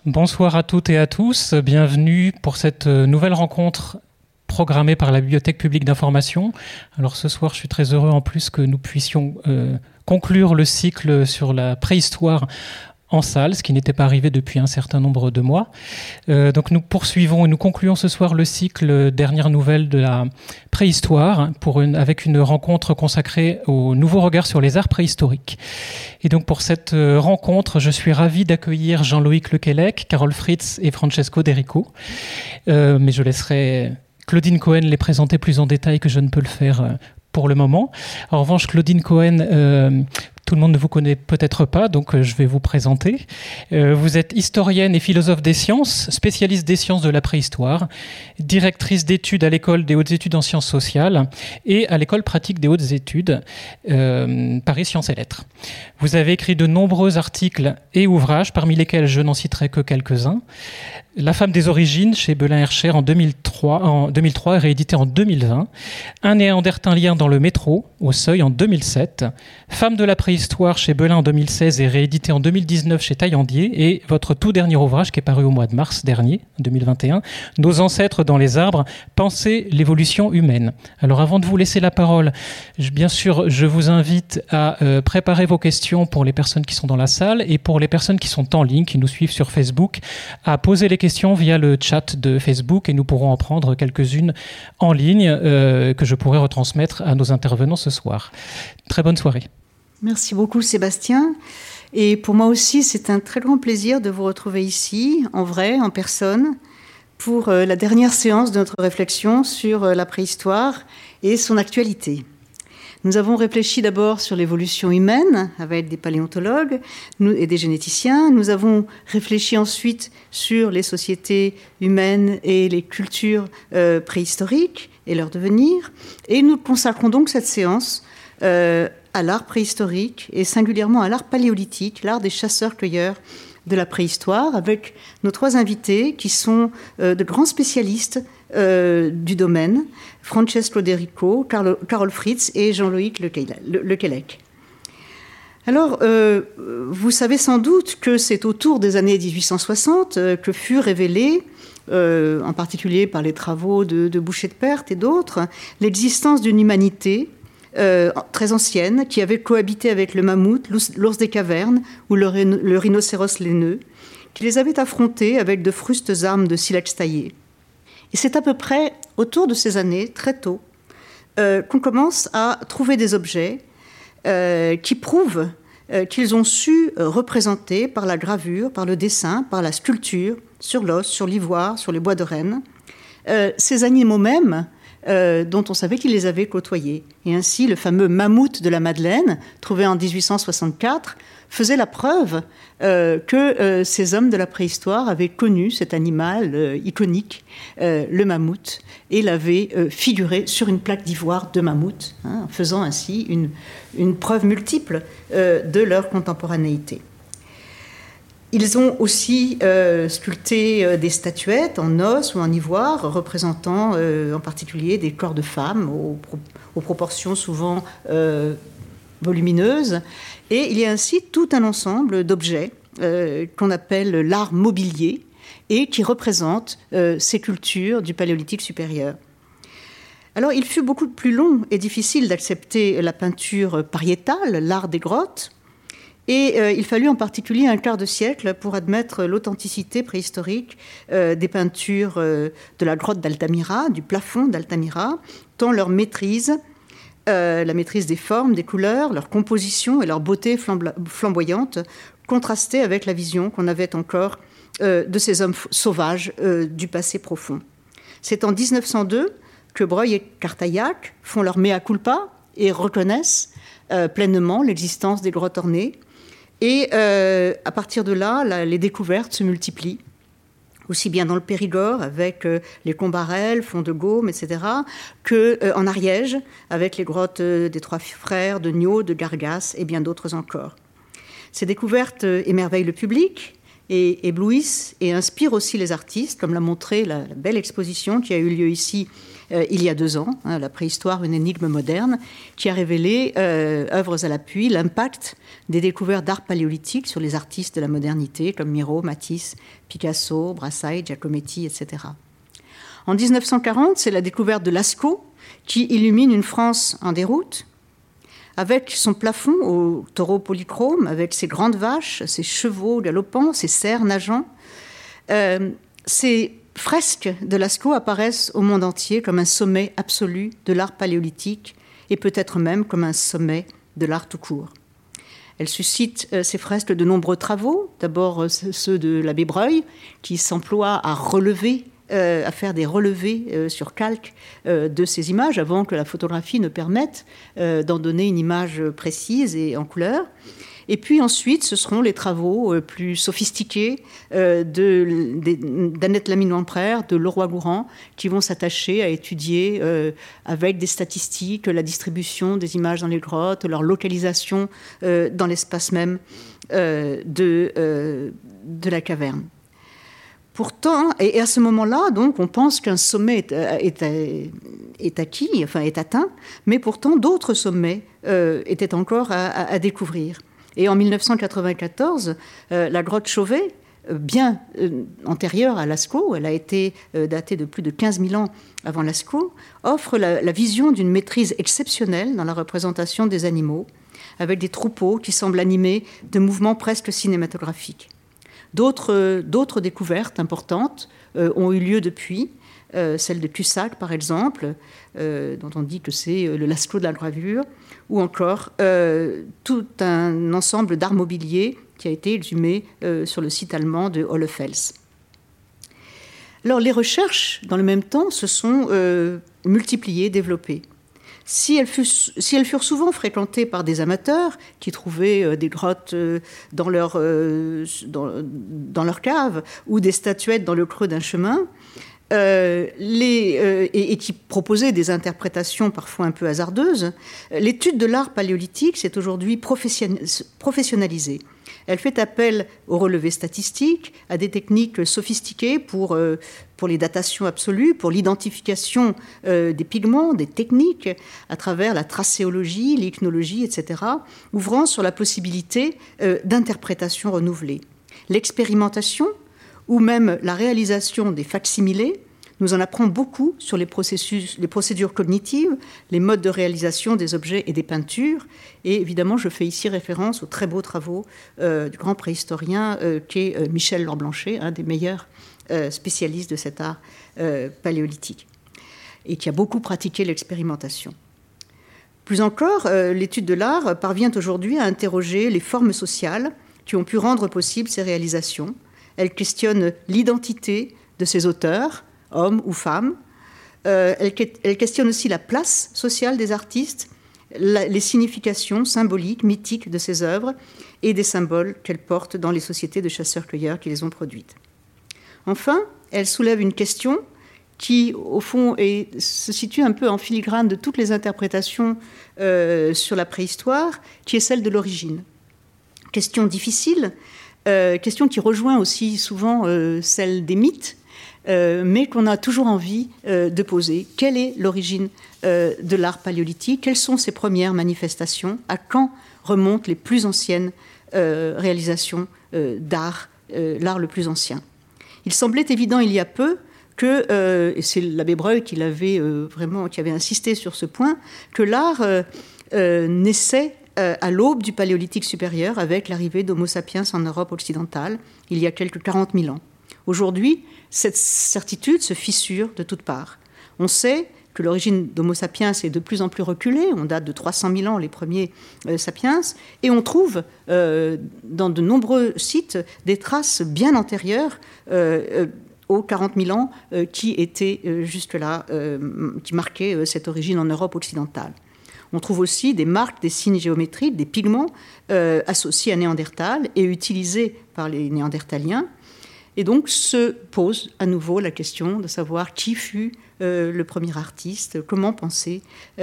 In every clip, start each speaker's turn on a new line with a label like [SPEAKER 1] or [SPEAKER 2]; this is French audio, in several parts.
[SPEAKER 1] Bonsoir à toutes et à tous, bienvenue pour cette nouvelle rencontre programmée par la Bibliothèque publique d'information. Alors ce soir, je suis très heureux en plus que nous puissions conclure le cycle sur la préhistoire en salle, ce qui n'était pas arrivé depuis un certain nombre de mois. Donc nous poursuivons et nous concluons ce soir le cycle Dernières nouvelles de la préhistoire avec une rencontre consacrée au nouveau regard sur les arts préhistoriques. Et donc pour cette rencontre, je suis ravi d'accueillir Jean-Loïc Lequelec, Carole Fritz et Francesco Derico. Mais je laisserai Claudine Cohen les présenter plus en détail que je ne peux le faire pour le moment. En revanche, Claudine Cohen, tout le monde ne vous connaît peut-être pas, donc je vais vous présenter. Vous êtes historienne et philosophe des sciences, spécialiste des sciences de la préhistoire, directrice d'études à l'École des hautes études en sciences sociales et à l'École pratique des hautes études, Paris Sciences et Lettres. Vous avez écrit de nombreux articles et ouvrages, parmi lesquels je n'en citerai que quelques-uns. La femme des origines, chez Belin Hercher en 2003 et réédité en 2020. Un néandertalien dans le métro, au Seuil en 2007. Femme de la préhistoire chez Belin en 2016 et réédité en 2019 chez Taillandier. Et votre tout dernier ouvrage qui est paru au mois de mars dernier, 2021, Nos ancêtres dans les arbres, penser l'évolution humaine. Alors avant de vous laisser la parole, bien sûr, je vous invite à préparer vos questions pour les personnes qui sont dans la salle et pour les personnes qui sont en ligne, qui nous suivent sur Facebook, à poser les questions via le chat de Facebook et nous pourrons en prendre quelques-unes en ligne que je pourrai retransmettre à nos intervenants ce soir. Très bonne soirée.
[SPEAKER 2] Merci beaucoup Sébastien. Et pour moi aussi, c'est un très grand plaisir de vous retrouver ici, en vrai, en personne, pour la dernière séance de notre réflexion sur la préhistoire et son actualité. Nous avons réfléchi d'abord sur l'évolution humaine avec des paléontologues et des généticiens. Nous avons réfléchi ensuite sur les sociétés humaines et les cultures préhistoriques et leur devenir. Et nous consacrons donc cette séance à l'art préhistorique et singulièrement à l'art paléolithique, l'art des chasseurs-cueilleurs de la préhistoire, avec nos trois invités qui sont de grands spécialistes du domaine, Francesco Derico, Carole Fritz et Jean-Loïc Lequelec. Alors, vous savez sans doute que c'est autour des années 1860 que fut révélée, en particulier par les travaux de Boucher de Perthes et d'autres, l'existence d'une humanité très ancienne qui avait cohabité avec le mammouth, l'ours des cavernes ou le rhinocéros laineux, qui les avait affrontés avec de frustes armes de silex taillé. Et c'est à peu près autour de ces années, très tôt, qu'on commence à trouver des objets qui prouvent qu'ils ont su représenter par la gravure, par le dessin, par la sculpture, sur l'os, sur l'ivoire, sur les bois de Rennes, ces animaux mêmes dont on savait qu'ils les avaient côtoyés. Et ainsi, le fameux mammouth de la Madeleine, trouvé en 1864, faisait la preuve que ces hommes de la préhistoire avaient connu cet animal iconique, le mammouth, et l'avaient figuré sur une plaque d'ivoire de mammouth, faisant ainsi une preuve multiple de leur contemporanéité. Ils ont aussi sculpté des statuettes en os ou en ivoire, représentant en particulier des corps de femmes aux proportions souvent volumineuses. Et il y a ainsi tout un ensemble d'objets qu'on appelle l'art mobilier et qui représentent ces cultures du Paléolithique supérieur. Alors, il fut beaucoup plus long et difficile d'accepter la peinture pariétale, l'art des grottes, et il fallut en particulier un quart de siècle pour admettre l'authenticité préhistorique des peintures de la grotte d'Altamira, du plafond d'Altamira, tant leur maîtrise, la maîtrise des formes, des couleurs, leur composition et leur beauté flamboyante contrastaient avec la vision qu'on avait encore de ces hommes sauvages du passé profond. C'est en 1902 que Breuil et Cartaillac font leur mea culpa et reconnaissent pleinement l'existence des grottes ornées. Et à partir de là, les découvertes se multiplient, aussi bien dans le Périgord avec les Combarelles, Fond de Gaume, etc., qu'en Ariège avec les grottes des Trois Frères, de Niaux, de Gargas et bien d'autres encore. Ces découvertes émerveillent le public et éblouissent et inspirent aussi les artistes, comme l'a montré la belle exposition qui a eu lieu ici il y a 2 ans, La préhistoire, une énigme moderne, qui a révélé, œuvres à l'appui, l'impact des découvertes d'art paléolithique sur les artistes de la modernité, comme Miro, Matisse, Picasso, Brassai, Giacometti, etc. En 1940, c'est la découverte de Lascaux qui illumine une France en déroute, avec son plafond au taureau polychrome, avec ses grandes vaches, ses chevaux galopants, ses cerfs nageants. Ces fresques de Lascaux apparaissent au monde entier comme un sommet absolu de l'art paléolithique et peut-être même comme un sommet de l'art tout court. Elles suscitent, ces fresques, de nombreux travaux, d'abord ceux de l'abbé Breuil, qui s'emploie à relever, à faire des relevés sur calque de ces images avant que la photographie ne permette d'en donner une image précise et en couleur. Et puis ensuite, ce seront les travaux plus sophistiqués d'Annette Lamine-Lamprère, de Leroy-Gourhan, qui vont s'attacher à étudier avec des statistiques la distribution des images dans les grottes, leur localisation dans l'espace même de la caverne. Pourtant, et à ce moment-là, donc, on pense qu'un sommet est acquis, enfin est atteint, mais pourtant d'autres sommets étaient encore à découvrir. Et en 1994, la grotte Chauvet, bien antérieure à Lascaux, elle a été datée de plus de 15 000 ans avant Lascaux, offre la vision d'une maîtrise exceptionnelle dans la représentation des animaux, avec des troupeaux qui semblent animés de mouvements presque cinématographiques. D'autres découvertes importantes ont eu lieu depuis, celle de Cussac par exemple, dont on dit que c'est le Lascaux de la gravure, ou encore tout un ensemble d'art mobilier qui a été exhumé sur le site allemand de Hohlefels. Alors les recherches, dans le même temps, se sont multipliées, développées. Si elles furent souvent fréquentées par des amateurs qui trouvaient des grottes dans leur cave ou des statuettes dans le creux d'un chemin, et qui proposaient des interprétations parfois un peu hasardeuses, l'étude de l'art paléolithique s'est aujourd'hui professionnalisée. Elle fait appel aux relevés statistiques, à des techniques sophistiquées pour les datations absolues, pour l'identification des pigments, des techniques, à travers la tracéologie, l'ichnologie, etc., ouvrant sur la possibilité d'interprétations renouvelées. L'expérimentation, ou même la réalisation des facsimilés, nous en apprend beaucoup sur les procédures cognitives, les modes de réalisation des objets et des peintures. Et évidemment, je fais ici référence aux très beaux travaux du grand préhistorien qu'est Michel Laure-Blanchet, un des meilleurs spécialistes de cet art paléolithique, et qui a beaucoup pratiqué l'expérimentation. Plus encore, l'étude de l'art parvient aujourd'hui à interroger les formes sociales qui ont pu rendre possible ces réalisations. Elle questionne l'identité de ces auteurs, hommes ou femmes. Elle questionne aussi la place sociale des artistes, les significations symboliques, mythiques de ces œuvres et des symboles qu'elles portent dans les sociétés de chasseurs-cueilleurs qui les ont produites. Enfin, elle soulève une question qui, au fond, se situe un peu en filigrane de toutes les interprétations sur la préhistoire, qui est celle de l'origine. Question difficile, question qui rejoint aussi souvent celle des mythes, mais qu'on a toujours envie de poser. Quelle est l'origine de l'art paléolithique? Quelles sont ses premières manifestations? À quand remontent les plus anciennes réalisations d'art, l'art le plus ancien? Il semblait évident il y a peu que, et c'est l'abbé Breuil qui avait insisté sur ce point, que l'art naissait à l'aube du Paléolithique supérieur avec l'arrivée d'Homo sapiens en Europe occidentale, il y a quelques 40 000 ans. Aujourd'hui, cette certitude se fissure de toutes parts. On sait que l'origine d'Homo sapiens est de plus en plus reculée, on date de 300 000 ans les premiers sapiens, et on trouve dans de nombreux sites des traces bien antérieures aux 40 000 ans qui étaient jusque-là, qui marquaient cette origine en Europe occidentale. On trouve aussi des marques, des signes géométriques, des pigments associés à Néandertal et utilisés par les Néandertaliens. Et donc se pose à nouveau la question de savoir qui fut le premier artiste, comment penser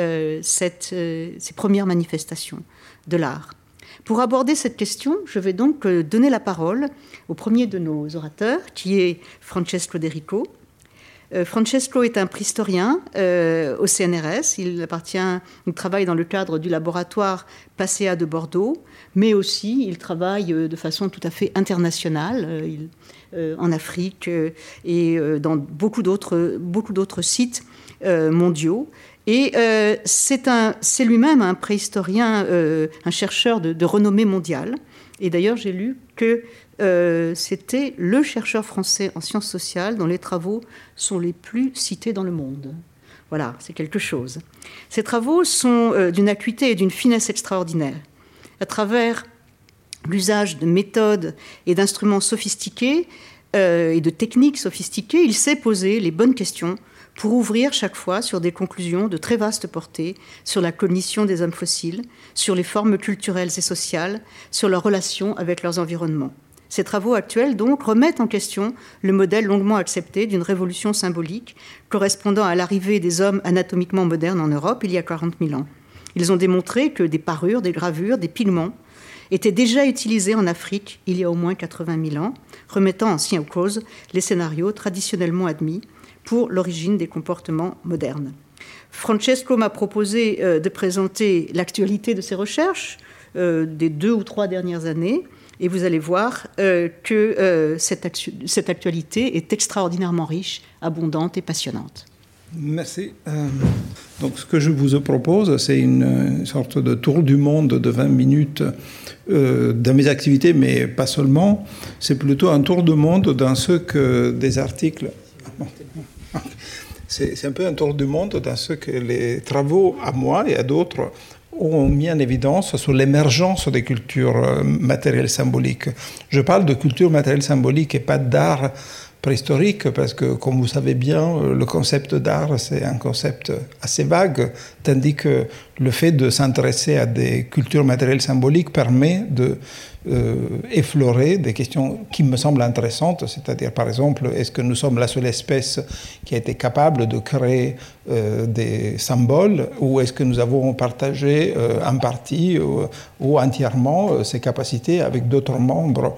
[SPEAKER 2] ces premières manifestations de l'art. Pour aborder cette question, je vais donc donner la parole au premier de nos orateurs, qui est Francesco De Rico, Francesco est un préhistorien au CNRS. Il travaille dans le cadre du laboratoire PASEA de Bordeaux, mais aussi il travaille de façon tout à fait internationale en Afrique et dans beaucoup d'autres sites mondiaux. Et c'est lui-même un préhistorien, un chercheur de renommée mondiale. Et d'ailleurs, j'ai lu que c'était le chercheur français en sciences sociales dont les travaux sont les plus cités dans le monde. Voilà, c'est quelque chose. Ces travaux sont d'une acuité et d'une finesse extraordinaire. À travers l'usage de méthodes et d'instruments sophistiqués et de techniques sophistiquées, il sait poser les bonnes questions pour ouvrir chaque fois sur des conclusions de très vaste portée sur la cognition des hommes fossiles, sur les formes culturelles et sociales, sur leurs relations avec leurs environnements. Ces travaux actuels, donc, remettent en question le modèle longuement accepté d'une révolution symbolique correspondant à l'arrivée des hommes anatomiquement modernes en Europe il y a 40 000 ans. Ils ont démontré que des parures, des gravures, des pigments étaient déjà utilisés en Afrique il y a au moins 80 000 ans, remettant ainsi en cause les scénarios traditionnellement admis pour l'origine des comportements modernes. Francesco m'a proposé de présenter l'actualité de ses recherches des 2 ou 3 dernières années, et vous allez voir que cette actualité est extraordinairement riche, abondante et passionnante.
[SPEAKER 3] Merci. Donc ce que je vous propose, c'est une sorte de tour du monde de 20 minutes dans mes activités, mais pas seulement. C'est plutôt un tour du monde dans ce que des articles... C'est un peu un tour du monde dans ce que les travaux à moi et à d'autres ont mis en évidence sur l'émergence des cultures matérielles symboliques. Je parle de culture matérielle symbolique et pas d'art préhistorique, parce que, comme vous savez bien, le concept d'art, c'est un concept assez vague, tandis que le fait de s'intéresser à des cultures matérielles symboliques permet de effleurer des questions qui me semblent intéressantes, c'est-à-dire, par exemple, est-ce que nous sommes la seule espèce qui a été capable de créer des symboles, ou est-ce que nous avons partagé en partie ou entièrement ces capacités avec d'autres membres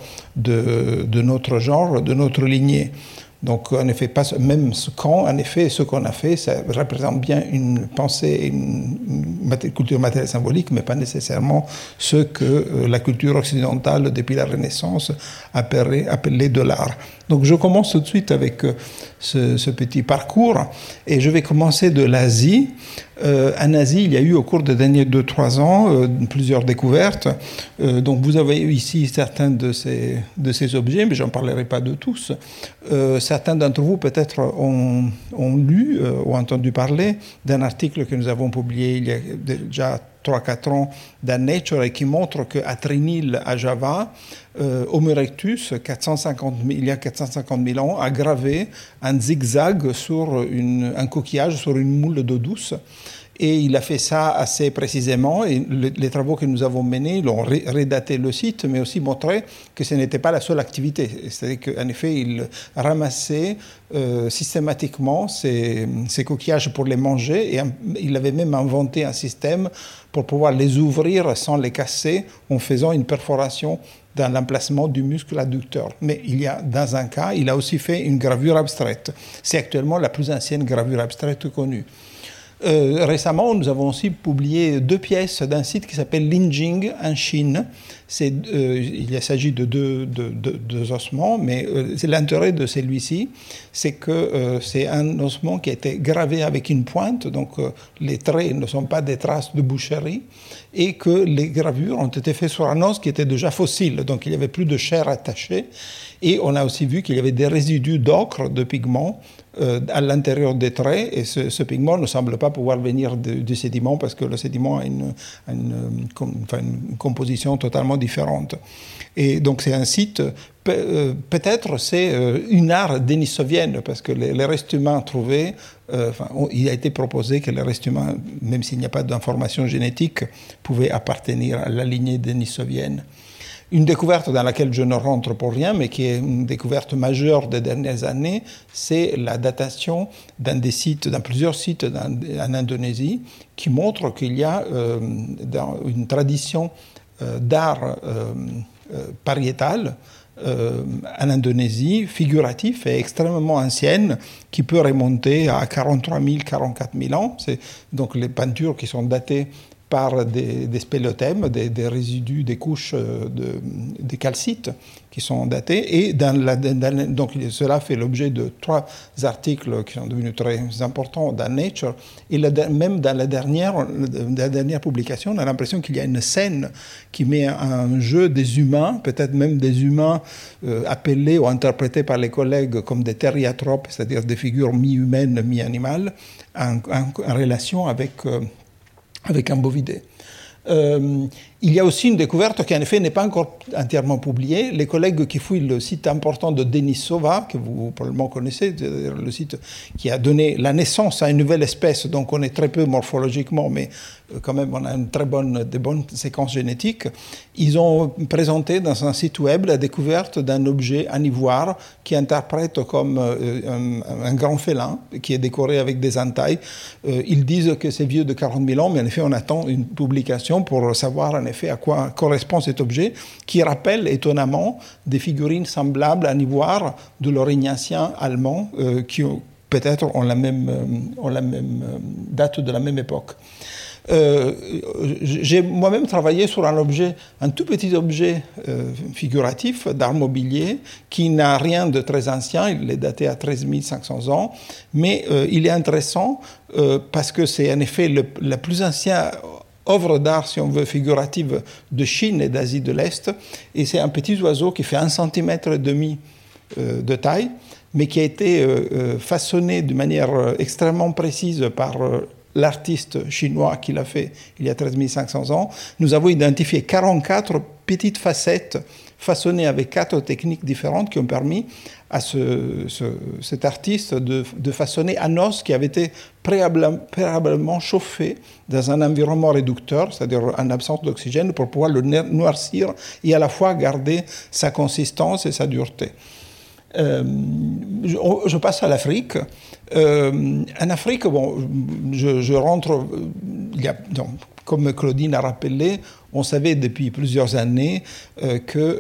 [SPEAKER 3] de notre genre, de notre lignée. Donc, en effet, même en effet, ce qu'on a fait, ça représente bien une pensée, une culture matérielle symbolique, mais pas nécessairement ce que la culture occidentale, depuis la Renaissance, appelait de l'art. Donc, je commence tout de suite avec ce petit parcours, et je vais commencer de l'Asie. En Asie, il y a eu au cours des derniers 2-3 ans plusieurs découvertes. Donc vous avez ici certains de ces objets, mais je n'en parlerai pas de tous. Certains d'entre vous peut-être ont lu ou entendu parler d'un article que nous avons publié il y a déjà 3-4 ans dans Nature et qui montre qu'à Trinil, à Java, Homo erectus, il y a 450 000 ans, a gravé un zigzag sur un coquillage, sur une moule d'eau douce. Et il a fait ça assez précisément, et les travaux que nous avons menés l'ont redaté le site, mais aussi montré que ce n'était pas la seule activité. C'est-à-dire qu'en effet, il ramassait systématiquement ces coquillages pour les manger, et il avait même inventé un système pour pouvoir les ouvrir sans les casser, en faisant une perforation dans l'emplacement du muscle adducteur. Mais dans un cas, il a aussi fait une gravure abstraite. C'est actuellement la plus ancienne gravure abstraite connue. Récemment, nous avons aussi publié 2 pièces d'un site qui s'appelle Linjing en Chine. Il s'agit de deux ossements, mais l'intérêt de celui-ci, c'est que c'est un ossement qui a été gravé avec une pointe, donc les traits ne sont pas des traces de boucherie, et que les gravures ont été faites sur un os qui était déjà fossile, donc il n'y avait plus de chair attachée. Et on a aussi vu qu'il y avait des résidus d'ocre, de pigments, à l'intérieur des traits, et ce pigment ne semble pas pouvoir venir du sédiment, parce que le sédiment a une composition totalement différente. Et donc c'est un site, peut-être c'est une art dénisovienne, parce que les restes humains trouvés, il a été proposé que les restes humains, même s'il n'y a pas d'information génétique, pouvaient appartenir à la lignée dénisovienne. Une découverte dans laquelle je ne rentre pour rien, mais qui est une découverte majeure des dernières années, c'est la datation dans plusieurs sites en Indonésie, qui montre qu'il y a dans une tradition d'art pariétal en Indonésie, figurative et extrêmement ancienne, qui peut remonter à 43 000, 44 000 ans. C'est donc les peintures qui sont datées par des spélothèmes, des résidus, des couches des calcites qui sont datés. Et donc cela fait l'objet de 3 articles qui sont devenus très importants dans Nature. Et même dans la dernière publication, on a l'impression qu'il y a une scène qui met en jeu des humains, peut-être même des humains appelés ou interprétés par les collègues comme des theriathropes, c'est-à-dire des figures mi-humaines, mi-animales, en relation avec un bovidé. Il y a aussi une découverte qui, en effet, n'est pas encore entièrement publiée. Les collègues qui fouillent le site important de Denisova, que vous probablement connaissez, le site qui a donné la naissance à une nouvelle espèce, donc on est très peu morphologiquement, mais quand même on a des bonnes séquences génétiques. Ils ont présenté dans un site web la découverte d'un objet en ivoire qui interprète comme un grand félin qui est décoré avec des entailles. Ils disent que c'est vieux de 40 000 ans, mais en effet on attend une publication pour savoir en effet à quoi correspond cet objet qui rappelle étonnamment des figurines semblables en ivoire de l'Aurignacien allemand qui peut-être ont la même date de la même époque. J'ai moi-même travaillé sur un tout petit objet figuratif d'art mobilier qui n'a rien de très ancien, il est daté à 13 500 ans, mais il est intéressant parce que c'est en effet la plus ancienne œuvre d'art, si on veut, figurative de Chine et d'Asie de l'Est, et c'est un petit oiseau qui fait 1,5 cm de taille, mais qui a été façonné de manière extrêmement précise par l'artiste chinois qui l'a fait il y a 13 500 ans. Nous avons identifié 44 petites facettes façonnées avec 4 techniques différentes qui ont permis à cet artiste de façonner un os qui avait été préalablement chauffé dans un environnement réducteur, c'est-à-dire en absence d'oxygène, pour pouvoir le noircir et à la fois garder sa consistance et sa dureté. Je passe à l'Afrique. En Afrique, bon, je rentre... donc, comme Claudine a rappelé, on savait depuis plusieurs années que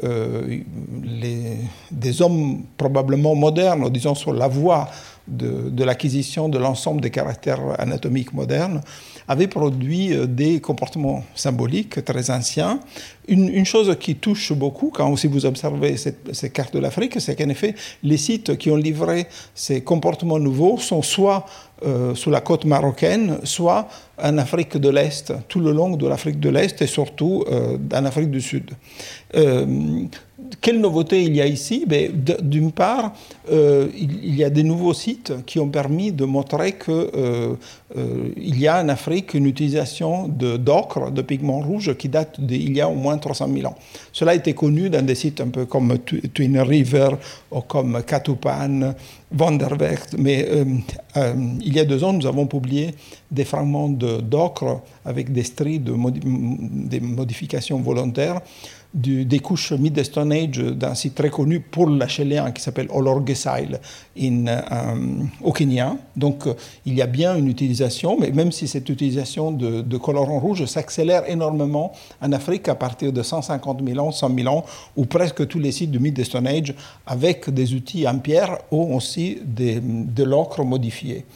[SPEAKER 3] des hommes probablement modernes, disons sur la voie de l'acquisition de l'ensemble des caractères anatomiques modernes, avaient produit des comportements symboliques très anciens. Une chose qui touche beaucoup, quand aussi vous observez ces cartes de l'Afrique, c'est qu'en effet, les sites qui ont livré ces comportements nouveaux sont soit sur la côte marocaine, soit en Afrique de l'Est, tout le long de l'Afrique de l'Est et surtout en Afrique du Sud. Quelle nouveauté il y a ici? D'une part, il y a des nouveaux sites qui ont permis de montrer qu'il y a en Afrique une utilisation d'ocre, de pigments rouges, qui date d'il y a au moins 300 000 ans. Cela a été connu dans des sites un peu comme Twin River ou comme Katupan, Vandervecht, mais il y a 2 ans, nous avons publié des fragments d'ocre avec des stries, des modifications volontaires, des couches Mid-Stone Age d'un site très connu pour l'Achélien qui s'appelle Olorgesailie au Kenya. Donc il y a bien une utilisation, mais même si cette utilisation de colorants rouges s'accélère énormément en Afrique à partir de 150 000 ans, 100 000 ans, où presque tous les sites du Mid-Stone Age avec des outils en pierre ont aussi de l'ocre modifié.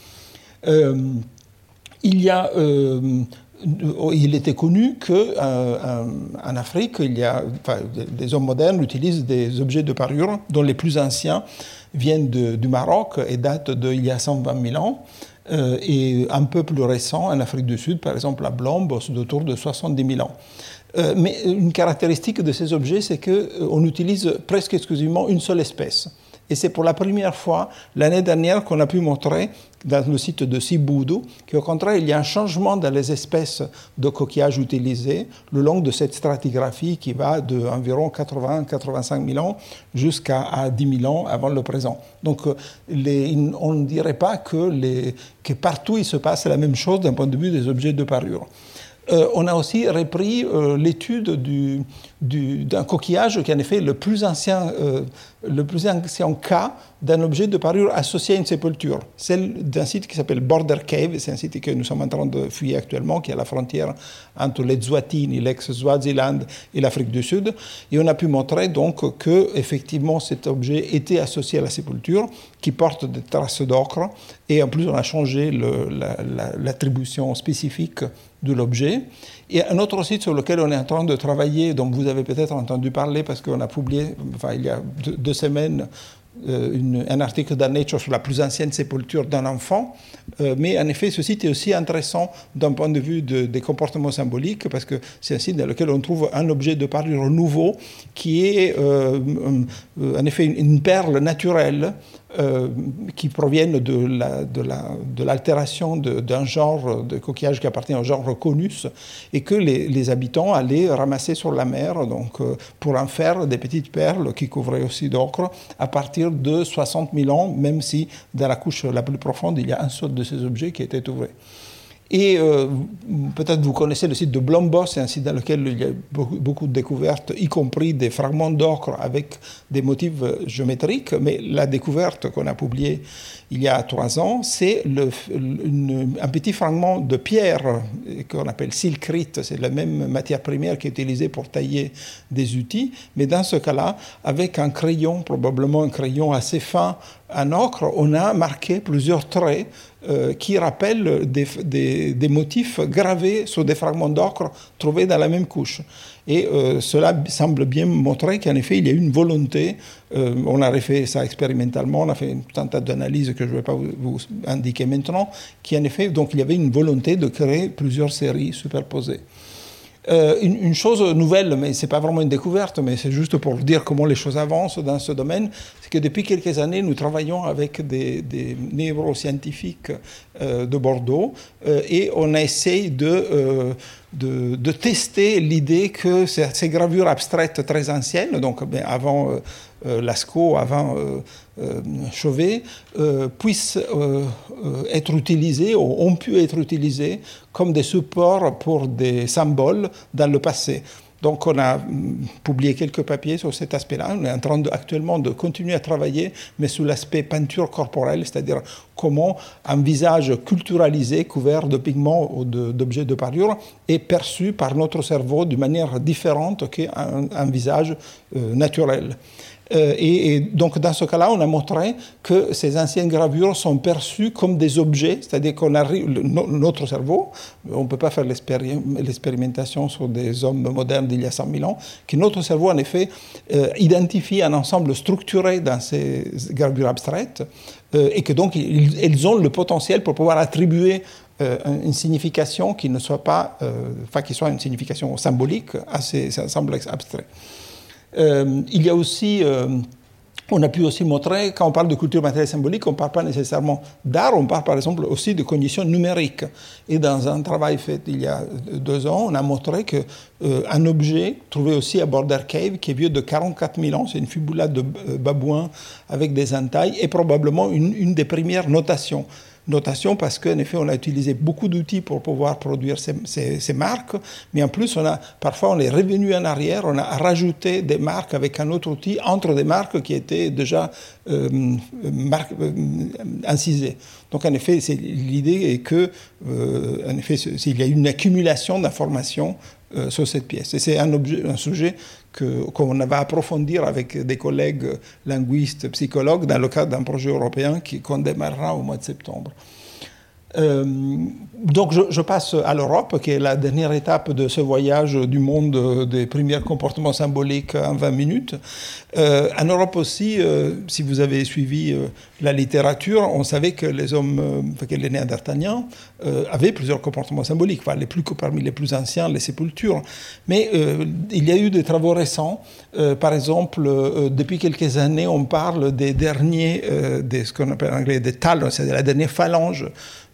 [SPEAKER 3] Il était connu qu'en Afrique, des hommes modernes utilisent des objets de parure dont les plus anciens viennent du Maroc et datent d'il y a 120 000 ans. Et un peu plus récent, en Afrique du Sud, par exemple à Blombe, d'autour de 70 000 ans. Mais une caractéristique de ces objets, c'est qu'on utilise presque exclusivement une seule espèce. Et c'est pour la première fois l'année dernière qu'on a pu montrer dans le site de Sibudu qu'au contraire, il y a un changement dans les espèces de coquillages utilisées le long de cette stratigraphie qui va d'environ 80-85 000 ans jusqu'à 10 000 ans avant le présent. Donc on ne dirait pas que partout il se passe la même chose d'un point de vue des objets de parure. On a aussi repris l'étude d'un coquillage qui est en effet le plus ancien le plus ancien cas d'un objet de parure associé à une sépulture. Celle d'un site qui s'appelle Border Cave, c'est un site que nous sommes en train de fouiller actuellement, qui est à la frontière entre les Eswatini, l'ex-Swaziland et l'Afrique du Sud. Et on a pu montrer donc que effectivement cet objet était associé à la sépulture, qui porte des traces d'ocre. Et en plus, on a changé l'attribution spécifique de l'objet. Et un autre site sur lequel on est en train de travailler, dont vous avez peut-être entendu parler parce qu'on a publié, il y a deux semaines, un article dans Nature sur la plus ancienne sépulture d'un enfant. Mais en effet, ce site est aussi intéressant d'un point de vue des comportements symboliques parce que c'est un site dans lequel on trouve un objet de parure nouveau qui est en effet une perle naturelle qui proviennent de l'altération d'un genre de coquillage qui appartient au genre Conus et que les habitants allaient ramasser sur la mer donc, pour en faire des petites perles qui couvraient aussi d'ocre à partir de 60 000 ans, même si dans la couche la plus profonde, il y a un seul de ces objets qui était ouvré. Et peut-être vous connaissez le site de Blombos, c'est un site dans lequel il y a beaucoup de découvertes, y compris des fragments d'ocre avec des motifs géométriques. Mais la découverte qu'on a publiée il y a 3 ans, c'est un petit fragment de pierre qu'on appelle silcrite. C'est la même matière première qui est utilisée pour tailler des outils. Mais dans ce cas-là, avec un crayon, probablement un crayon assez fin en ocre, on a marqué plusieurs traits qui rappellent des motifs gravés sur des fragments d'ocre trouvés dans la même couche. Et cela semble bien montrer qu'en effet, il y a une volonté. On a fait ça expérimentalement, on a fait un tas d'analyses que je ne vais pas vous indiquer maintenant, qui en effet, donc il y avait une volonté de créer plusieurs séries superposées. Une chose nouvelle, mais ce n'est pas vraiment une découverte, mais c'est juste pour dire comment les choses avancent dans ce domaine, c'est que depuis quelques années, nous travaillons avec des neuroscientifiques de Bordeaux et on essaye de tester l'idée que ces gravures abstraites très anciennes, donc avant Lascaux, avant Chauvet, puissent être utilisées, ou ont pu être utilisées comme des supports pour des symboles dans le passé. Donc on a publié quelques papiers sur cet aspect-là. On est en train actuellement de continuer à travailler, mais sous l'aspect peinture corporelle, c'est-à-dire comment un visage culturalisé, couvert de pigments ou d'objets de parure, est perçu par notre cerveau d'une manière différente qu'un visage naturel. Et donc, dans ce cas-là, on a montré que ces anciennes gravures sont perçues comme des objets, c'est-à-dire qu'on arrive, notre cerveau, on ne peut pas faire l'expérimentation sur des hommes modernes d'il y a 100 000 ans, que notre cerveau, en effet, identifie un ensemble structuré dans ces gravures abstraites, et que donc, elles ont le potentiel pour pouvoir attribuer une signification qui ne soit pas, qui soit une signification symbolique à ces ensembles abstraits. Il y a aussi, on a pu aussi montrer, quand on parle de culture matérielle symbolique, on ne parle pas nécessairement d'art, on parle par exemple aussi de cognition numérique. Et dans un travail fait il y a 2 ans, on a montré qu'un objet trouvé aussi à Border Cave, qui est vieux de 44 000 ans, c'est une fibula de babouin avec des entailles, est probablement une des premières notations. Notation parce qu'en effet, on a utilisé beaucoup d'outils pour pouvoir produire ces marques, mais en plus, parfois, on est revenu en arrière, on a rajouté des marques avec un autre outil entre des marques qui étaient déjà incisées. Donc, en effet, l'idée est que, en effet, s'il y a une accumulation d'informations sur cette pièce. Et c'est un sujet qu'on va approfondir avec des collègues linguistes, psychologues, dans le cadre d'un projet européen qu'on démarrera au mois de septembre. Donc je passe à l'Europe, qui est la dernière étape de ce voyage du monde des premiers comportements symboliques en 20 minutes. En Europe aussi, si vous avez suivi la littérature, on savait que que les Néandertaliens avaient plusieurs comportements symboliques, parmi les plus anciens, les sépultures. Mais il y a eu des travaux récents. Par exemple, depuis quelques années, on parle des derniers, ce qu'on appelle en anglais des talons, c'est-à-dire la dernière phalange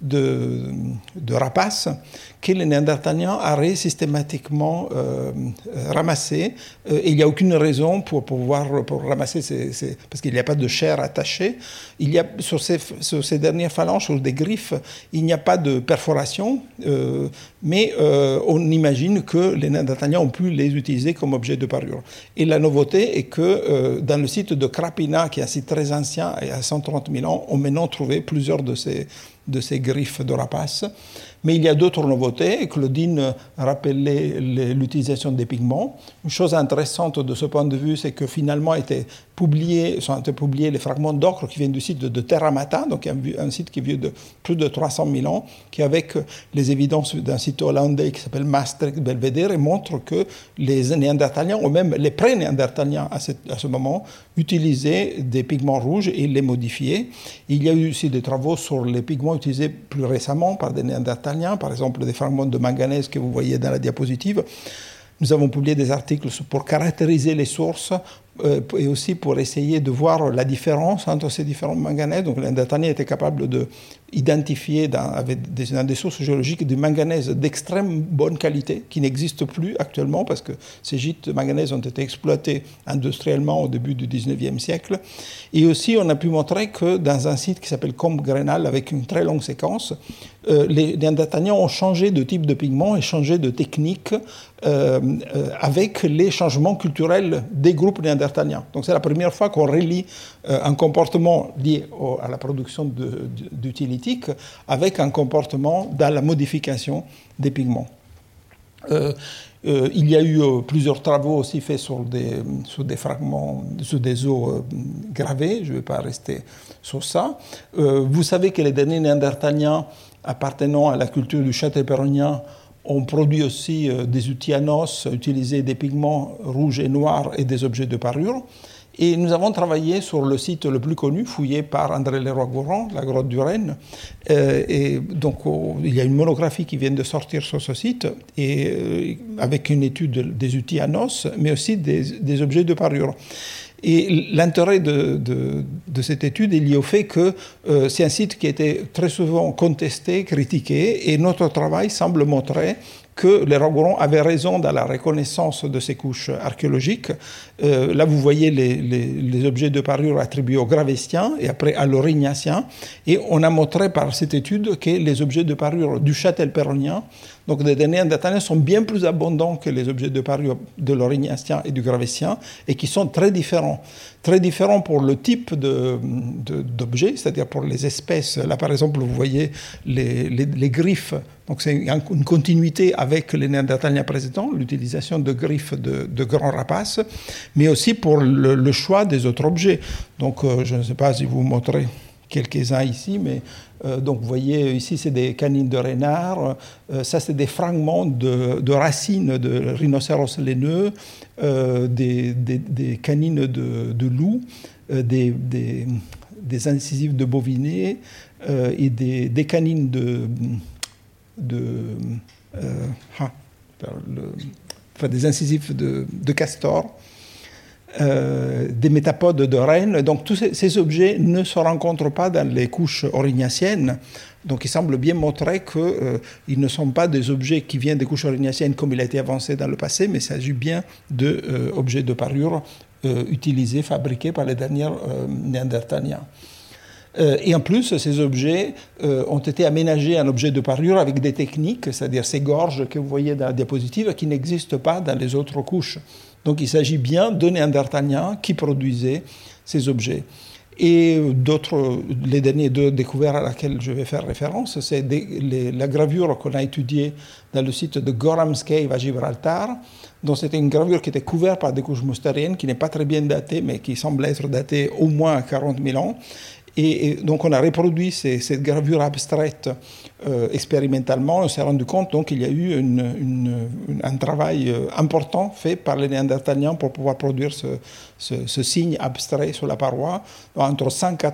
[SPEAKER 3] de rapaces que les Néandertaliens auraient systématiquement ramassés. Et il n'y a aucune raison pour ramasser parce qu'il n'y a pas de chair attachée. Il y a, sur ces dernières phalanges, sur des griffes, il n'y a pas de perforation, mais on imagine que les Néandertaliens ont pu les utiliser comme objet de parure. Et la nouveauté est que dans le site de Krapina, qui est un site très ancien et à 130 000 ans, on a maintenant trouvé plusieurs de ces griffes de rapaces. Mais il y a d'autres nouveautés. Claudine rappelait l'utilisation des pigments. Une chose intéressante de ce point de vue, c'est que finalement sont été publiés les fragments d'ocre qui viennent du site de Terra Mata, donc un site qui vient de plus de 300 000 ans, qui avec les évidences d'un site hollandais qui s'appelle Maastricht Belvedere montre que les Néandertaliens, ou même les pré-Néandertaliens à ce moment, utilisaient des pigments rouges et les modifiaient. Il y a eu aussi des travaux sur les pigments utilisés plus récemment par des Néandertaliens, par exemple des fragments de manganèse que vous voyez dans la diapositive. Nous avons publié des articles pour caractériser les sources et aussi pour essayer de voir la différence entre ces différents manganèses. Donc, les Néandertaliens étaient capables d'identifier dans des sources géologiques du manganèse d'extrême bonne qualité qui n'existe plus actuellement parce que ces gîtes de manganèse ont été exploités industriellement au début du 19e siècle. Et aussi, on a pu montrer que dans un site qui s'appelle Combe-Grenal, avec une très longue séquence, les Néandertaliens ont changé de type de pigment et changé de technique avec les changements culturels des groupes néandertaliens. Donc c'est la première fois qu'on relie un comportement lié à la production d'utilitique avec un comportement dans la modification des pigments. Il y a eu plusieurs travaux aussi faits sur des fragments, sur des os gravés. Je ne vais pas rester sur ça. Vous savez que les derniers Néandertaliens appartenant à la culture du Châtel-Péronnien ont produit aussi des outils à noces, utilisé des pigments rouges et noirs et des objets de parure. Et nous avons travaillé sur le site le plus connu, fouillé par André Leroy-Gourand, la grotte du Rennes. Et donc, il y a une monographie qui vient de sortir sur ce site, et, avec une étude des outils à noces, mais aussi des objets de parure. Et l'intérêt de cette étude est lié au fait que c'est un site qui a été très souvent contesté, critiqué, et notre travail semble montrer que les Leroy-Gourand avaient raison dans la reconnaissance de ces couches archéologiques. Là, vous voyez les objets de parure attribués aux Gravétiens et après à l'Aurignaciens. Et on a montré par cette étude que les objets de parure du Châtel-Péronnien, donc des Néandertaliens, sont bien plus abondants que les objets de parure de l'Aurignacien et du Gravétien et qui sont très différents. Très différents pour le type d'objets, c'est-à-dire pour les espèces. Là, par exemple, vous voyez les griffes. Donc, c'est une continuité avec les Néandertaliens précédents, l'utilisation de griffes de grands rapaces, mais aussi pour le choix des autres objets. Donc, je ne sais pas si vous montrez quelques-uns ici, mais donc vous voyez ici, c'est des canines de renard, ça c'est des fragments de racines de rhinocéros laineux, des canines de loup, des incisives de bovinets et des canines des incisives de castor. Des métapodes de rennes. Donc tous ces objets ne se rencontrent pas dans les couches aurignaciennes. Donc il semble bien montrer qu'ils ne sont pas des objets qui viennent des couches aurignaciennes comme il a été avancé dans le passé, mais il s'agit bien d'objets de parure utilisés, fabriqués par les derniers Néandertaliens. Et en plus, ces objets ont été aménagés en objets de parure avec des techniques, c'est-à-dire ces gorges que vous voyez dans la diapositive, qui n'existent pas dans les autres couches. Donc il s'agit bien de Néandertaliens qui produisaient ces objets. Et les derniers deux découvertes à laquelle je vais faire référence, c'est la gravure qu'on a étudiée dans le site de Gorham's Cave à Gibraltar. Donc c'était une gravure qui était couverte par des couches moustériennes, qui n'est pas très bien datée, mais qui semble être datée au moins à 40 000 ans. Et donc on a reproduit cette gravure abstraite expérimentalement. On s'est rendu compte qu'il y a eu un travail important fait par les Néandertaliens pour pouvoir produire ce signe abstrait sur la paroi. Entre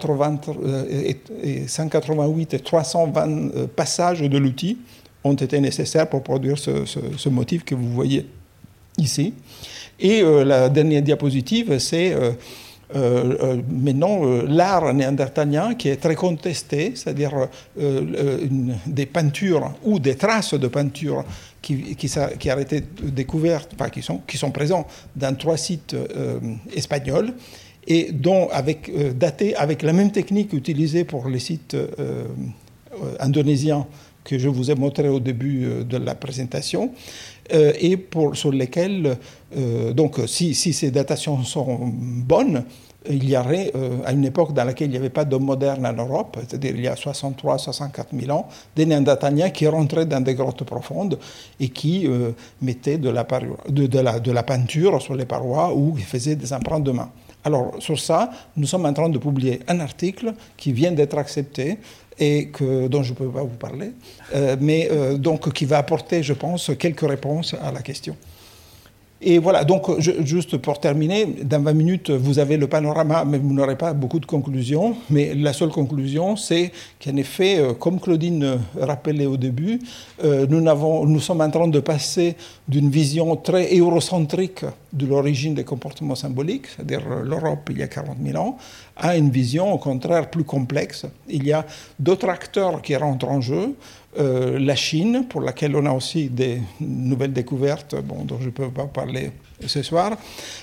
[SPEAKER 3] 188 et 320 passages de l'outil ont été nécessaires pour produire ce motif que vous voyez ici. Et la dernière diapositive, c'est maintenant l'art néandertalien qui est très contesté, c'est-à-dire des peintures ou des traces de peintures qui ont été découvertes, enfin, qui sont présents dans 3 sites espagnols, et dont datés avec la même technique utilisée pour les sites indonésiens que je vous ai montré au début de la présentation, et sur lesquels, donc si ces datations sont bonnes, il y aurait, à une époque dans laquelle il n'y avait pas d'homme moderne en Europe, c'est-à-dire il y a 63-64 000 ans, des Néandertaliens qui rentraient dans des grottes profondes et qui mettaient de la peinture sur les parois ou qui faisaient des empreintes de main. Alors, sur ça, nous sommes en train de publier un article qui vient d'être accepté et dont je ne peux pas vous parler, mais donc qui va apporter, je pense, quelques réponses à la question. Et voilà, donc juste pour terminer, dans 20 minutes, vous avez le panorama, mais vous n'aurez pas beaucoup de conclusions. Mais la seule conclusion, c'est qu'en effet, comme Claudine rappelait au début, nous sommes en train de passer d'une vision très eurocentrique de l'origine des comportements symboliques, c'est-à-dire l'Europe il y a 40 000 ans, à une vision au contraire plus complexe. Il y a d'autres acteurs qui rentrent en jeu. La Chine, pour laquelle on a aussi des nouvelles découvertes, dont je ne peux pas parler ce soir.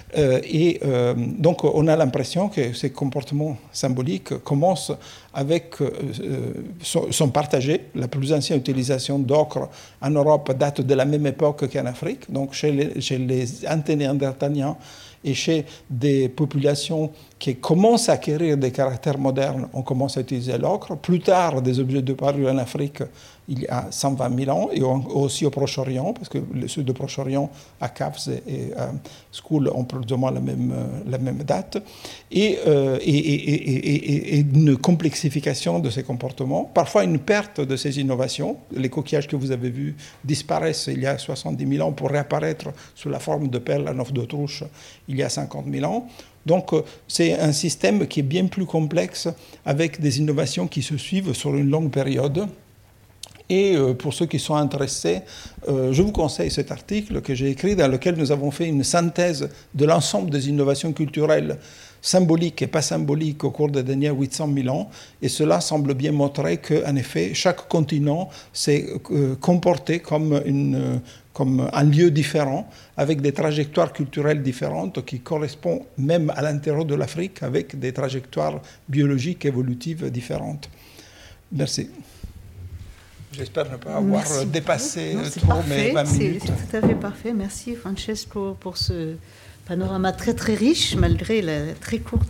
[SPEAKER 3] Donc, on a l'impression que ces comportements symboliques commencent sont partagés. La plus ancienne utilisation d'ocre en Europe date de la même époque qu'en Afrique. Donc, chez les anténéandertaliens et chez des populations qui commencent à acquérir des caractères modernes, on commence à utiliser l'ocre. Plus tard, des objets de parure en Afrique, il y a 120 000 ans, et aussi au Proche-Orient, parce que ceux de Proche-Orient, à Kafs et à School, ont plus ou moins la même date, et une complexification de ces comportements, parfois une perte de ces innovations. Les coquillages que vous avez vus disparaissent il y a 70 000 ans pour réapparaître sous la forme de perles à œuf d'autruche il y a 50 000 ans. Donc, c'est un système qui est bien plus complexe, avec des innovations qui se suivent sur une longue période. Et pour ceux qui sont intéressés, je vous conseille cet article que j'ai écrit, dans lequel nous avons fait une synthèse de l'ensemble des innovations culturelles symboliques et pas symboliques au cours des derniers 800 000 ans. Et cela semble bien montrer qu'en effet, chaque continent s'est comporté comme un lieu différent, avec des trajectoires culturelles différentes qui correspondent même à l'intérieur de l'Afrique, avec des trajectoires biologiques évolutives différentes. Merci. J'espère ne pas avoir dépassé trop mes 20 minutes.
[SPEAKER 2] C'est tout à fait parfait. Merci Francesco pour ce panorama très très riche, malgré le très court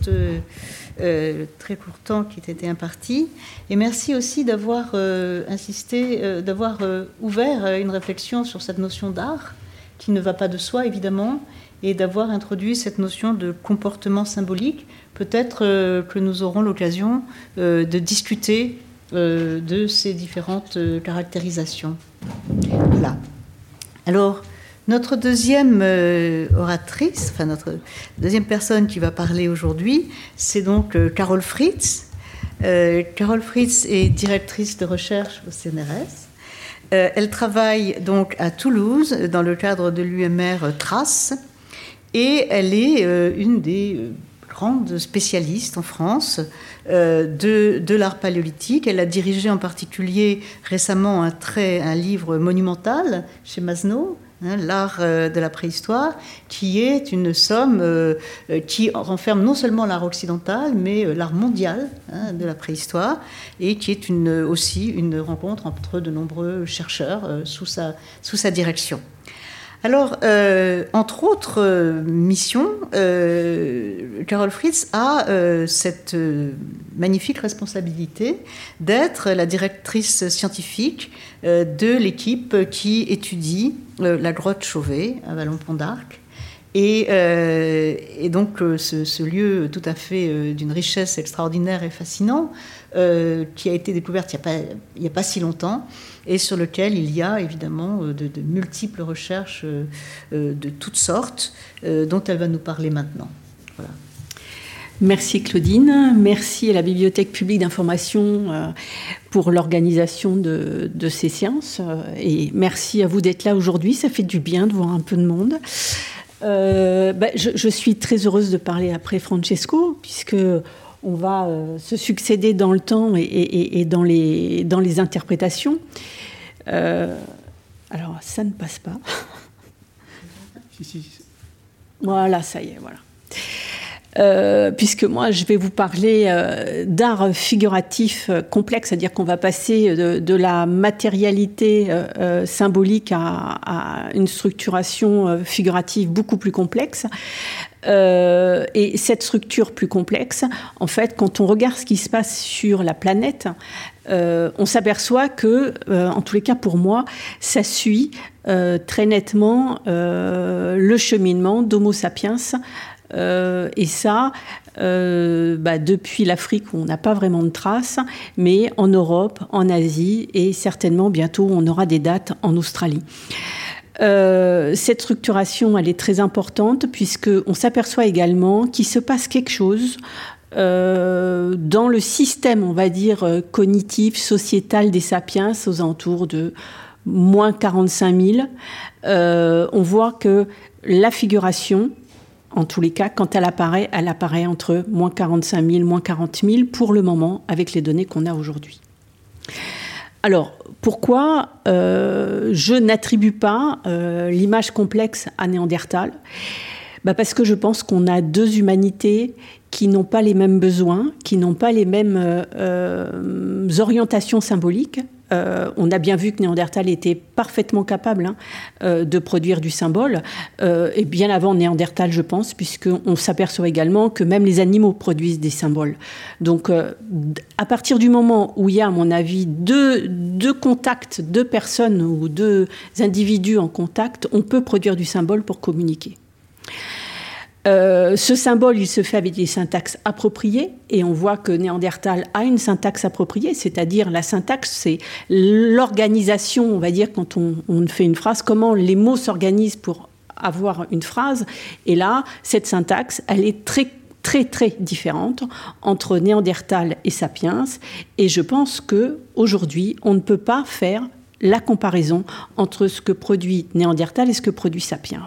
[SPEAKER 2] temps qui t'a été imparti. Et merci aussi d'avoir insisté, d'avoir ouvert une réflexion sur cette notion d'art, qui ne va pas de soi évidemment, et d'avoir introduit cette notion de comportement symbolique. Peut-être que nous aurons l'occasion de discuter de ces différentes caractérisations. Voilà. Alors, notre deuxième oratrice, enfin notre deuxième personne qui va parler aujourd'hui, c'est donc Carole Fritz. Carole Fritz est directrice de recherche au CNRS. Elle travaille donc à Toulouse dans le cadre de l'UMR Trace et elle est une des grande spécialiste en France de l'art paléolithique. Elle a dirigé en particulier récemment un livre monumental chez Masno, l'art de la préhistoire, qui est une somme qui renferme non seulement l'art occidental, mais l'art mondial de la préhistoire, et qui est aussi une rencontre entre de nombreux chercheurs sous sa direction. Alors, entre autres missions, Carole Fritz a cette magnifique responsabilité d'être la directrice scientifique de l'équipe qui étudie la grotte Chauvet à Vallon-Pont d'Arc. Et donc, ce lieu tout à fait d'une richesse extraordinaire et fascinant, qui a été découverte il n'y a pas si longtemps, et sur lequel il y a évidemment de multiples recherches de toutes sortes, dont elle va nous parler maintenant. Voilà.
[SPEAKER 4] Merci Claudine, merci à la Bibliothèque publique d'information pour l'organisation de ces séances, et merci à vous d'être là aujourd'hui, ça fait du bien de voir un peu de monde. Je suis très heureuse de parler après Francesco, puisque on va se succéder dans le temps et dans les interprétations. Alors, ça ne passe pas. Voilà, ça y est, voilà. Puisque moi, je vais vous parler d'art figuratif complexe, c'est-à-dire qu'on va passer de la matérialité symbolique à une structuration figurative beaucoup plus complexe. Et cette structure plus complexe, en fait, quand on regarde ce qui se passe sur la planète, on s'aperçoit que, en tous les cas pour moi, ça suit très nettement le cheminement d'Homo sapiens. Et ça, depuis l'Afrique où on n'a pas vraiment de traces, mais en Europe, en Asie et certainement bientôt on aura des dates en Australie. Cette structuration, elle est très importante puisqu'on s'aperçoit également qu'il se passe quelque chose dans le système, on va dire, cognitif, sociétal des sapiens aux alentours de moins 45 000. On voit que la figuration, en tous les cas, quand elle apparaît entre moins 45 000, moins 40 000 pour le moment, avec les données qu'on a aujourd'hui. Alors, pourquoi je n'attribue pas l'image complexe à Néandertal ? Parce que je pense qu'on a deux humanités qui n'ont pas les mêmes besoins, qui n'ont pas les mêmes orientations symboliques. On a bien vu que Néandertal était parfaitement capable de produire du symbole, et bien avant Néandertal, je pense, puisqu'on s'aperçoit également que même les animaux produisent des symboles. Donc, à partir du moment où il y a, à mon avis, deux contacts, deux personnes ou deux individus en contact, on peut produire du symbole pour communiquer. Ce symbole, il se fait avec des syntaxes appropriées, et on voit que Néandertal a une syntaxe appropriée, c'est-à-dire la syntaxe, c'est l'organisation, on va dire, quand on fait une phrase, comment les mots s'organisent pour avoir une phrase. Et là, cette syntaxe, elle est très, très, très différente entre Néandertal et Sapiens, et je pense qu'aujourd'hui, on ne peut pas faire la comparaison entre ce que produit Néandertal et ce que produit Sapiens.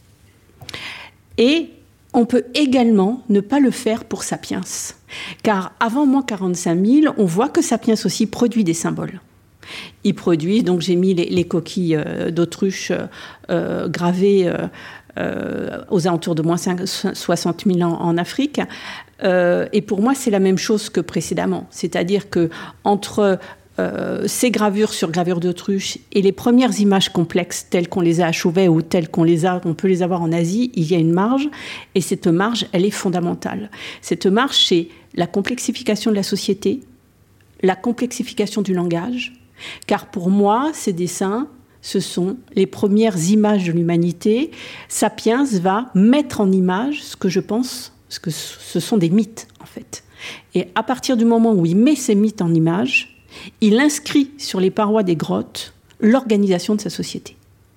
[SPEAKER 4] Et on peut également ne pas le faire pour Sapiens. Car avant moins 45 000, on voit que Sapiens aussi produit des symboles. Il produit, donc j'ai mis les coquilles d'autruche gravées aux alentours de moins 60 000 ans en Afrique. Et pour moi, c'est la même chose que précédemment. C'est-à-dire qu'entre ces gravures sur gravure d'autruche et les premières images complexes telles qu'on les a à Chauvet ou telles qu'on peut les avoir en Asie, il y a une marge, et cette marge, elle est fondamentale. Cette marge, c'est la complexification de la société, la complexification du langage, car pour moi, ces dessins, ce sont les premières images de l'humanité. Sapiens va mettre en image ce que je pense, que ce sont des mythes, en fait. Et à partir du moment où il met ces mythes en image, il inscrit sur les parois des grottes l'organisation de sa société.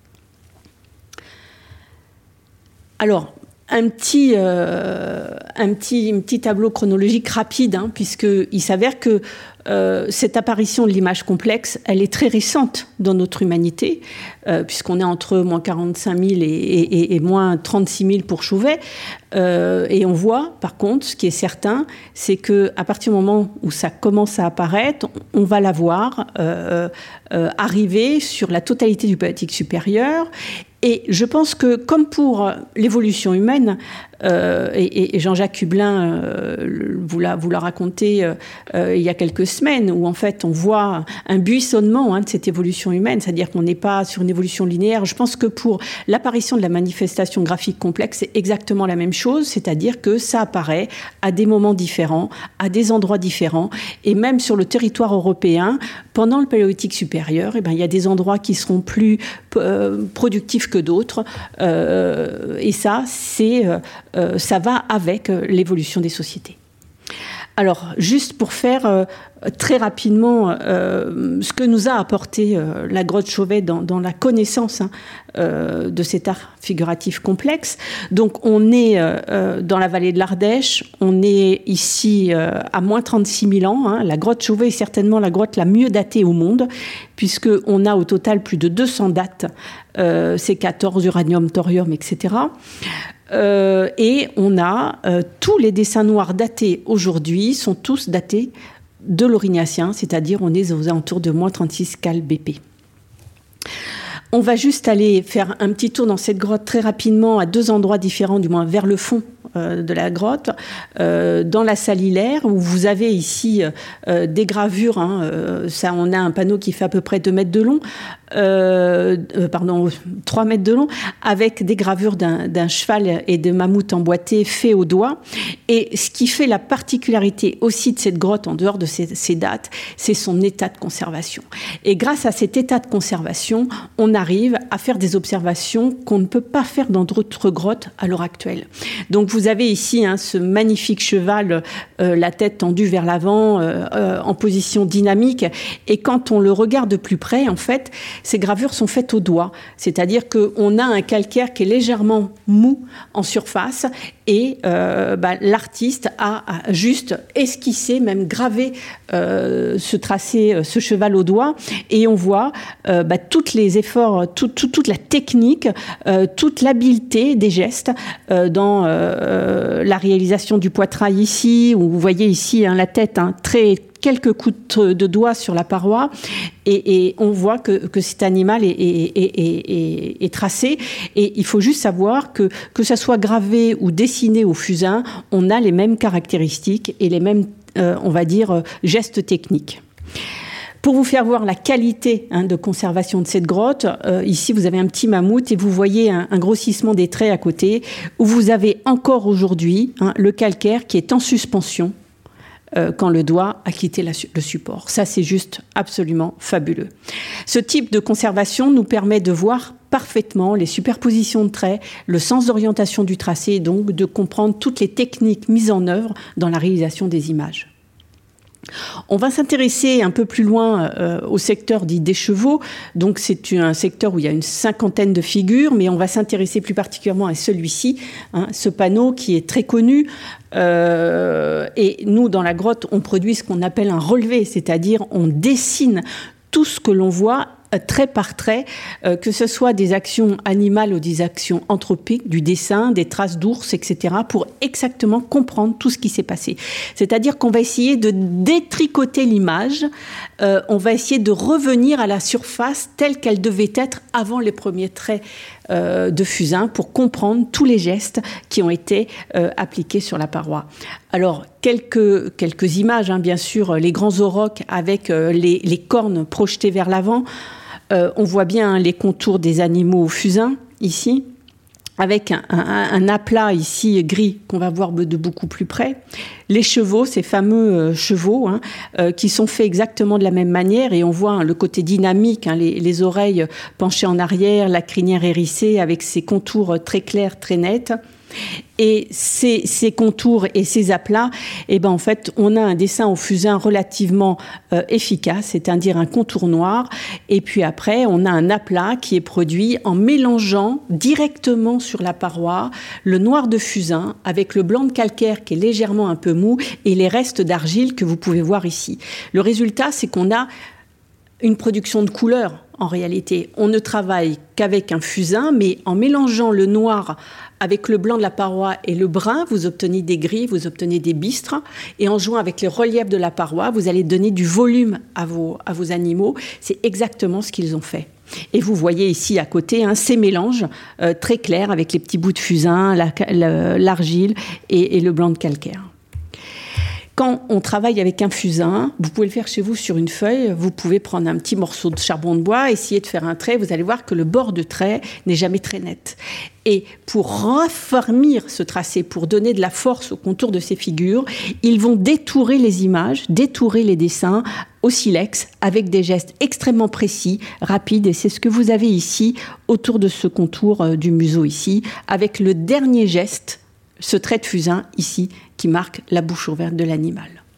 [SPEAKER 4] Alors, un petit tableau chronologique rapide, puisqu'il s'avère que cette apparition de l'image complexe, elle est très récente dans notre humanité, puisqu'on est entre moins 45 000 et moins 36 000 pour Chauvet. Et on voit, par contre, ce qui est certain, c'est qu'à partir du moment où ça commence à apparaître, on va la voir arriver sur la totalité du Paléolithique supérieur. Et je pense que, comme pour l'évolution humaine, et Jean-Jacques Hublin vous l'a raconté il y a quelques semaines, où en fait on voit un buissonnement de cette évolution humaine, c'est-à-dire qu'on n'est pas sur une évolution linéaire. Je pense que pour l'apparition de la manifestation graphique complexe, c'est exactement la même chose, c'est-à-dire que ça apparaît à des moments différents, à des endroits différents, et même sur le territoire européen, pendant le Paléolithique supérieur, il y a des endroits qui seront plus productifs que d'autres, et ça va avec l'évolution des sociétés. Alors, juste pour faire très rapidement ce que nous a apporté la grotte Chauvet dans la connaissance de cet art figuratif complexe. Donc, on est dans la vallée de l'Ardèche, on est ici à moins 36 000 ans. La grotte Chauvet est certainement la grotte la mieux datée au monde, puisqu'on a au total plus de 200 dates, C14, uranium, thorium, etc. Et on a tous les dessins noirs datés aujourd'hui sont tous datés de l'Aurignacien, c'est-à-dire on est aux alentours de moins 36 cal BP. On va juste aller faire un petit tour dans cette grotte très rapidement à 2 endroits différents, du moins vers le fond de la grotte, dans la salle hilaire, où vous avez ici des gravures. Ça, on a un panneau qui fait à peu près 2 mètres de long, 3 mètres de long, avec des gravures d'un cheval et de mammouth emboîtés faits au doigt. Et ce qui fait la particularité aussi de cette grotte, en dehors de ces dates, c'est son état de conservation. Et grâce à cet état de conservation, on arrive à faire des observations qu'on ne peut pas faire dans d'autres grottes à l'heure actuelle. Donc vous avez ici ce magnifique cheval, la tête tendue vers l'avant, en position dynamique. Et quand on le regarde de plus près, en fait, ces gravures sont faites au doigt. C'est-à-dire qu'on a un calcaire qui est légèrement mou en surface et l'artiste a juste esquissé, même gravé ce tracé, ce cheval au doigt. Et on voit tous les efforts, toute la technique, toute l'habileté des gestes dans la réalisation du poitrail ici, où vous voyez ici la tête quelques coups de doigts sur la paroi, et on voit que cet animal est tracé. Et il faut juste savoir que ça soit gravé ou dessiné au fusain, on a les mêmes caractéristiques et les mêmes, on va dire, gestes techniques. Pour vous faire voir la qualité de conservation de cette grotte, ici vous avez un petit mammouth et vous voyez un grossissement des traits à côté, où vous avez encore aujourd'hui le calcaire qui est en suspension quand le doigt a quitté le support. Ça, c'est juste absolument fabuleux. Ce type de conservation nous permet de voir parfaitement les superpositions de traits, le sens d'orientation du tracé, et donc de comprendre toutes les techniques mises en œuvre dans la réalisation des images. On va s'intéresser un peu plus loin au secteur dit des chevaux. Donc c'est un secteur où il y a une 50aine de figures, mais on va s'intéresser plus particulièrement à celui-ci, ce panneau qui est très connu. Et nous, dans la grotte, on produit ce qu'on appelle un relevé, c'est-à-dire on dessine tout ce que l'on voit trait par trait, que ce soit des actions animales ou des actions anthropiques, du dessin, des traces d'ours, etc., pour exactement comprendre tout ce qui s'est passé. C'est-à-dire qu'on va essayer de détricoter l'image, on va essayer de revenir à la surface telle qu'elle devait être avant les premiers traits de fusain, pour comprendre tous les gestes qui ont été appliqués sur la paroi. Alors, quelques images, bien sûr, les grands aurochs avec les cornes projetées vers l'avant. On voit bien les contours des animaux au fusain, ici, avec un aplat ici gris qu'on va voir de beaucoup plus près. Les chevaux, ces fameux chevaux, qui sont faits exactement de la même manière, et on voit le côté dynamique, les oreilles penchées en arrière, la crinière hérissée avec ses contours très clairs, très nets. Et ces contours et ces aplats, en fait, on a un dessin au fusain relativement efficace, c'est-à-dire un contour noir. Et puis après, on a un aplat qui est produit en mélangeant directement sur la paroi le noir de fusain avec le blanc de calcaire qui est légèrement un peu mou et les restes d'argile que vous pouvez voir ici. Le résultat, c'est qu'on a une production de couleurs. En réalité, on ne travaille qu'avec un fusain, mais en mélangeant le noir avec le blanc de la paroi et le brun, vous obtenez des gris, vous obtenez des bistres. Et en jouant avec les reliefs de la paroi, vous allez donner du volume à vos animaux. C'est exactement ce qu'ils ont fait. Et vous voyez ici à côté ces mélanges très clairs avec les petits bouts de fusain, l'argile et le blanc de calcaire. Quand on travaille avec un fusain, vous pouvez le faire chez vous sur une feuille, vous pouvez prendre un petit morceau de charbon de bois, essayer de faire un trait, vous allez voir que le bord de trait n'est jamais très net. Et pour raffermir ce tracé, pour donner de la force au contour de ces figures, ils vont détourer les images, détourer les dessins au silex avec des gestes extrêmement précis, rapides, et c'est ce que vous avez ici autour de ce contour du museau ici, avec le dernier geste, ce trait de fusain ici qui marque la bouche ouverte de l'animal.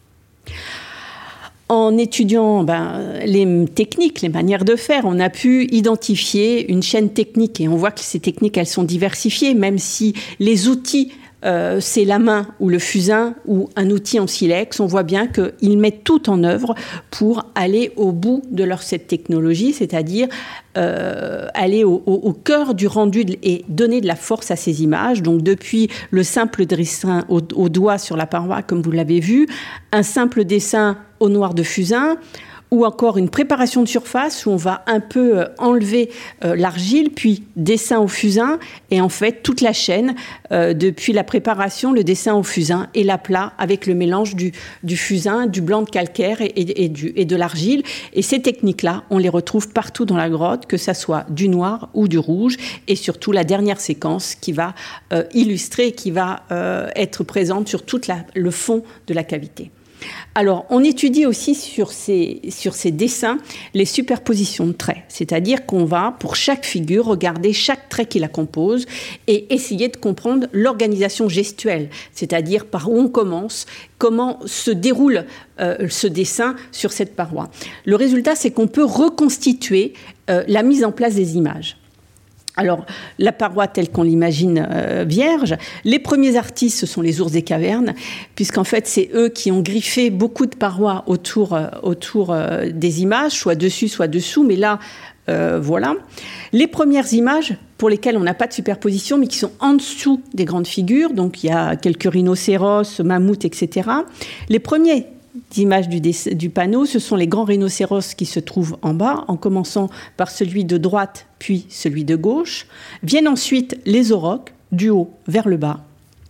[SPEAKER 4] En étudiant les techniques, les manières de faire, on a pu identifier une chaîne technique et on voit que ces techniques, elles sont diversifiées, même si les outils, c'est la main ou le fusain ou un outil en silex, on voit bien qu'ils mettent tout en œuvre pour aller au bout de cette technologie, c'est-à-dire aller au cœur du rendu et donner de la force à ces images. Donc depuis le simple dessin au doigt sur la paroi, comme vous l'avez vu, un simple dessin au noir de fusain, ou encore une préparation de surface où on va un peu enlever l'argile, puis dessin au fusain, et en fait toute la chaîne, depuis la préparation, le dessin au fusain et l'aplat avec le mélange du fusain, du blanc de calcaire et de l'argile. Et ces techniques-là, on les retrouve partout dans la grotte, que ça soit du noir ou du rouge, et surtout la dernière séquence qui va illustrer, qui va être présente sur tout le fond de la cavité. Alors, on étudie aussi sur ces dessins les superpositions de traits, c'est-à-dire qu'on va, pour chaque figure, regarder chaque trait qui la compose et essayer de comprendre l'organisation gestuelle, c'est-à-dire par où on commence, comment se déroule ce dessin sur cette paroi. Le résultat, c'est qu'on peut reconstituer la mise en place des images. Alors, la paroi telle qu'on l'imagine vierge, les premiers artistes, ce sont les ours des cavernes, puisqu'en fait, c'est eux qui ont griffé beaucoup de parois autour des images, soit dessus, soit dessous, mais là, voilà. Les premières images pour lesquelles on n'a pas de superposition, mais qui sont en dessous des grandes figures, donc il y a quelques rhinocéros, mammouths, etc. Les premiers images du panneau, ce sont les grands rhinocéros qui se trouvent en bas, en commençant par celui de droite, puis celui de gauche. Viennent ensuite les aurochs, du haut vers le bas.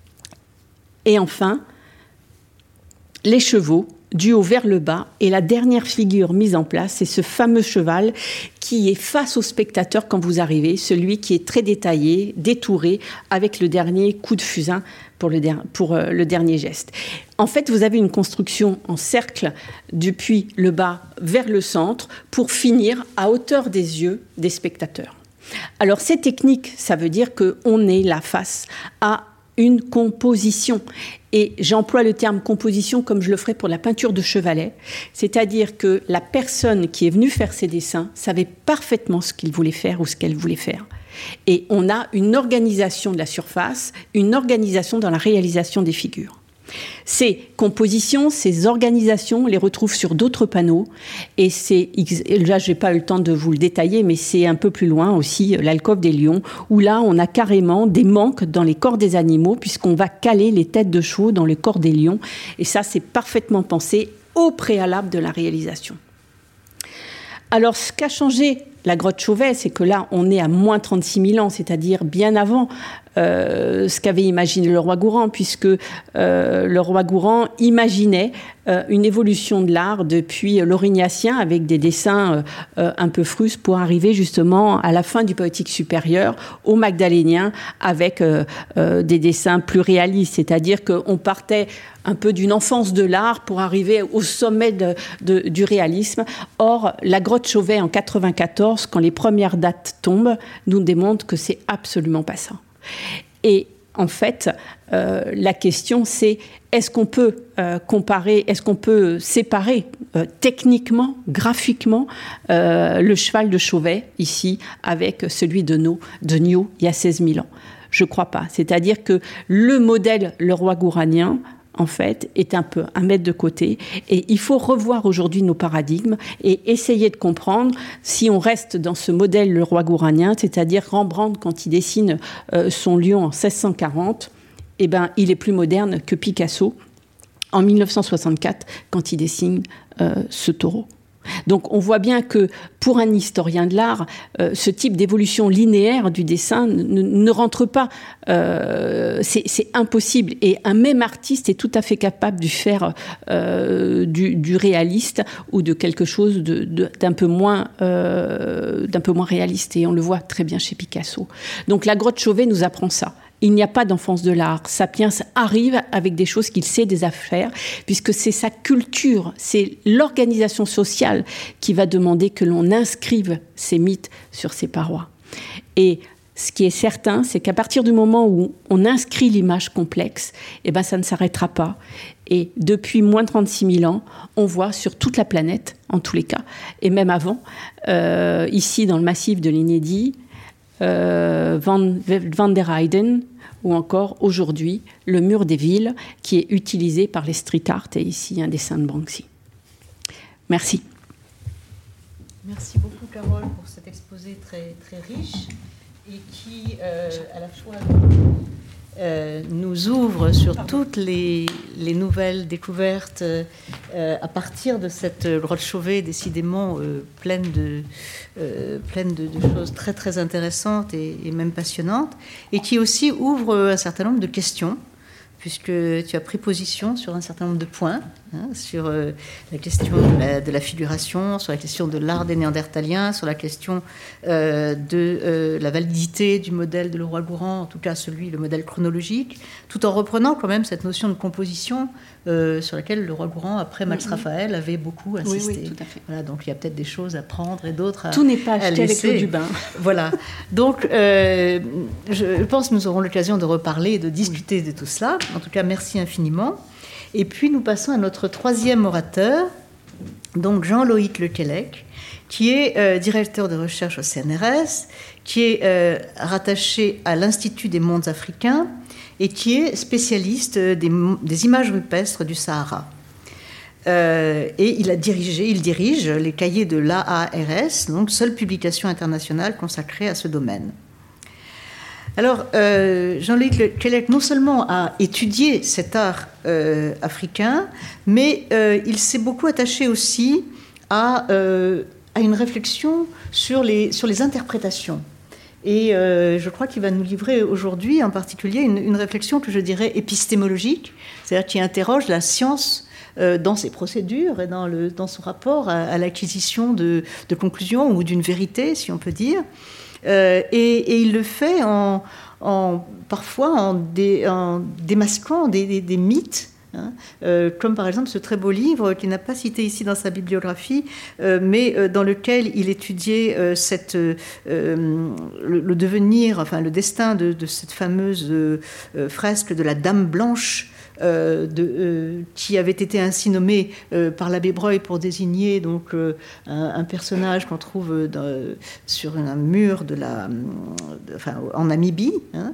[SPEAKER 4] Et enfin, les chevaux, du haut vers le bas. Et la dernière figure mise en place, c'est ce fameux cheval qui est face au spectateur quand vous arrivez, celui qui est très détaillé, détouré, avec le dernier coup de fusain pour le dernier geste. En fait, vous avez une construction en cercle depuis le bas vers le centre pour finir à hauteur des yeux des spectateurs. Alors, ces techniques, ça veut dire qu'on est là face à une composition. Et j'emploie le terme composition comme je le ferais pour la peinture de chevalet, c'est-à-dire que la personne qui est venue faire ces dessins savait parfaitement ce qu'il voulait faire ou ce qu'elle voulait faire. Et on a une organisation de la surface, une organisation dans la réalisation des figures. Ces compositions, ces organisations, on les retrouve sur d'autres panneaux. Et là, je n'ai pas eu le temps de vous le détailler, mais c'est un peu plus loin aussi, l'alcôve des lions, où là, on a carrément des manques dans les corps des animaux, puisqu'on va caler les têtes de chevaux dans le corps des lions. Et ça, c'est parfaitement pensé au préalable de la réalisation. Alors, ce qu'a changé la grotte Chauvet, c'est que là, on est à moins 36 000 ans, c'est-à-dire bien avant ce qu'avait imaginé le roi Gourhan, puisque le roi Gourhan imaginait une évolution de l'art depuis l'Aurignacien avec des dessins un peu frustes pour arriver justement à la fin du Poétique supérieur au Magdalénien avec des dessins plus réalistes, c'est-à-dire qu'on partait un peu d'une enfance de l'art pour arriver au sommet du réalisme. Or, la grotte Chauvet en 94, quand les premières dates tombent, nous démontrent que c'est absolument pas ça. Et en fait, la question c'est, est-ce qu'on peut comparer, est-ce qu'on peut séparer techniquement, graphiquement, le cheval de Chauvet, ici, avec celui de Niaux, il y a 16 000 ans? Je ne crois pas. C'est-à-dire que le modèle, le roi gouranien, en fait, est un peu à mettre de côté. Et il faut revoir aujourd'hui nos paradigmes et essayer de comprendre si on reste dans ce modèle, le roi gouranien, c'est-à-dire Rembrandt, quand il dessine son lion en 1640, eh ben, il est plus moderne que Picasso en 1964, quand il dessine ce taureau. Donc on voit bien que pour un historien de l'art, ce type d'évolution linéaire du dessin ne rentre pas, c'est impossible. Et un même artiste est tout à fait capable de faire du réaliste ou de quelque chose d'un peu moins réaliste. Et on le voit très bien chez Picasso. Donc la grotte Chauvet nous apprend ça. Il n'y a pas d'enfance de l'art. Sapiens arrive avec des choses qu'il sait des affaires, puisque c'est sa culture, c'est l'organisation sociale qui va demander que l'on inscrive ces mythes sur ces parois. Et ce qui est certain, c'est qu'à partir du moment où on inscrit l'image complexe, eh ben ça ne s'arrêtera pas. Et depuis moins de 36 000 ans, on voit sur toute la planète, en tous les cas, et même avant, ici dans le massif de l'Inédit, Van der Heyden, ou encore aujourd'hui le mur des villes qui est utilisé par les street art, et ici un dessin de Banksy. Merci.
[SPEAKER 2] Merci beaucoup Carole pour cet exposé très, très riche et qui à la fois nous ouvre sur toutes les nouvelles découvertes à partir de cette grotte Chauvet décidément pleine de choses très très intéressantes et même passionnantes, et qui aussi ouvre un certain nombre de questions, puisque tu as pris position sur un certain nombre de points, sur la question de la figuration, sur la question de l'art des Néandertaliens, sur la question de la validité du modèle de Leroi-Gourhan, en tout cas le modèle chronologique, tout en reprenant quand même cette notion de composition sur laquelle Leroi-Gourhan, après Max Raphaël, avait beaucoup insisté.
[SPEAKER 4] Oui, tout à fait.
[SPEAKER 2] Voilà, donc il y a peut-être des choses à prendre et d'autres à
[SPEAKER 4] Tout n'est pas acheté avec l'eau du bain.
[SPEAKER 2] Voilà. Donc je pense que nous aurons l'occasion de reparler et de discuter de tout cela. En tout cas, merci infiniment. Et puis nous passons à notre troisième orateur, donc Jean-Loïc Lequelec, qui est directeur de recherche au CNRS, qui est rattaché à l'Institut des mondes africains et qui est spécialiste des images rupestres du Sahara. Et il dirige les cahiers de l'AARS, donc seule publication internationale consacrée à ce domaine. Alors, Jean-Loïc Lequelec non seulement a étudié cet art africain, mais il s'est beaucoup attaché aussi à une réflexion sur les interprétations. Et je crois qu'il va nous livrer aujourd'hui en particulier une réflexion que je dirais épistémologique, c'est-à-dire qui interroge la science dans ses procédures et dans son rapport à l'acquisition de conclusions ou d'une vérité, si on peut dire. Et il le fait parfois en démasquant des mythes, comme par exemple ce très beau livre qu'il n'a pas cité ici dans sa bibliographie, mais dans lequel il étudiait le devenir, enfin le destin de cette fameuse fresque de la Dame Blanche, qui avait été ainsi nommé par l'abbé Breuil pour désigner donc un personnage qu'on trouve sur un mur en Namibie,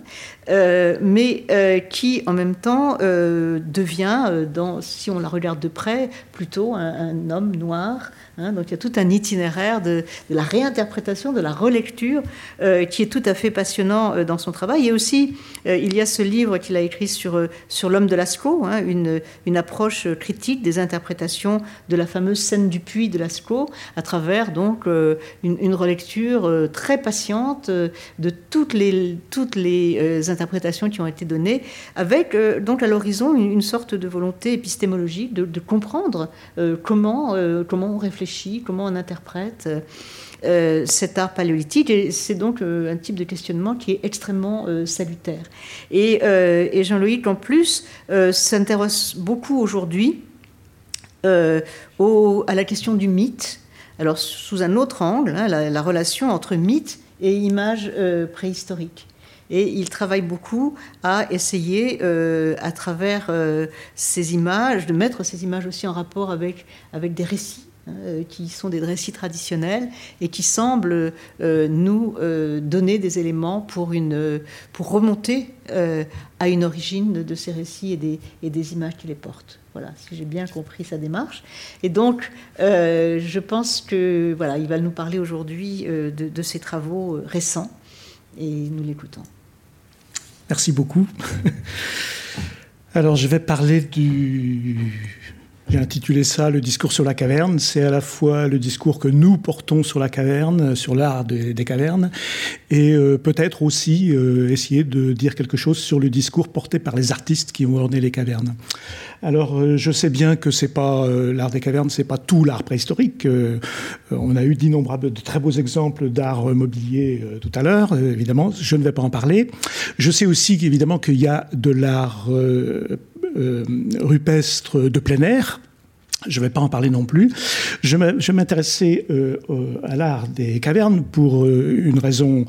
[SPEAKER 2] mais qui en même temps devient, si on la regarde de près, plutôt un homme noir. Donc il y a tout un itinéraire de la réinterprétation, de la relecture, qui est tout à fait passionnant dans son travail. Et aussi, il y a ce livre qu'il a écrit sur l'homme de Lascaux, une approche critique des interprétations de la fameuse scène du puits de Lascaux, à travers donc une relecture très patiente de toutes les interprétations qui ont été données, avec donc à l'horizon une sorte de volonté épistémologique de comprendre comment on réfléchit, comment on interprète cet art paléolithique. Et c'est donc un type de questionnement qui est extrêmement salutaire. Et Jean-Loïc, en plus, s'intéresse beaucoup aujourd'hui à la question du mythe, alors sous un autre angle, la relation entre mythe et image préhistorique. Et il travaille beaucoup à essayer, à travers ces images, de mettre ces images aussi en rapport avec des récits, qui sont des récits traditionnels et qui semblent nous donner des éléments pour remonter à une origine de ces récits et des images qui les portent. Voilà, si j'ai bien compris sa démarche. Et donc, je pense que voilà, il va nous parler aujourd'hui de ses travaux récents, et nous l'écoutons.
[SPEAKER 5] Merci beaucoup. Alors, je vais parler J'ai intitulé ça « Le discours sur la caverne ». C'est à la fois le discours que nous portons sur la caverne, sur l'art des cavernes, et peut-être aussi essayer de dire quelque chose sur le discours porté par les artistes qui ont orné les cavernes. Alors, je sais bien que c'est pas l'art des cavernes, c'est pas tout l'art préhistorique. On a eu de très beaux exemples d'art mobilier tout à l'heure. Évidemment, je ne vais pas en parler. Je sais aussi qu'évidemment qu'il y a de l'art rupestre de plein air. Je ne vais pas en parler non plus. Je m'intéressais à l'art des cavernes pour deux raisons.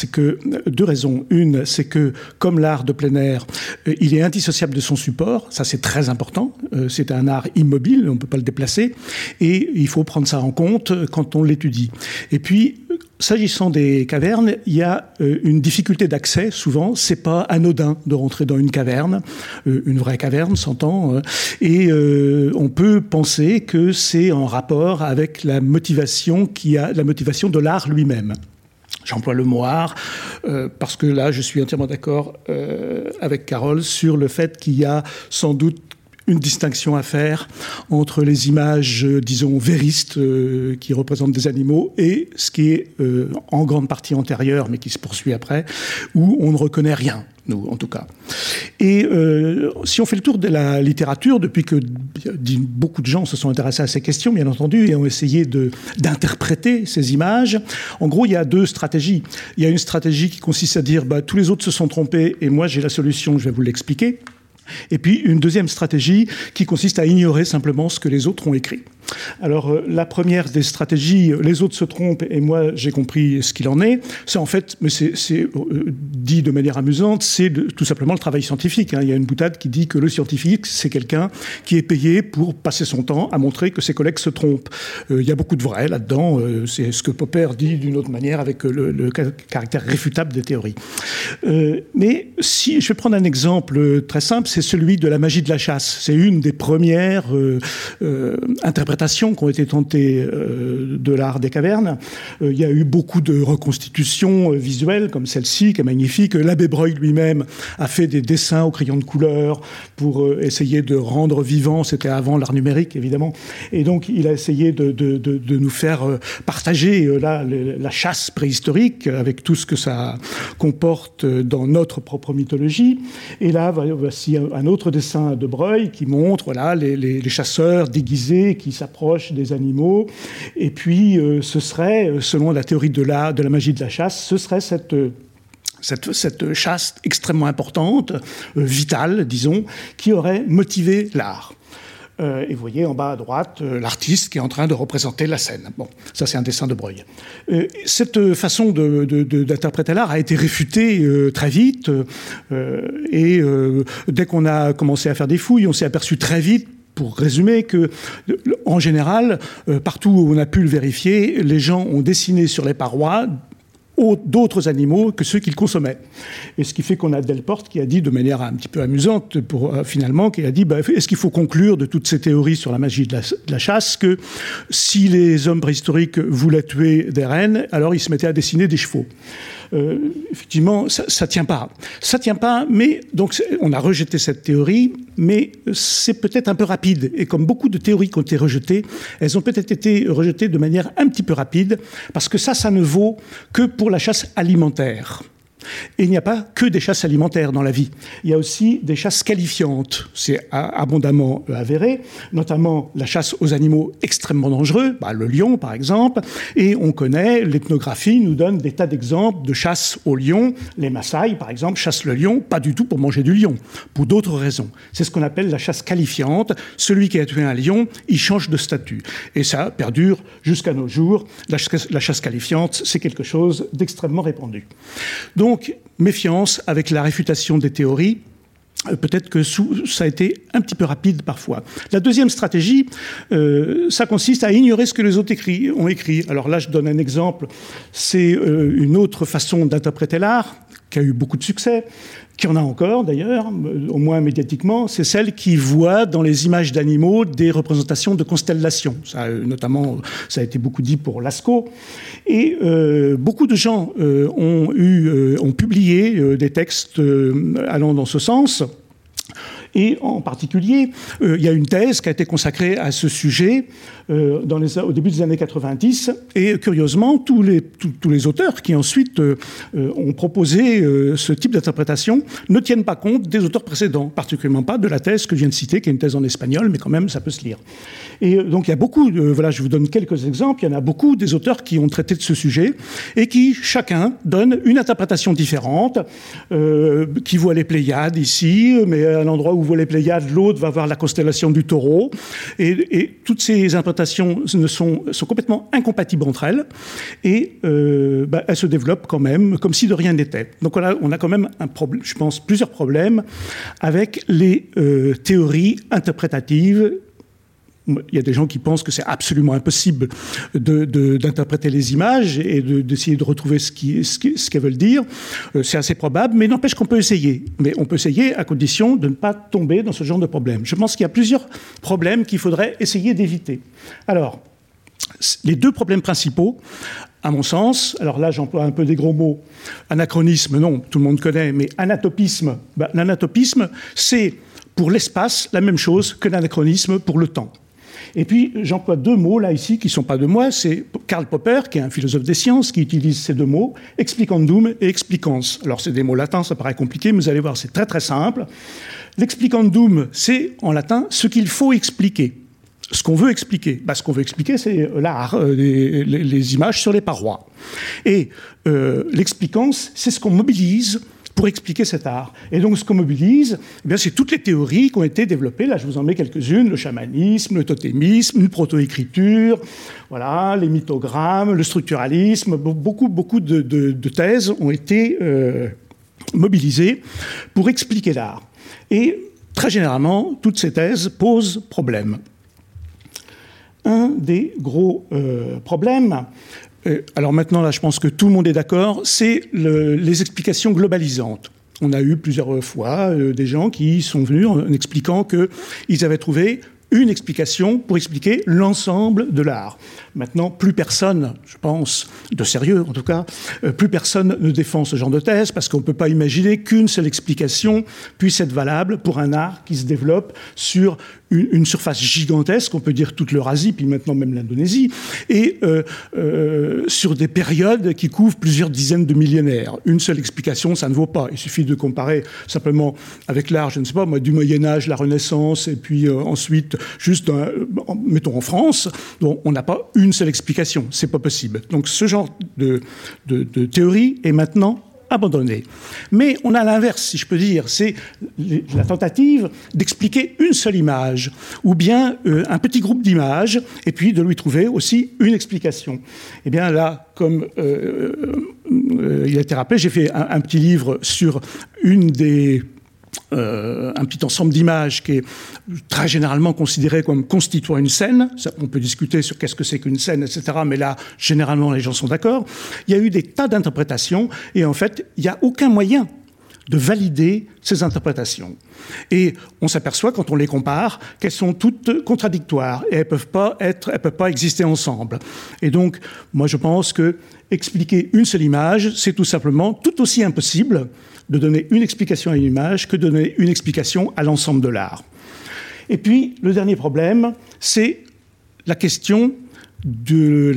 [SPEAKER 5] Une, c'est que comme l'art de plein air, il est indissociable de son support. Ça, c'est très important. C'est un art immobile, on ne peut pas le déplacer. Et il faut prendre ça en compte quand on l'étudie. Et puis, s'agissant des cavernes, il y a une difficulté d'accès, souvent. C'est pas anodin de rentrer dans une caverne, une vraie caverne, s'entend. Et on peut penser que c'est en rapport avec la motivation de l'art lui-même. J'emploie le mot art parce que là, je suis entièrement d'accord avec Carole sur le fait qu'il y a sans doute une distinction à faire entre les images, disons, véristes qui représentent des animaux et ce qui est en grande partie antérieur, mais qui se poursuit après, où on ne reconnaît rien, nous, en tout cas. Et si on fait le tour de la littérature, depuis que beaucoup de gens se sont intéressés à ces questions, bien entendu, et ont essayé d'interpréter ces images, en gros, il y a deux stratégies. Il y a une stratégie qui consiste à dire tous les autres se sont trompés et moi j'ai la solution, je vais vous l'expliquer. Et puis une deuxième stratégie qui consiste à ignorer simplement ce que les autres ont écrit. Alors la première des stratégies, les autres se trompent et moi j'ai compris ce qu'il en est, c'est en fait, mais c'est dit de manière amusante, c'est tout simplement le travail scientifique. Il y a une boutade qui dit que le scientifique, c'est quelqu'un qui est payé pour passer son temps à montrer que ses collègues se trompent. Il y a beaucoup de vrai là-dedans, c'est ce que Popper dit d'une autre manière avec le caractère réfutable des théories. Mais si je vais prendre un exemple très simple, c'est celui de la magie de la chasse. C'est une des premières interprétations qui ont été tentées de l'art des cavernes. Il y a eu beaucoup de reconstitutions visuelles comme celle-ci, qui est magnifique. L'abbé Breuil lui-même a fait des dessins au crayon de couleur pour essayer de rendre vivant, c'était avant l'art numérique évidemment, et donc il a essayé de nous faire partager la chasse préhistorique avec tout ce que ça comporte dans notre propre mythologie. Et là, voici un autre dessin de Breuil qui montre les chasseurs déguisés qui s'approchent des animaux. Et puis, ce serait, selon la théorie de la magie de la chasse, ce serait cette chasse extrêmement importante, vitale, disons, qui aurait motivé l'art. Et vous voyez en bas à droite l'artiste qui est en train de représenter la scène. Bon, ça c'est un dessin de Breuil. Cette façon d'interpréter l'art a été réfutée très vite. Et dès qu'on a commencé à faire des fouilles, on s'est aperçu très vite, pour résumer, que, en général, partout où on a pu le vérifier, les gens ont dessiné sur les parois d'autres animaux que ceux qu'ils consommaient. Et ce qui fait qu'on a Delporte qui a dit de manière un petit peu amusante, finalement, qui a dit est-ce qu'il faut conclure de toutes ces théories sur la magie de la chasse que si les hommes préhistoriques voulaient tuer des rennes, alors ils se mettaient à dessiner des chevaux. Effectivement, ça tient pas. Ça tient pas, mais donc on a rejeté cette théorie, mais c'est peut-être un peu rapide. Et comme beaucoup de théories qui ont été rejetées, elles ont peut-être été rejetées de manière un petit peu rapide, parce que ça ne vaut que pour la chasse alimentaire. Et il n'y a pas que des chasses alimentaires dans la vie. Il y a aussi des chasses qualifiantes. C'est abondamment avéré, notamment la chasse aux animaux extrêmement dangereux, le lion par exemple. Et on connaît, l'ethnographie nous donne des tas d'exemples de chasse au lion. Les Maasai, par exemple, chassent le lion, pas du tout pour manger du lion, pour d'autres raisons. C'est ce qu'on appelle la chasse qualifiante. Celui qui a tué un lion, il change de statut. Et ça perdure jusqu'à nos jours. La chasse qualifiante, c'est quelque chose d'extrêmement répandu. Donc, méfiance avec la réfutation des théories. Peut-être que ça a été un petit peu rapide parfois. La deuxième stratégie, ça consiste à ignorer ce que les autres ont écrit. Alors là, je donne un exemple. C'est une autre façon d'interpréter l'art, qui a eu beaucoup de succès, qui en a encore d'ailleurs, au moins médiatiquement, c'est celle qui voit dans les images d'animaux des représentations de constellations. Ça, notamment, ça a été beaucoup dit pour Lascaux. Et beaucoup de gens ont publié des textes allant dans ce sens. Et en particulier, il y a une thèse qui a été consacrée à ce sujet au début des années 90. Et curieusement, tous les auteurs qui ensuite ont proposé ce type d'interprétation ne tiennent pas compte des auteurs précédents, particulièrement pas de la thèse que je viens de citer, qui est une thèse en espagnol, mais quand même, ça peut se lire. Et donc, il y a beaucoup, je vous donne quelques exemples, il y en a beaucoup des auteurs qui ont traité de ce sujet et qui, chacun, donne une interprétation différente, qui voit les Pléiades ici, mais à l'endroit où voit les Pléiades, l'autre va voir la constellation du Taureau. Et toutes ces interprétations sont complètement incompatibles entre elles. Et elles se développent quand même comme si de rien n'était. Donc on a quand même je pense, plusieurs problèmes avec les théories interprétatives. Il y a des gens qui pensent que c'est absolument impossible d'interpréter les images et d'essayer de retrouver ce qu'elles veulent dire. C'est assez probable, mais n'empêche qu'on peut essayer. Mais on peut essayer à condition de ne pas tomber dans ce genre de problème. Je pense qu'il y a plusieurs problèmes qu'il faudrait essayer d'éviter. Alors, les deux problèmes principaux, à mon sens, alors là j'emploie un peu des gros mots, anachronisme, non, tout le monde connaît, mais anatopisme, l'anatopisme, c'est pour l'espace la même chose que l'anachronisme pour le temps. Et puis, j'emploie deux mots, là, ici, qui ne sont pas de moi. C'est Karl Popper, qui est un philosophe des sciences, qui utilise ces deux mots, explicandum et explicans. Alors, c'est des mots latins, ça paraît compliqué, mais vous allez voir, c'est très, très simple. L'explicandum, c'est, en latin, ce qu'il faut expliquer. Ce qu'on veut expliquer. Ce qu'on veut expliquer, c'est l'art, les images sur les parois. Et l'explicans, c'est ce qu'on mobilise pour expliquer cet art. Et donc, ce qu'on mobilise, c'est toutes les théories qui ont été développées. Là, je vous en mets quelques-unes. Le chamanisme, le totémisme, une proto-écriture, voilà, les mythogrammes, le structuralisme. Beaucoup de thèses ont été mobilisées pour expliquer l'art. Et, très généralement, toutes ces thèses posent problème. Un des gros problèmes, alors maintenant, là, je pense que tout le monde est d'accord, c'est les explications globalisantes. On a eu plusieurs fois des gens qui sont venus en expliquant qu'ils avaient trouvé une explication pour expliquer l'ensemble de l'art. Maintenant, plus personne, je pense, de sérieux en tout cas, plus personne ne défend ce genre de thèse parce qu'on ne peut pas imaginer qu'une seule explication puisse être valable pour un art qui se développe sur une surface gigantesque, on peut dire toute l'Eurasie, puis maintenant même l'Indonésie, et sur des périodes qui couvrent plusieurs dizaines de millénaires. Une seule explication, ça ne vaut pas. Il suffit de comparer simplement avec l'art, je ne sais pas, moi, du Moyen-Âge, la Renaissance, et puis ensuite, juste, mettons en France, dont on n'a pas une seule explication. C'est pas possible. Donc ce genre de théorie est maintenant abandonné. Mais on a l'inverse, si je peux dire, c'est la tentative d'expliquer une seule image, ou bien un petit groupe d'images, et puis de lui trouver aussi une explication. Et bien là, comme il a été rappelé, j'ai fait un petit livre sur un petit ensemble d'images qui est très généralement considéré comme constituant une scène. On peut discuter sur qu'est-ce que c'est qu'une scène, etc. Mais là, généralement, les gens sont d'accord. Il y a eu des tas d'interprétations et en fait, il n'y a aucun moyen de valider ces interprétations. Et on s'aperçoit, quand on les compare, qu'elles sont toutes contradictoires et elles peuvent pas exister ensemble. Et donc, moi, je pense que expliquer une seule image, c'est tout simplement tout aussi impossible de donner une explication à une image que de donner une explication à l'ensemble de l'art. Et puis, le dernier problème, c'est la question de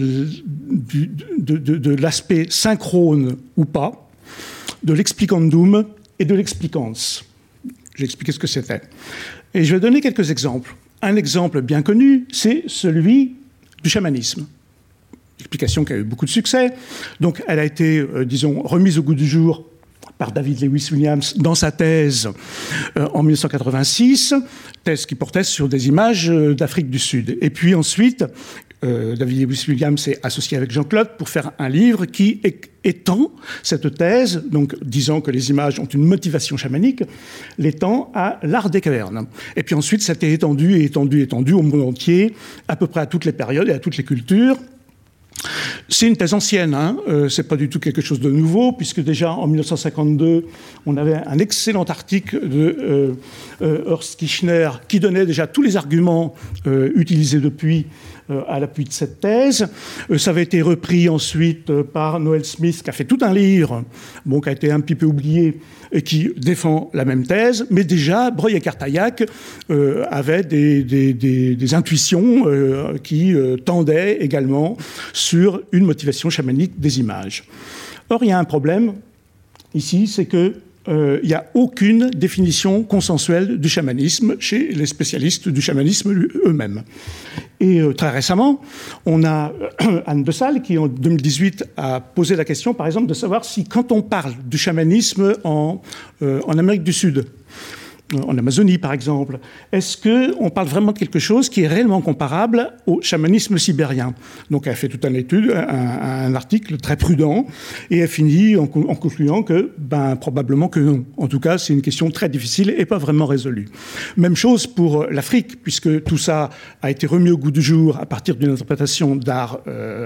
[SPEAKER 5] l'aspect synchrone ou pas, de l'explicandum et de l'explicans. J'ai expliqué ce que c'était. Et je vais donner quelques exemples. Un exemple bien connu, c'est celui du chamanisme. Explication qui a eu beaucoup de succès. Donc, elle a été, remise au goût du jour par David Lewis Williams dans sa thèse en 1986, thèse qui portait sur des images d'Afrique du Sud. Et puis ensuite, David Lewis Williams s'est associé avec Jean-Claude pour faire un livre qui étend cette thèse, donc disant que les images ont une motivation chamanique, l'étend à l'art des cavernes. Et puis ensuite, ça a été étendu au monde entier, à peu près à toutes les périodes et à toutes les cultures. C'est une thèse ancienne, c'est pas du tout quelque chose de nouveau, puisque déjà en 1952, on avait un excellent article de Horst Kirchner qui donnait déjà tous les arguments utilisés depuis à l'appui de cette thèse. Ça avait été repris ensuite par Noel Smith, qui a fait tout un livre, qui a été un petit peu oublié, et qui défend la même thèse, mais déjà, Breuil et Cartaillac avaient des intuitions qui tendaient également sur une motivation chamanique des images. Or, il y a un problème ici, c'est que il n'y a aucune définition consensuelle du chamanisme chez les spécialistes du chamanisme eux-mêmes. Et très récemment, on a Anne de Salle qui, en 2018, a posé la question, par exemple, de savoir si, quand on parle du chamanisme en Amérique du Sud, en Amazonie par exemple. Est-ce qu'on parle vraiment de quelque chose qui est réellement comparable au chamanisme sibérien? Donc elle fait toute une étude, un article très prudent, et elle finit en concluant que probablement que non. En tout cas, c'est une question très difficile et pas vraiment résolue. Même chose pour l'Afrique, puisque tout ça a été remis au goût du jour à partir d'une interprétation d'art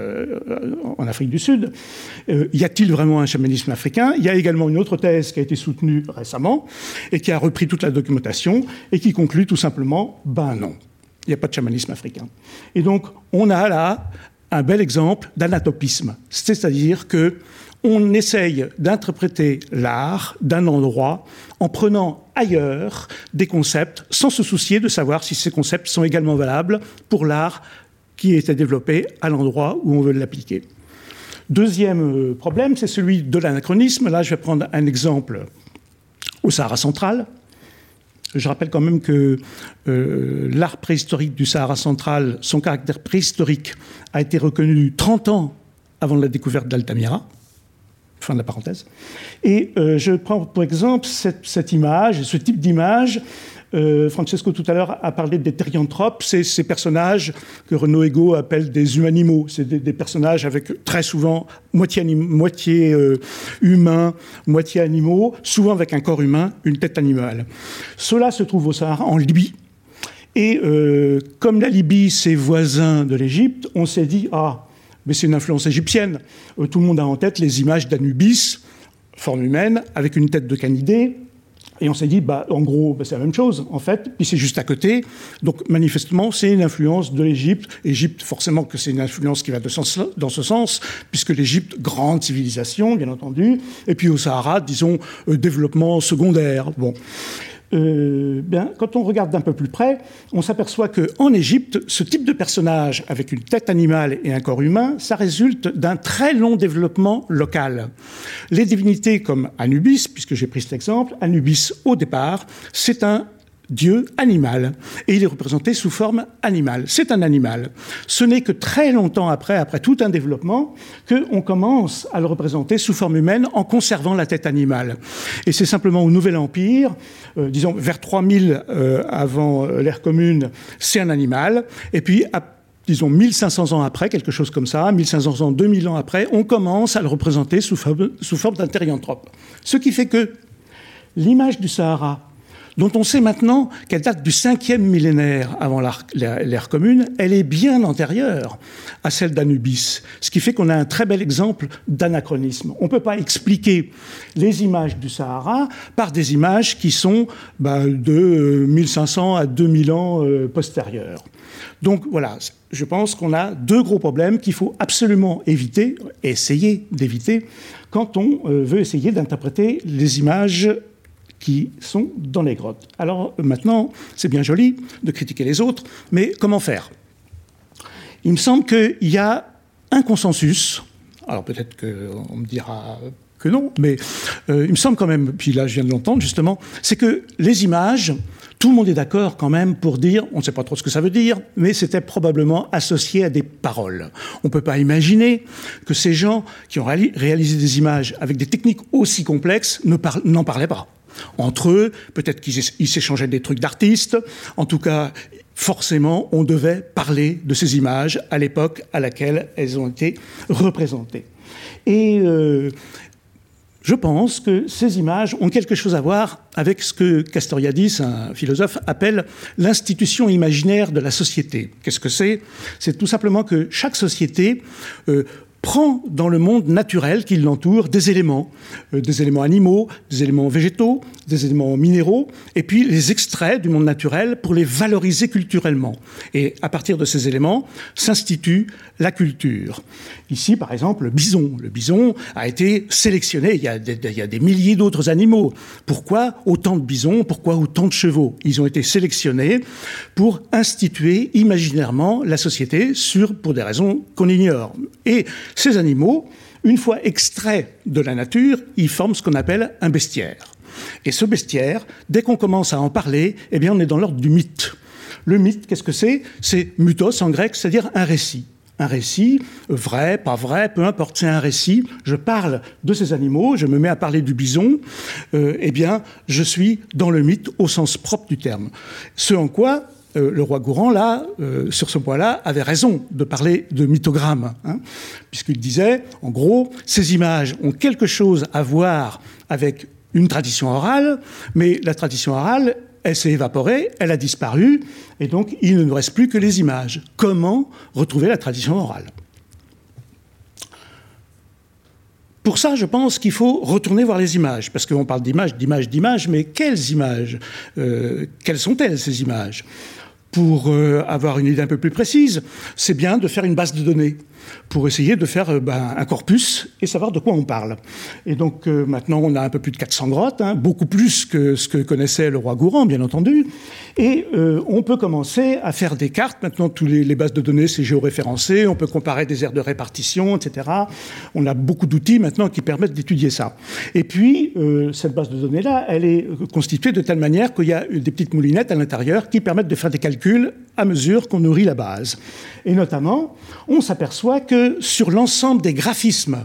[SPEAKER 5] en Afrique du Sud. Y a-t-il vraiment un chamanisme africain? Il y a également une autre thèse qui a été soutenue récemment et qui a repris toute la documentation et qui conclut tout simplement, non, il n'y a pas de chamanisme africain. Et donc, on a là un bel exemple d'anatopisme, c'est-à-dire que on essaye d'interpréter l'art d'un endroit en prenant ailleurs des concepts sans se soucier de savoir si ces concepts sont également valables pour l'art qui a été développé à l'endroit où on veut l'appliquer. Deuxième problème, c'est celui de l'anachronisme. Là, je vais prendre un exemple au Sahara central. Je rappelle quand même que l'art préhistorique du Sahara central, son caractère préhistorique, a été reconnu 30 ans avant la découverte d'Altamira. Fin de la parenthèse. Et je prends pour exemple cette image, ce type d'image. Francesco tout à l'heure a parlé des therianthropes, c'est ces personnages que Renaud Ego appelle des humanimaux. C'est des personnages avec très souvent moitié humains, moitié animaux, souvent avec un corps humain, une tête animale. Cela se trouve au Sahara, en Libye. Et comme la Libye, c'est voisin de l'Égypte, on s'est dit, mais c'est une influence égyptienne. Tout le monde a en tête les images d'Anubis, forme humaine, avec une tête de canidé. Et on s'est dit, en gros, c'est la même chose, en fait, puis c'est juste à côté. Donc, manifestement, c'est une influence de l'Égypte. Égypte, forcément que c'est une influence qui va dans ce sens, puisque l'Égypte, grande civilisation, bien entendu, et puis au Sahara, disons, développement secondaire. Bon. Quand on regarde d'un peu plus près, on s'aperçoit qu'en Égypte, ce type de personnage avec une tête animale et un corps humain, ça résulte d'un très long développement local. Les divinités comme Anubis, puisque j'ai pris cet exemple, Anubis au départ, c'est un dieu animal, et il est représenté sous forme animale. C'est un animal. Ce n'est que très longtemps après tout un développement, qu'on commence à le représenter sous forme humaine en conservant la tête animale. Et c'est simplement au Nouvel Empire, disons vers 3000 avant l'ère commune, c'est un animal, et puis disons 1500 ans après, quelque chose comme ça, 1500 ans, 2000 ans après, on commence à le représenter sous forme d'un therianthrope. Ce qui fait que l'image du Sahara, dont on sait maintenant qu'elle date du 5e millénaire avant l'ère commune, elle est bien antérieure à celle d'Anubis. Ce qui fait qu'on a un très bel exemple d'anachronisme. On ne peut pas expliquer les images du Sahara par des images qui sont de 1500 à 2000 ans postérieures. Donc voilà, je pense qu'on a deux gros problèmes qu'il faut absolument éviter, essayer d'éviter, quand on veut essayer d'interpréter les images qui sont dans les grottes. Alors maintenant, c'est bien joli de critiquer les autres, mais comment faire? Il me semble qu'il y a un consensus, alors peut-être qu'on me dira que non, mais il me semble quand même, puis là je viens de l'entendre justement, c'est que les images, tout le monde est d'accord quand même pour dire, on ne sait pas trop ce que ça veut dire, mais c'était probablement associé à des paroles. On ne peut pas imaginer que ces gens qui ont réalisé des images avec des techniques aussi complexes n'en parlaient pas. Entre eux, peut-être qu'ils s'échangeaient des trucs d'artistes. En tout cas, forcément, on devait parler de ces images à l'époque à laquelle elles ont été représentées. Et je pense que ces images ont quelque chose à voir avec ce que Castoriadis, un philosophe, appelle l'institution imaginaire de la société. Qu'est-ce que c'est? C'est tout simplement que chaque société prend dans le monde naturel qui l'entoure des éléments animaux, des éléments végétaux, des éléments minéraux, et puis les extrait du monde naturel pour les valoriser culturellement. Et à partir de ces éléments s'institue la culture. Ici, par exemple, le bison. Le bison a été sélectionné. Il y a des milliers d'autres animaux. Pourquoi autant de bisons? Pourquoi autant de chevaux? Ils ont été sélectionnés pour instituer imaginairement la société pour des raisons qu'on ignore. Et ces animaux, une fois extraits de la nature, ils forment ce qu'on appelle un bestiaire. Et ce bestiaire, dès qu'on commence à en parler, on est dans l'ordre du mythe. Le mythe, qu'est-ce que c'est? C'est mythos en grec, c'est-à-dire un récit. Un récit, vrai, pas vrai, peu importe, c'est un récit. Je parle de ces animaux, je me mets à parler du bison. Eh bien, je suis dans le mythe au sens propre du terme. Ce en quoi le roi Gourand, là, sur ce point-là, avait raison de parler de mythogramme, hein, puisqu'il disait, en gros, ces images ont quelque chose à voir avec une tradition orale, mais la tradition orale, elle s'est évaporée, elle a disparu, et donc il ne nous reste plus que les images. Comment retrouver la tradition orale ? Pour ça, je pense qu'il faut retourner voir les images, parce qu'on parle d'images, mais quelles images ? Quelles sont-elles, ces images ? Pour avoir une idée un peu plus précise, c'est bien de faire une base de données, pour essayer de faire un corpus et savoir de quoi on parle. Et donc maintenant, on a un peu plus de 400 grottes, hein, beaucoup plus que ce que connaissait le roi Gourand, bien entendu. Et on peut commencer à faire des cartes. Maintenant, toutes les bases de données, c'est géoréférencé. On peut comparer des aires de répartition, etc. On a beaucoup d'outils maintenant qui permettent d'étudier ça. Et puis, cette base de données-là, elle est constituée de telle manière qu'il y a des petites moulinettes à l'intérieur qui permettent de faire des calculs à mesure qu'on nourrit la base. Et notamment, on s'aperçoit que sur l'ensemble des graphismes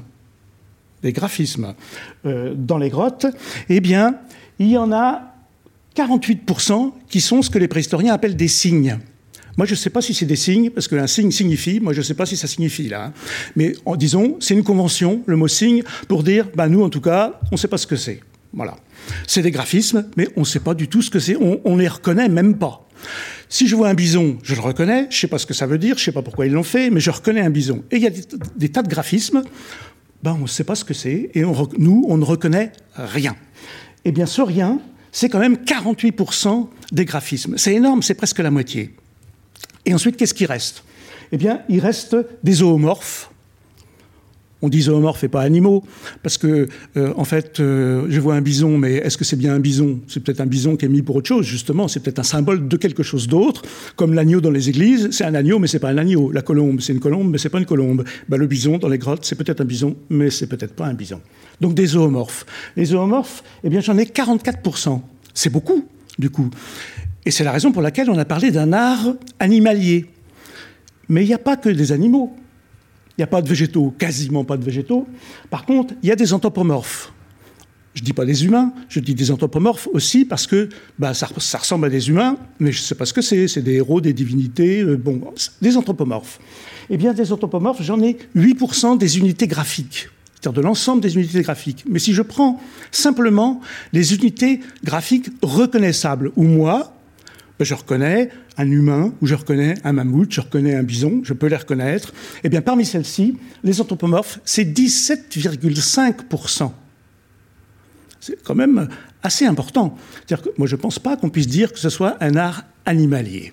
[SPEAKER 5] dans les grottes, eh bien, il y en a 48% qui sont ce que les préhistoriens appellent des signes. Moi, je ne sais pas si c'est des signes, parce qu'un signe signifie, moi je ne sais pas si ça signifie là. Hein. Mais disons, c'est une convention, le mot signe, pour dire, nous en tout cas, on ne sait pas ce que c'est. Voilà. C'est des graphismes, mais on ne sait pas du tout ce que c'est, on ne les reconnaît même pas. Si je vois un bison, je le reconnais, je ne sais pas ce que ça veut dire, je ne sais pas pourquoi ils l'ont fait, mais je reconnais un bison. Et il y a des tas de graphismes, on ne sait pas ce que c'est, et nous, on ne reconnaît rien. Eh bien, ce rien, c'est quand même 48% des graphismes. C'est énorme, c'est presque la moitié. Et ensuite, qu'est-ce qui reste ? Eh bien, il reste des zoomorphes. On dit zoomorphes et pas animaux, parce que, en fait, je vois un bison, mais est-ce que c'est bien un bison ? C'est peut-être un bison qui est mis pour autre chose, justement. C'est peut-être un symbole de quelque chose d'autre, comme l'agneau dans les églises. C'est un agneau, mais c'est pas un agneau. La colombe, c'est une colombe, mais c'est pas une colombe. Le bison dans les grottes, c'est peut-être un bison, mais c'est peut-être pas un bison. Donc des zoomorphes. Les zoomorphes, eh bien, j'en ai 44%. C'est beaucoup, du coup. Et c'est la raison pour laquelle on a parlé d'un art animalier. Mais il n'y a pas que des animaux. Il n'y a pas de végétaux, quasiment pas de végétaux. Par contre, il y a des anthropomorphes. Je ne dis pas des humains, je dis des anthropomorphes aussi parce que ça ressemble à des humains, mais je ne sais pas ce que c'est. C'est des héros, des divinités, des anthropomorphes. Eh bien, des anthropomorphes, j'en ai 8% des unités graphiques, c'est-à-dire de l'ensemble des unités graphiques. Mais si je prends simplement les unités graphiques reconnaissables, où moi, je reconnais un humain, ou je reconnais un mammouth, je reconnais un bison, je peux les reconnaître. Eh bien, parmi celles-ci, les anthropomorphes, c'est 17,5%. C'est quand même assez important. C'est-à-dire que moi, je ne pense pas qu'on puisse dire que ce soit un art animalier.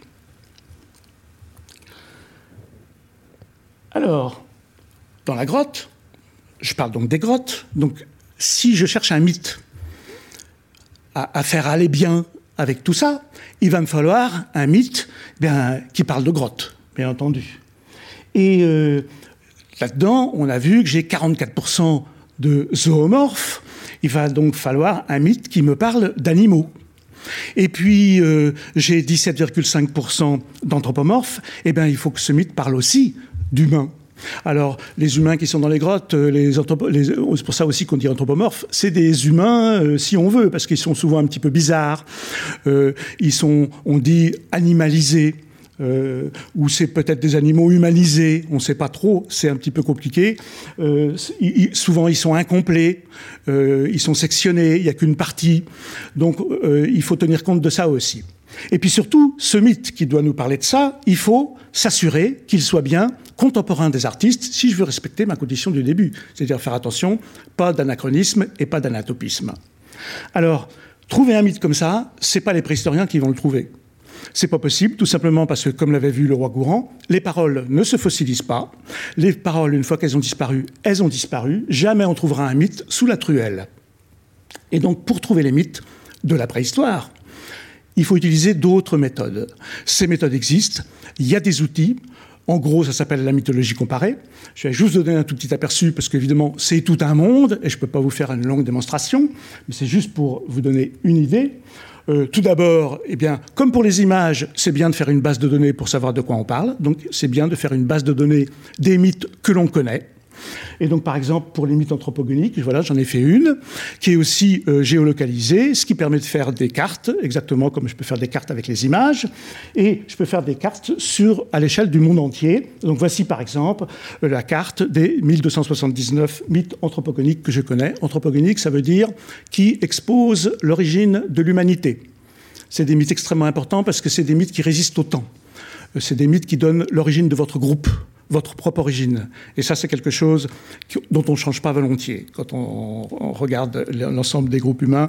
[SPEAKER 5] Alors, dans la grotte, je parle donc des grottes, donc si je cherche un mythe à faire aller bien avec tout ça, il va me falloir un mythe qui parle de grottes, bien entendu. Et là-dedans, on a vu que j'ai 44% de zoomorphes. Il va donc falloir un mythe qui me parle d'animaux. Et puis, j'ai 17,5% d'anthropomorphes. Eh bien, il faut que ce mythe parle aussi d'humains. Alors, les humains qui sont dans les grottes, c'est pour ça aussi qu'on dit anthropomorphes, c'est des humains, si on veut, parce qu'ils sont souvent un petit peu bizarres. Ils sont, on dit, animalisés, ou c'est peut-être des animaux humanisés, on ne sait pas trop, c'est un petit peu compliqué. Souvent, ils sont incomplets, ils sont sectionnés, il n'y a qu'une partie. Donc, il faut tenir compte de ça aussi. Et puis surtout, ce mythe qui doit nous parler de ça, il faut s'assurer qu'il soit bien contemporain des artistes si je veux respecter ma condition du début. C'est-à-dire faire attention, pas d'anachronisme et pas d'anatopisme. Alors, trouver un mythe comme ça, c'est pas les préhistoriens qui vont le trouver. C'est pas possible, tout simplement parce que, comme l'avait vu le roi Gourand, les paroles ne se fossilisent pas. Les paroles, une fois qu'elles ont disparu, elles ont disparu. Jamais on trouvera un mythe sous la truelle. Et donc, pour trouver les mythes de la préhistoire, il faut utiliser d'autres méthodes. Ces méthodes existent, il y a des outils. En gros, ça s'appelle la mythologie comparée. Je vais juste donner un tout petit aperçu, parce qu'évidemment, c'est tout un monde, et je ne peux pas vous faire une longue démonstration, mais c'est juste pour vous donner une idée. Tout d'abord, eh bien, comme pour les images, c'est bien de faire une base de données pour savoir de quoi on parle. Donc, c'est bien de faire une base de données des mythes que l'on connaît. Et donc, par exemple, pour les mythes anthropogoniques, voilà, j'en ai fait une, qui est aussi géolocalisée, ce qui permet de faire des cartes, exactement comme je peux faire des cartes avec les images, et je peux faire des cartes à l'échelle du monde entier. Donc, voici, par exemple, la carte des 1279 mythes anthropogoniques que je connais. Anthropogonique, ça veut dire qui expose l'origine de l'humanité. C'est des mythes extrêmement importants parce que c'est des mythes qui résistent au temps. C'est des mythes qui donnent l'origine de votre groupe, votre propre origine. Et ça, c'est quelque chose dont on ne change pas volontiers. Quand on regarde l'ensemble des groupes humains,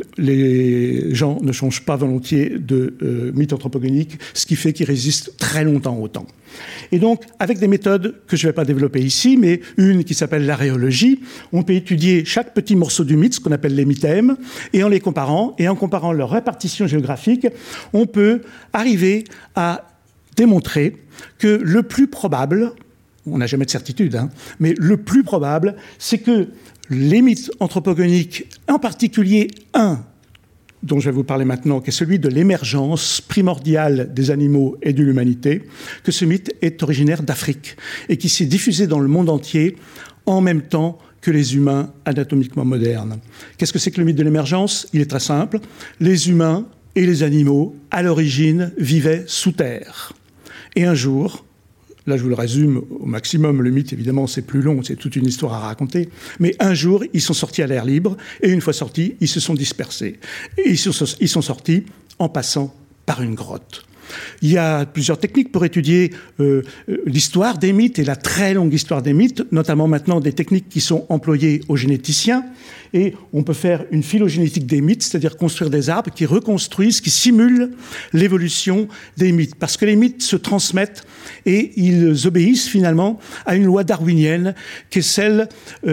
[SPEAKER 5] les gens ne changent pas volontiers de mythe anthropogonique, ce qui fait qu'ils résistent très longtemps au temps. Et donc, avec des méthodes que je ne vais pas développer ici, mais une qui s'appelle l'aréologie, on peut étudier chaque petit morceau du mythe, ce qu'on appelle les mythèmes, et en les comparant, et en comparant leur répartition géographique, on peut arriver à démontrer que le plus probable, on n'a jamais de certitude, mais le plus probable, c'est que les mythes anthropogoniques, en particulier un dont je vais vous parler maintenant, qui est celui de l'émergence primordiale des animaux et de l'humanité, que ce mythe est originaire d'Afrique et qui s'est diffusé dans le monde entier en même temps que les humains anatomiquement modernes. Qu'est-ce que c'est que le mythe de l'émergence ? Il est très simple. Les humains et les animaux, à l'origine, vivaient sous terre. Et un jour, là je vous le résume au maximum, le mythe évidemment c'est plus long, c'est toute une histoire à raconter, mais un jour ils sont sortis à l'air libre et une fois sortis, ils se sont dispersés. Et ils sont sortis en passant par une grotte. Il y a plusieurs techniques pour étudier l'histoire des mythes et la très longue histoire des mythes, notamment maintenant des techniques qui sont employées aux généticiens. Et on peut faire une phylogénétique des mythes, c'est-à-dire construire des arbres qui reconstruisent, qui simulent l'évolution des mythes. Parce que les mythes se transmettent et ils obéissent finalement à une loi darwinienne qui est celle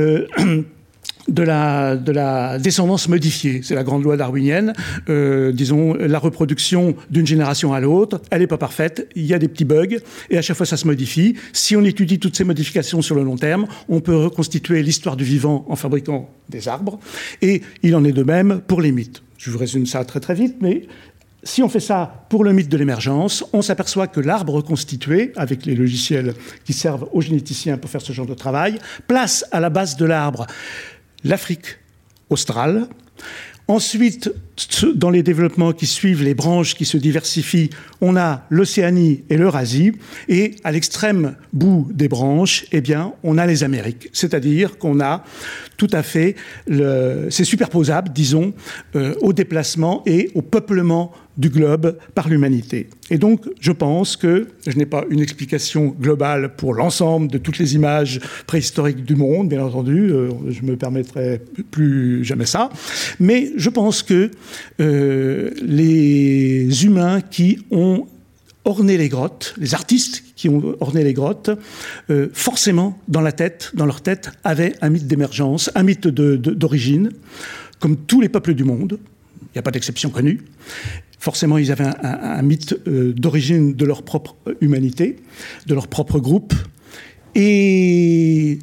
[SPEAKER 5] de la descendance modifiée. C'est la grande loi darwinienne. Disons, la reproduction d'une génération à l'autre, elle n'est pas parfaite, il y a des petits bugs, et à chaque fois ça se modifie. Si on étudie toutes ces modifications sur le long terme, on peut reconstituer l'histoire du vivant en fabriquant des arbres, et il en est de même pour les mythes. Je vous résume ça très très vite, mais si on fait ça pour le mythe de l'émergence, on s'aperçoit que l'arbre reconstitué, avec les logiciels qui servent aux généticiens pour faire ce genre de travail, place à la base de l'arbre l'Afrique australe. Ensuite, dans les développements qui suivent, les branches qui se diversifient, on a l'Océanie et l'Eurasie. Et à l'extrême bout des branches, eh bien, on a les Amériques. C'est-à-dire qu'on a tout à fait... c'est superposable, disons, au déplacement et au peuplement du globe par l'humanité. Et donc, je pense que je n'ai pas une explication globale pour l'ensemble de toutes les images préhistoriques du monde, bien entendu, je me permettrai plus jamais ça, mais je pense que les humains qui ont orné les grottes, les artistes qui ont orné les grottes, forcément, dans leur tête, avaient un mythe d'émergence, un mythe d'origine, comme tous les peuples du monde, il n'y a pas d'exception connue. Forcément, ils avaient un mythe d'origine de leur propre humanité, de leur propre groupe. Et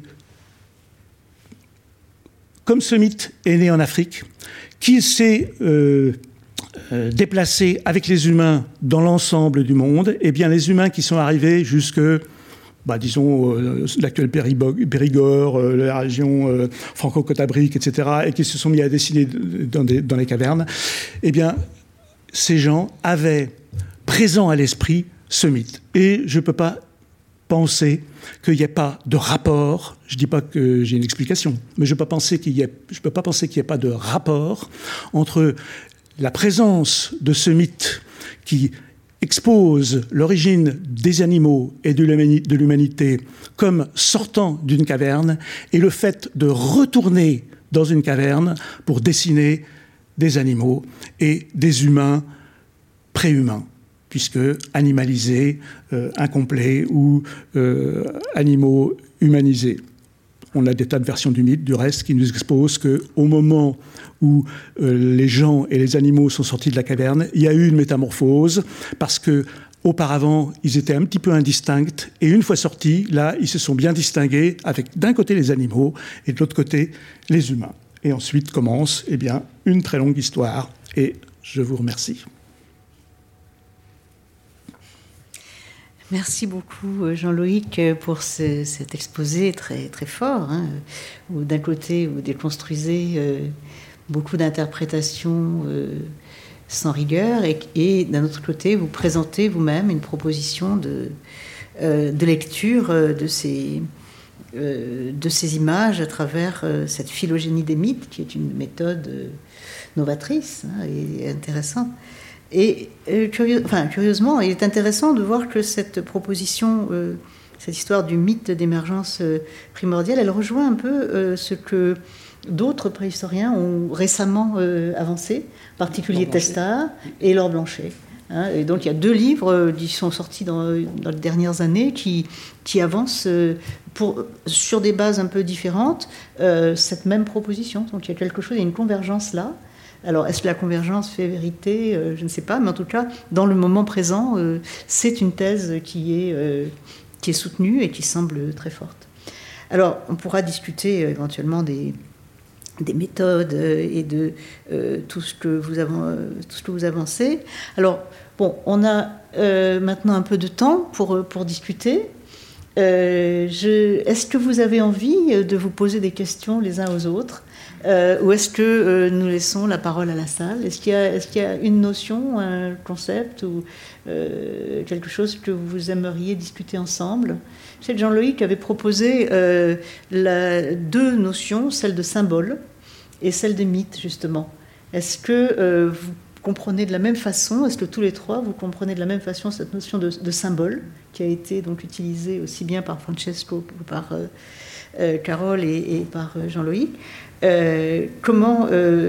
[SPEAKER 5] comme ce mythe est né en Afrique, qu'il s'est déplacé avec les humains dans l'ensemble du monde, eh bien, les humains qui sont arrivés jusque... disons, l'actuel Périgord, la région franco-cotabrique, etc., et qui se sont mis à dessiner dans les cavernes, eh bien, ces gens avaient présent à l'esprit ce mythe. Et je ne peux pas penser qu'il n'y ait pas de rapport, je ne dis pas que j'ai une explication, mais je ne peux pas penser qu'il n'y ait pas de rapport entre la présence de ce mythe qui expose l'origine des animaux et de l'humanité comme sortant d'une caverne et le fait de retourner dans une caverne pour dessiner des animaux et des humains préhumains, puisque animalisés, incomplets ou animaux humanisés. On a des tas de versions du mythe, du reste, qui nous exposent qu'au moment où les gens et les animaux sont sortis de la caverne, il y a eu une métamorphose, parce que auparavant, ils étaient un petit peu indistincts, et une fois sortis, là, ils se sont bien distingués, avec d'un côté les animaux, et de l'autre côté les humains. Et ensuite commence, une très longue histoire, et Je vous remercie.
[SPEAKER 2] Merci beaucoup Jean-Loïc pour cet exposé très, très fort, hein, où d'un côté vous déconstruisez beaucoup d'interprétations sans rigueur et d'un autre côté vous présentez vous-même une proposition de lecture de ces images à travers cette phylogénie des mythes qui est une méthode novatrice, hein, et intéressante. Et curieusement, il est intéressant de voir que cette proposition, cette histoire du mythe d'émergence primordiale, elle rejoint un peu ce que d'autres préhistoriens ont récemment avancé, en particulier Testard et Laure Blanchet. Hein, et donc il y a 2 livres qui sont sortis dans les dernières années qui avancent sur des bases un peu différentes cette même proposition. Donc il y a quelque chose, il y a une convergence là. Alors, est-ce que la convergence fait vérité ? Je ne sais pas, mais en tout cas, dans le moment présent, c'est une thèse qui est soutenue et qui semble très forte. Alors, on pourra discuter éventuellement des méthodes et de tout ce que vous avancez. Alors, bon, on a maintenant un peu de temps pour discuter. Est-ce que vous avez envie de vous poser des questions les uns aux autres ? Ou est-ce que nous laissons la parole à la salle ? Est-ce qu'il y a une notion, un concept ou quelque chose que vous aimeriez discuter ensemble ? Je sais que Jean-Loïc avait proposé 2 notions, celle de symbole et celle de mythe, justement. Est-ce que vous comprenez de la même façon, est-ce que tous les 3, vous comprenez de la même façon cette notion de symbole qui a été donc utilisée aussi bien par Francesco que par Carole et par Jean-Loïc ? Comment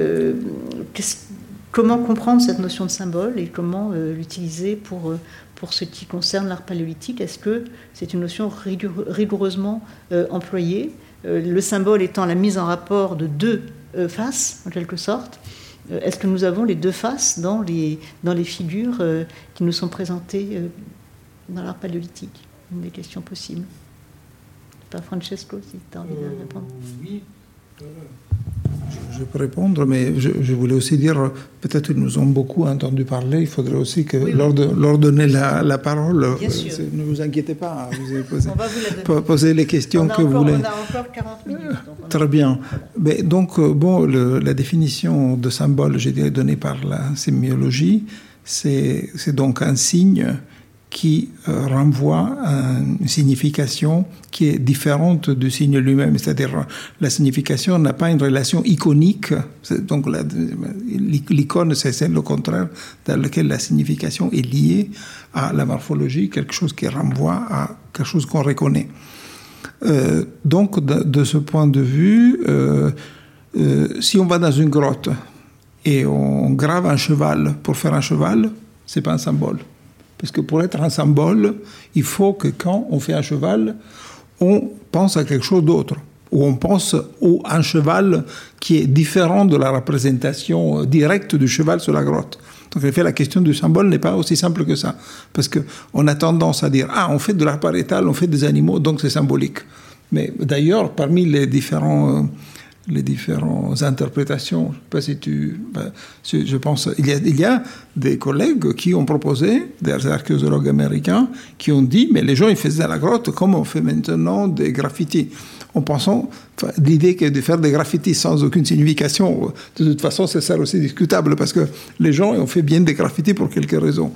[SPEAKER 2] comprendre cette notion de symbole et comment l'utiliser pour ce qui concerne l'art paléolithique ? Est-ce que c'est une notion rigoureusement employée, le symbole étant la mise en rapport de 2 faces, en quelque sorte ? Est-ce que nous avons les 2 faces dans les figures qui nous sont présentées dans l'art paléolithique ? Une des questions possibles. Pas Francesco, si tu as envie de répondre.
[SPEAKER 3] Oui. Je peux répondre, mais je voulais aussi dire, peut-être qu'ils nous ont beaucoup entendu parler, il faudrait aussi que leur donner la parole. Ne vous inquiétez pas, vous avez posé les questions que vous voulez.
[SPEAKER 2] On a encore 40 minutes.
[SPEAKER 3] Très bien. Mais donc, la définition de symbole, j'ai dirais, donnée par la sémiologie, c'est donc un signe qui renvoie à une signification qui est différente du signe lui-même. C'est-à-dire, la signification n'a pas une relation iconique. Donc, l'icône, c'est le contraire, dans lequel la signification est liée à la morphologie, quelque chose qui renvoie à quelque chose qu'on reconnaît. Donc, de ce point de vue, si on va dans une grotte et on grave un cheval pour faire un cheval, c'est pas un symbole. Parce que pour être un symbole, il faut que quand on fait un cheval, on pense à quelque chose d'autre. Ou on pense à un cheval qui est différent de la représentation directe du cheval sur la grotte. Donc, en effet, la question du symbole n'est pas aussi simple que ça. Parce qu'on a tendance à dire « Ah, on fait de l'art pariétal, on fait des animaux, donc c'est symbolique. » Mais d'ailleurs, parmi les différentes interprétations, je ne sais pas si je pense, il y a des collègues qui ont proposé, des archéologues américains, qui ont dit, mais les gens ils faisaient la grotte comme on fait maintenant des graffitis. En pensant, l'idée que de faire des graffitis sans aucune signification, de toute façon, c'est aussi discutable, parce que les gens ont fait bien des graffitis pour quelques raisons.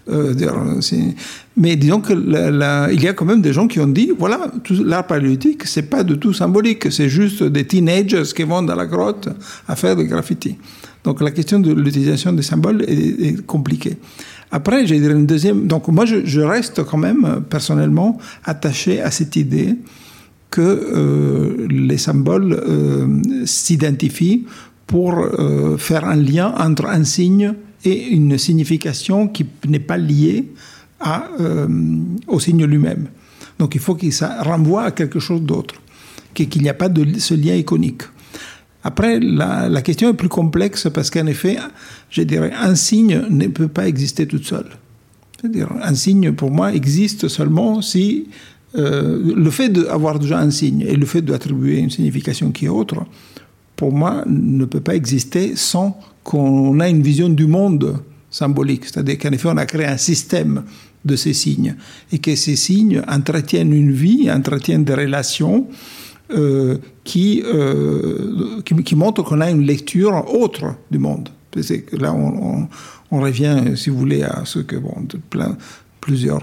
[SPEAKER 3] Mais disons qu'il y a quand même des gens qui ont dit, voilà, l'art paléolithique, c'est pas du tout symbolique, c'est juste des teenagers qui vont dans la grotte à faire des graffitis. Donc la question de l'utilisation des symboles est compliquée. Après, j'ai une deuxième... Donc moi, je reste quand même, personnellement, attaché à cette idée que les symboles s'identifient pour faire un lien entre un signe et une signification qui n'est pas liée au signe lui-même. Donc il faut que ça renvoie à quelque chose d'autre, qu'il n'y a pas de ce lien iconique. Après, la question est plus complexe parce qu'en effet, je dirais, un signe ne peut pas exister tout seul. C'est-à-dire, un signe, pour moi, existe seulement si le fait d'avoir déjà un signe et le fait d'attribuer une signification qui est autre pour moi, ne peut pas exister sans qu'on ait une vision du monde symbolique. C'est-à-dire qu'en effet, on a créé un système de ces signes et que ces signes entretiennent une vie, entretiennent des relations qui montrent qu'on a une lecture autre du monde. C'est que là, on revient, si vous voulez, à ce que plusieurs...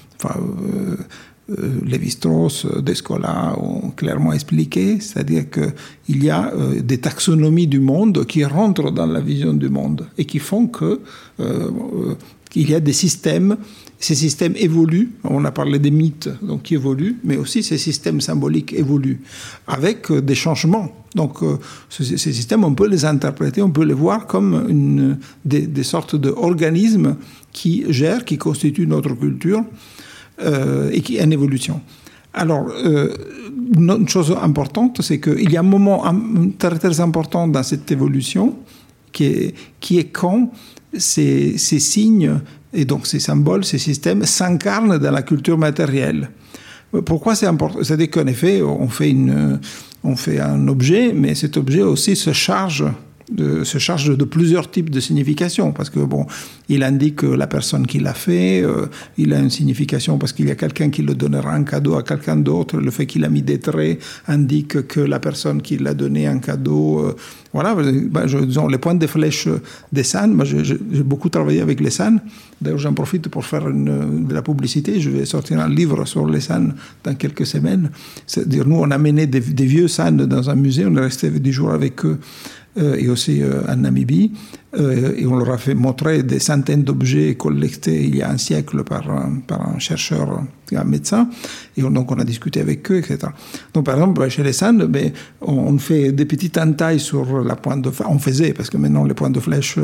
[SPEAKER 3] Lévi-Strauss, Descola ont clairement expliqué, c'est-à-dire qu'il y a des taxonomies du monde qui rentrent dans la vision du monde et qui font qu'il y a des systèmes. Ces systèmes évoluent, on a parlé des mythes donc, qui évoluent, mais aussi ces systèmes symboliques évoluent avec des changements. Donc ces systèmes, on peut les interpréter, on peut les voir comme des sortes d'organismes qui gèrent, qui constituent notre culture. Et qui est en évolution. Alors, une chose importante, c'est qu'il y a un moment très, très important dans cette évolution qui est quand ces signes, et donc ces symboles, ces systèmes, s'incarnent dans la culture matérielle. Pourquoi c'est important? C'est-à-dire qu'en effet, on fait un objet, mais cet objet aussi se charge de plusieurs types de significations, parce que il indique la personne qui l'a fait, il a une signification parce qu'il y a quelqu'un qui le donnera en cadeau à quelqu'un d'autre, le fait qu'il a mis des traits indique que la personne qui l'a donné en cadeau, disons les pointes de flèche des San, j'ai beaucoup travaillé avec les San, d'ailleurs j'en profite pour faire de la publicité, je vais sortir un livre sur les San dans quelques semaines, c'est-à-dire nous on a mené des vieux San dans un musée, on est resté 10 jours avec eux, et aussi en Namibie, et on leur a fait montrer des centaines d'objets collectés il y a un siècle par un chercheur, un médecin, et donc on a discuté avec eux, etc. Donc par exemple, chez les San, on fait des petites entailles sur la pointe de flèche, on faisait, parce que maintenant les pointes de flèche,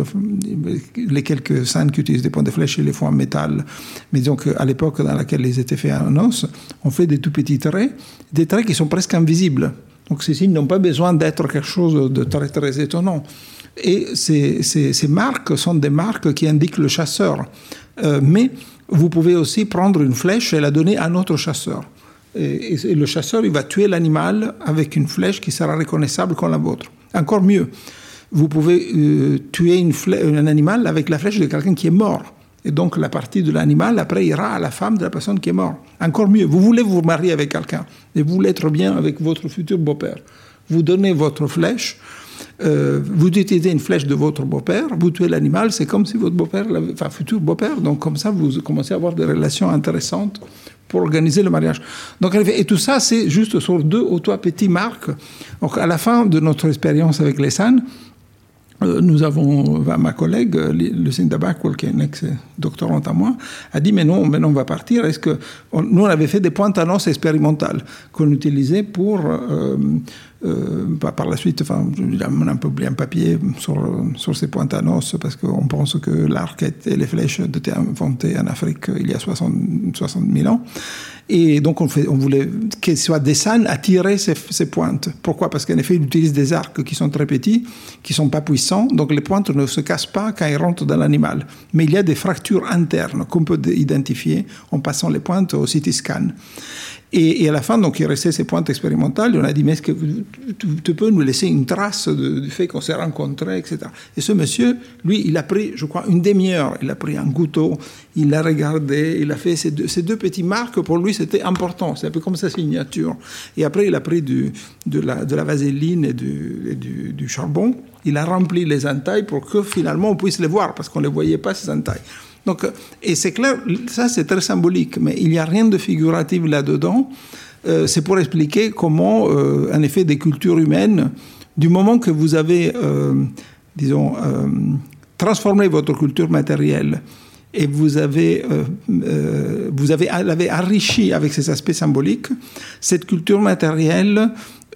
[SPEAKER 3] les quelques San qui utilisent des pointes de flèche, ils les font en métal, mais disons qu'à l'époque dans laquelle ils étaient faits en os, on fait des tout petits traits, des traits qui sont presque invisibles. Donc ces signes n'ont pas besoin d'être quelque chose de très, très étonnant. Et ces marques sont des marques qui indiquent le chasseur. Mais vous pouvez aussi prendre une flèche et la donner à un autre chasseur. Et le chasseur, il va tuer l'animal avec une flèche qui sera reconnaissable comme la vôtre. Encore mieux, vous pouvez tuer un animal avec la flèche de quelqu'un qui est mort. Et donc, la partie de l'animal, après, ira à la femme de la personne qui est morte. Encore mieux, vous voulez vous marier avec quelqu'un et vous voulez être bien avec votre futur beau-père. Vous donnez votre flèche, vous utilisez une flèche de votre beau-père, vous tuez l'animal, c'est comme si votre beau-père, futur beau-père, donc comme ça, vous commencez à avoir des relations intéressantes pour organiser le mariage. Donc, et tout ça, c'est juste sur 2 ou 3 petites marques. Donc, à la fin de notre expérience avec les San, nous avons, ma collègue, Lucinda Backwell, qui est une ex-doctorante à moi, a dit, mais non, maintenant on va partir. Nous, on avait fait des pointes à os expérimentales qu'on utilisait pour, par la suite, on a publié un papier sur ces pointes à os, parce qu'on pense que l'arc et les flèches étaient inventées en Afrique il y a 60 000 ans. Et donc, on voulait que ce soit des San à tirer ces pointes. Pourquoi? Parce qu'en effet, ils utilisent des arcs qui sont très petits, qui ne sont pas puissants, donc les pointes ne se cassent pas quand ils rentrent dans l'animal. Mais il y a des fractures internes qu'on peut identifier en passant les pointes au CT scan. Et à la fin, donc, il restait ces pointes expérimentales. Et on a dit, mais est-ce que tu peux nous laisser une trace du fait qu'on s'est rencontrés, etc. Et ce monsieur, lui, il a pris, je crois, une demi-heure. Il a pris un couteau, il l'a regardé, il a fait ces deux petites marques. Pour lui, c'était important. C'est un peu comme sa signature. Et après, il a pris de la vaseline et du charbon. Il a rempli les entailles pour que finalement on puisse les voir, parce qu'on ne les voyait pas, ces entailles. Donc, et c'est clair, ça c'est très symbolique, mais il n'y a rien de figuratif là-dedans. C'est pour expliquer comment, en effet, des cultures humaines, du moment que vous avez, transformé votre culture matérielle et vous avez enrichi avec ces aspects symboliques, cette culture matérielle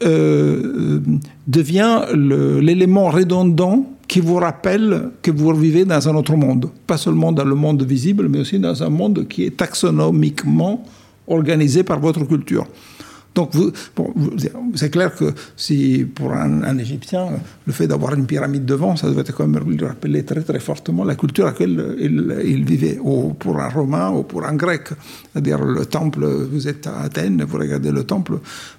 [SPEAKER 3] devient l'élément redondant qui vous rappelle que vous vivez dans un autre monde. Pas seulement dans le monde visible, mais aussi dans un monde qui est taxonomiquement organisé par votre culture. Donc, c'est clair que si pour un Égyptien, le fait d'avoir une pyramide devant, ça devait quand même lui rappeler très très fortement la culture à laquelle il vivait, ou pour un Romain ou pour un Grec. C'est-à-dire le temple, vous êtes à Athènes, vous regardez le temple,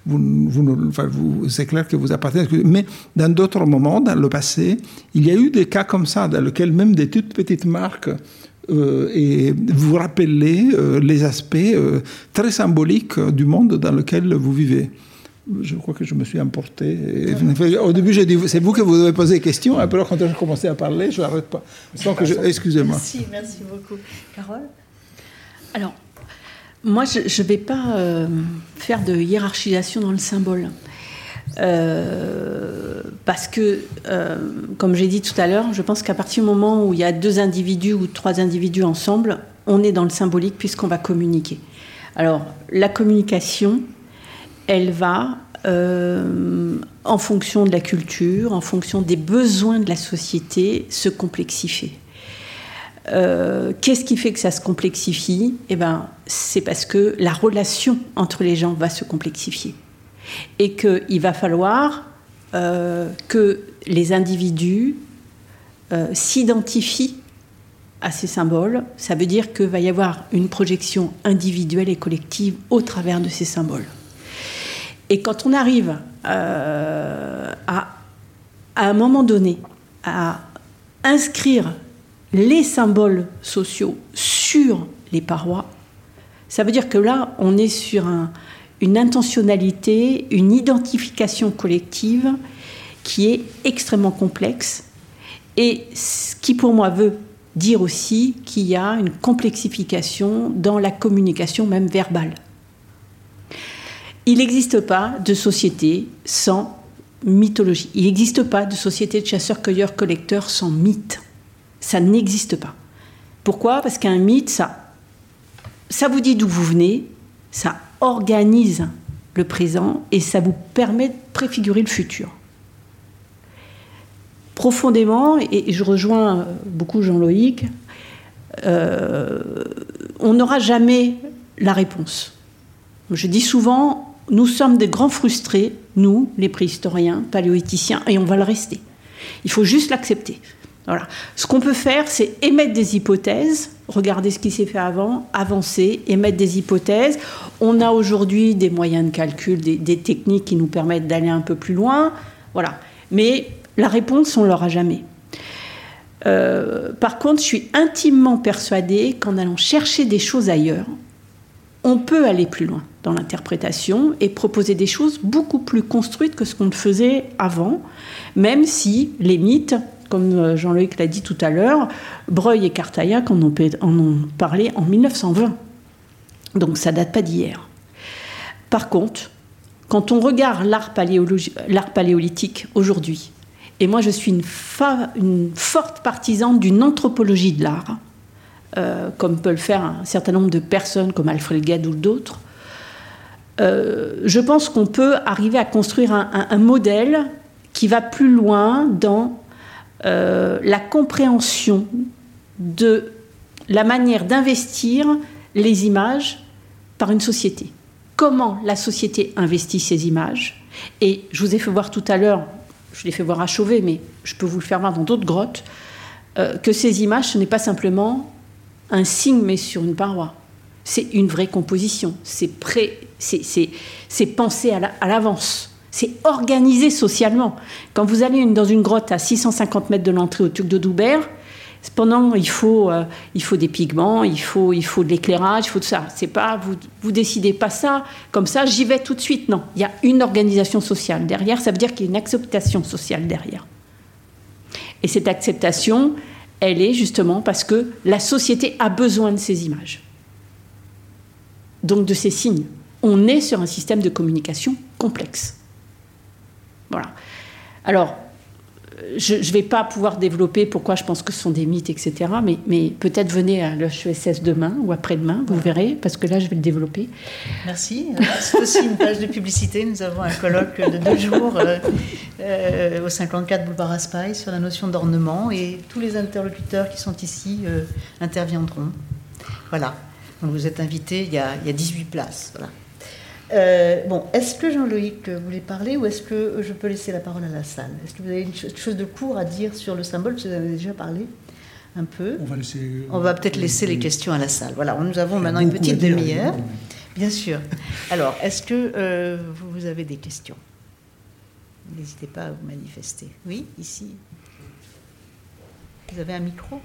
[SPEAKER 3] c'est clair que vous appartenez. Mais dans d'autres moments, dans le passé, il y a eu des cas comme ça, dans lesquels même des toutes petites marques et vous rappelez les aspects très symboliques du monde dans lequel vous vivez. Je crois que je me suis emporté. Au début, j'ai dit, c'est vous qui vous avez posé des questions. Après, quand j'ai commencé à parler, je n'arrête pas. Excusez-moi.
[SPEAKER 2] Merci beaucoup. Carole ?
[SPEAKER 4] Alors, moi, je ne vais pas faire de hiérarchisation dans le symbole. Parce que, comme j'ai dit tout à l'heure, je pense qu'à partir du moment où il y a 2 individus ou 3 individus ensemble, on est dans le symbolique puisqu'on va communiquer. Alors, la communication, elle va, en fonction de la culture, en fonction des besoins de la société, se complexifier. Qu'est-ce qui fait que ça se complexifie ? C'est parce que la relation entre les gens va se complexifier. Et qu'il va falloir que les individus s'identifient à ces symboles. Ça veut dire qu'il va y avoir une projection individuelle et collective au travers de ces symboles. Et quand on arrive à un moment donné à inscrire les symboles sociaux sur les parois, ça veut dire que là, on est sur une intentionnalité, une identification collective qui est extrêmement complexe et ce qui pour moi veut dire aussi qu'il y a une complexification dans la communication même verbale. Il n'existe pas de société sans mythologie. Il n'existe pas de société de chasseurs-cueilleurs-collecteurs sans mythe. Ça n'existe pas. Pourquoi ? Parce qu'un mythe, ça vous dit d'où vous venez, ça organise le présent et ça vous permet de préfigurer le futur. Profondément, et je rejoins beaucoup Jean-Loïc, on n'aura jamais la réponse. Je dis souvent, nous sommes des grands frustrés, nous, les préhistoriens, paléolithiciens, et on va le rester. Il faut juste l'accepter. Voilà. Ce qu'on peut faire, c'est émettre des hypothèses, regarder ce qui s'est fait avant, avancer, émettre des hypothèses. On a aujourd'hui des moyens de calcul, des techniques qui nous permettent d'aller un peu plus loin. Voilà. Mais la réponse, on ne l'aura jamais. Par contre, je suis intimement persuadée qu'en allant chercher des choses ailleurs, on peut aller plus loin dans l'interprétation et proposer des choses beaucoup plus construites que ce qu'on faisait avant, même si les mythes, comme Jean-Loïc l'a dit tout à l'heure, Breuil et Cartaillac en ont parlé en 1920. Donc ça ne date pas d'hier. Par contre, quand on regarde l'art paléolithique aujourd'hui, et moi je suis une forte partisane d'une anthropologie de l'art, comme peut le faire un certain nombre de personnes comme Alfred Gade ou d'autres, je pense qu'on peut arriver à construire un modèle qui va plus loin dans la compréhension de la manière d'investir les images par une société. Comment la société investit ces images. Et je vous ai fait voir tout à l'heure, je l'ai fait voir à Chauvet, mais je peux vous le faire voir dans d'autres grottes, que ces images, ce n'est pas simplement un signe mis sur une paroi. C'est une vraie composition. C'est pensé à l'avance. C'est organisé socialement. Quand vous allez dans une grotte à 650 mètres de l'entrée au Tuc de Doubert, cependant, il faut des pigments, il faut de l'éclairage, il faut tout ça. C'est pas, vous décidez pas ça, comme ça, j'y vais tout de suite. Non, il y a une organisation sociale derrière. Ça veut dire qu'il y a une acceptation sociale derrière. Et cette acceptation, elle est justement parce que la société a besoin de ces images. Donc de ces signes. On est sur un système de communication complexe. Voilà. Alors, je ne vais pas pouvoir développer pourquoi je pense que ce sont des mythes, etc. Mais peut-être venez à l'HESS demain ou après-demain, vous verrez, parce que là, je vais le développer.
[SPEAKER 2] Merci. C'est aussi une page de publicité. Nous avons un colloque de 2 jours au 54 boulevard Raspail sur la notion d'ornement et tous les interlocuteurs qui sont ici interviendront. Voilà. Donc vous êtes invités, il y a 18 places. Voilà. Est-ce que Jean-Loïc voulait parler ou est-ce que je peux laisser la parole à la salle? Est-ce que vous avez une chose de court à dire sur le symbole? Vous en avez déjà parlé un peu. On va peut-être laisser les questions à la salle. Voilà, nous avons maintenant une petite demi-heure. Bien sûr. Alors, est-ce que vous avez des questions? N'hésitez pas à vous manifester. Oui, ici. Vous avez un micro?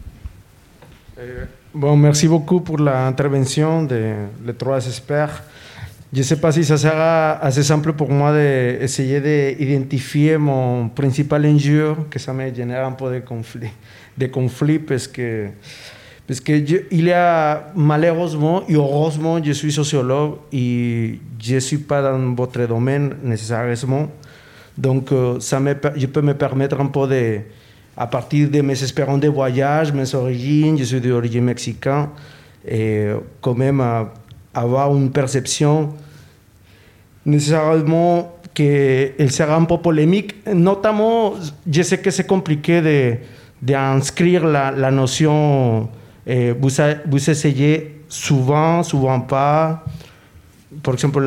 [SPEAKER 6] Merci beaucoup pour l'intervention des trois experts. Je ne sais pas si ça sera assez simple pour moi d'essayer d'identifier mon principal enjeu, que ça me génère un peu de conflit parce que il y a malheureusement et heureusement, je suis sociologue et je ne suis pas dans votre domaine nécessairement. Donc, je peux me permettre un peu à partir de mes expériences de voyage, mes origines, je suis d'origine mexicaine, et quand même avoir une perception nécessairement qu'elle sera un peu polémique. Notamment, je sais que c'est compliqué d'inscrire la notion, vous essayez souvent pas, par exemple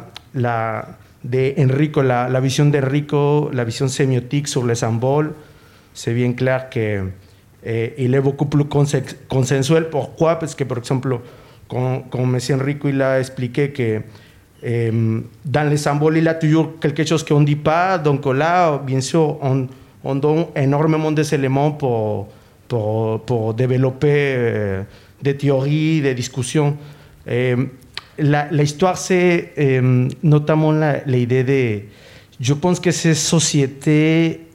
[SPEAKER 6] Enrico, la vision d'Enrico, la vision sémiotique sur les symboles, c'est bien clair qu'il est beaucoup plus consensuel. Pourquoi? Parce que, par exemple, comme M. Enrico il a expliqué que dans les symboles, il y a toujours quelque chose qu'on ne dit pas. Donc là, bien sûr, on donne énormément d'éléments pour développer des théories, des discussions. L'histoire, c'est notamment l'idée de... Je pense que ces sociétés...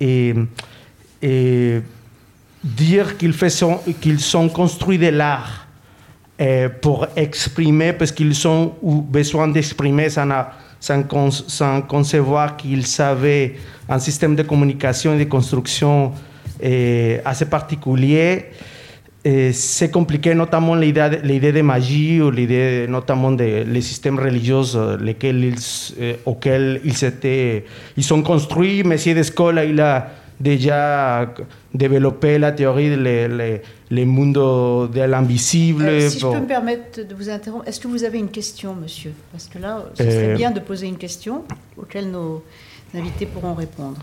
[SPEAKER 6] dire qu'ils sont construits de l'art pour exprimer, parce qu'ils ont eu besoin d'exprimer sans concevoir qu'ils avaient un système de communication et de construction assez particulier. C'est compliqué, notamment l'idée de magie ou l'idée notamment des systèmes religieux auxquels ils sont construits. Monsieur Descola, il a déjà développé la théorie le monde de l'invisible.
[SPEAKER 2] Si je peux me permettre de vous interrompre, est-ce que vous avez une question, monsieur? Parce que là, ce serait bien de poser une question auquel nos invités pourront répondre.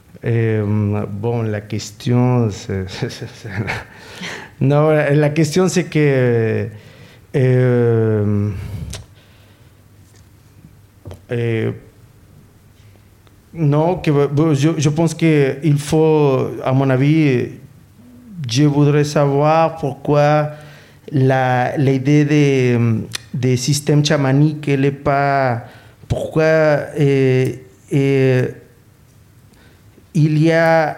[SPEAKER 6] La question, non, la question c'est que non, je pense qu'il faut, à mon avis, je voudrais savoir pourquoi l'idée des systèmes chamaniques, elle n'est pas... Pourquoi il y a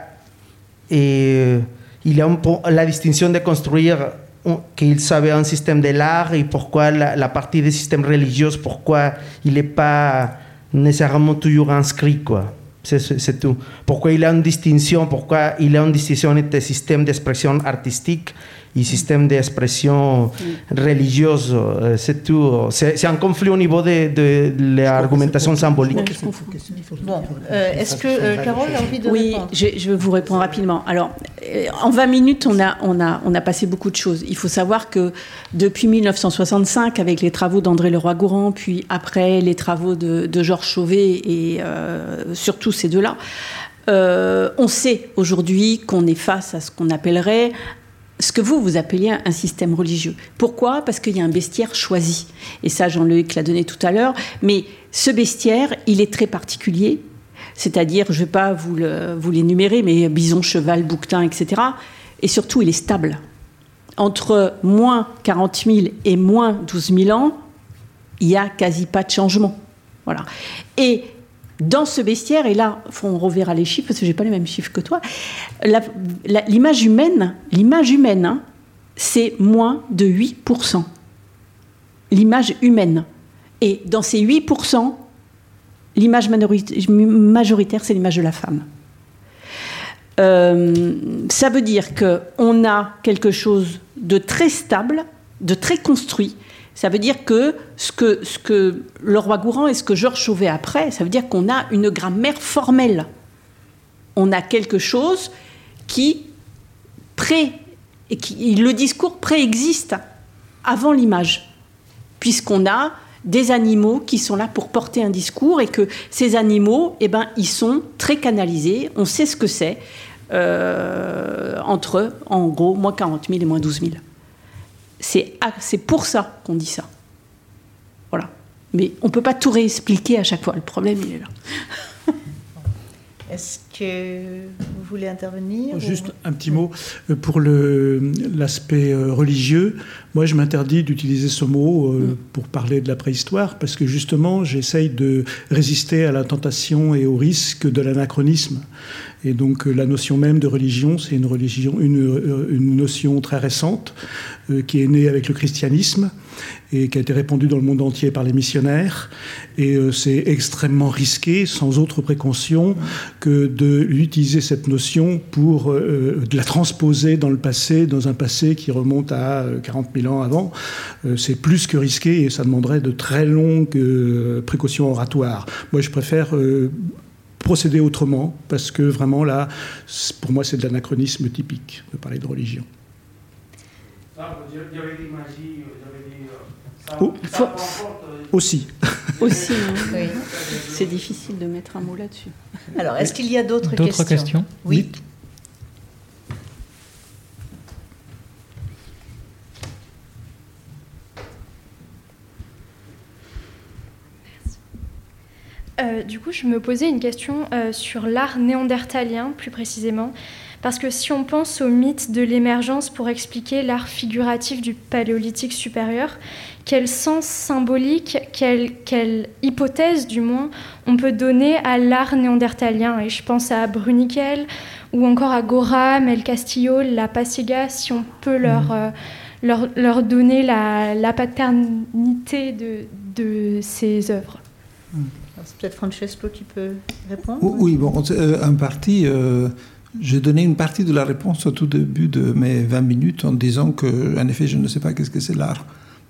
[SPEAKER 6] la distinction de construire qu'il savait un système de l'art et pourquoi la partie des systèmes religieux, pourquoi il n'est pas nécessairement toujours inscrit, quoi. C'est tout. Pourquoi il y a une distinction, entre système d'expression artistique et système d'expression religieuse, c'est tout. C'est un conflit au niveau de l'argumentation symbolique.
[SPEAKER 2] Est-ce que Carole a envie de répondre?
[SPEAKER 4] Oui, je vais vous répondre rapidement. Alors, en 20 minutes, on a passé beaucoup de choses. Il faut savoir que depuis 1965, avec les travaux d'André Leroi-Gourhan, puis après les travaux de Georges Chauvet et surtout ces deux-là, on sait aujourd'hui qu'on est face à ce qu'on appellerait ce que vous appeliez un système religieux. Pourquoi? Parce qu'il y a un bestiaire choisi. Et ça, Jean-Luc l'a donné tout à l'heure. Mais ce bestiaire, il est très particulier. C'est-à-dire, je ne vais pas vous l'énumérer, mais bison, cheval, bouquetin, etc. Et surtout, il est stable. Entre moins 40 000 et moins 12 000 ans, il n'y a quasi pas de changement. Voilà. Et dans ce bestiaire, et là, on reverra les chiffres, parce que je n'ai pas les mêmes chiffres que toi, l'image humaine, hein, c'est moins de 8%. L'image humaine. Et dans ces 8%, l'image majoritaire, c'est l'image de la femme. Ça veut dire qu'on a quelque chose de très stable, de très construit. Ça veut dire que ce que Leroi-Gourhan et ce que Georges Chauvet après, ça veut dire qu'on a une grammaire formelle. On a quelque chose le discours préexiste avant l'image, puisqu'on a des animaux qui sont là pour porter un discours et que ces animaux, ils sont très canalisés, on sait ce que c'est, entre, en gros, moins 40 000 et moins 12 000. C'est pour ça qu'on dit ça. Voilà. Mais on ne peut pas tout réexpliquer à chaque fois, le problème, il est là.
[SPEAKER 2] Est-ce que vous voulez intervenir?
[SPEAKER 5] Juste un petit mot pour l'aspect religieux. Moi, je m'interdis d'utiliser ce mot pour parler de la préhistoire parce que justement, j'essaye de résister à la tentation et au risque de l'anachronisme. Et donc, la notion même de religion, c'est une notion très récente qui est née avec le christianisme et qui a été répandue dans le monde entier par les missionnaires. Et c'est extrêmement risqué, sans autre précaution, que d'utiliser cette notion pour de la transposer dans le passé, dans un passé qui remonte à 40 000 ans avant. C'est plus que risqué et ça demanderait de très longues précautions oratoires. Moi, je préfère procéder autrement, parce que vraiment là, pour moi, c'est de l'anachronisme typique de parler de religion. Aussi.
[SPEAKER 4] Aussi, hein. Oui. C'est difficile de mettre un mot là-dessus.
[SPEAKER 2] Alors, est-ce qu'il y a d'autres questions? Oui.
[SPEAKER 7] Du coup, je me posais une question sur l'art néandertalien, plus précisément, parce que si on pense au mythe de l'émergence pour expliquer l'art figuratif du Paléolithique supérieur, quel sens symbolique, quelle hypothèse, du moins, on peut donner à l'art néandertalien? Et je pense à Bruniquel ou encore à Gorham, El Castillo, La Pasiga, si on peut leur donner la paternité de ces œuvres.
[SPEAKER 2] C'est peut-être Francesco qui peut répondre.
[SPEAKER 3] Oui, bon, en partie, j'ai donné une partie de la réponse au tout début de mes 20 minutes en disant que, en effet, je ne sais pas qu'est-ce que c'est l'art.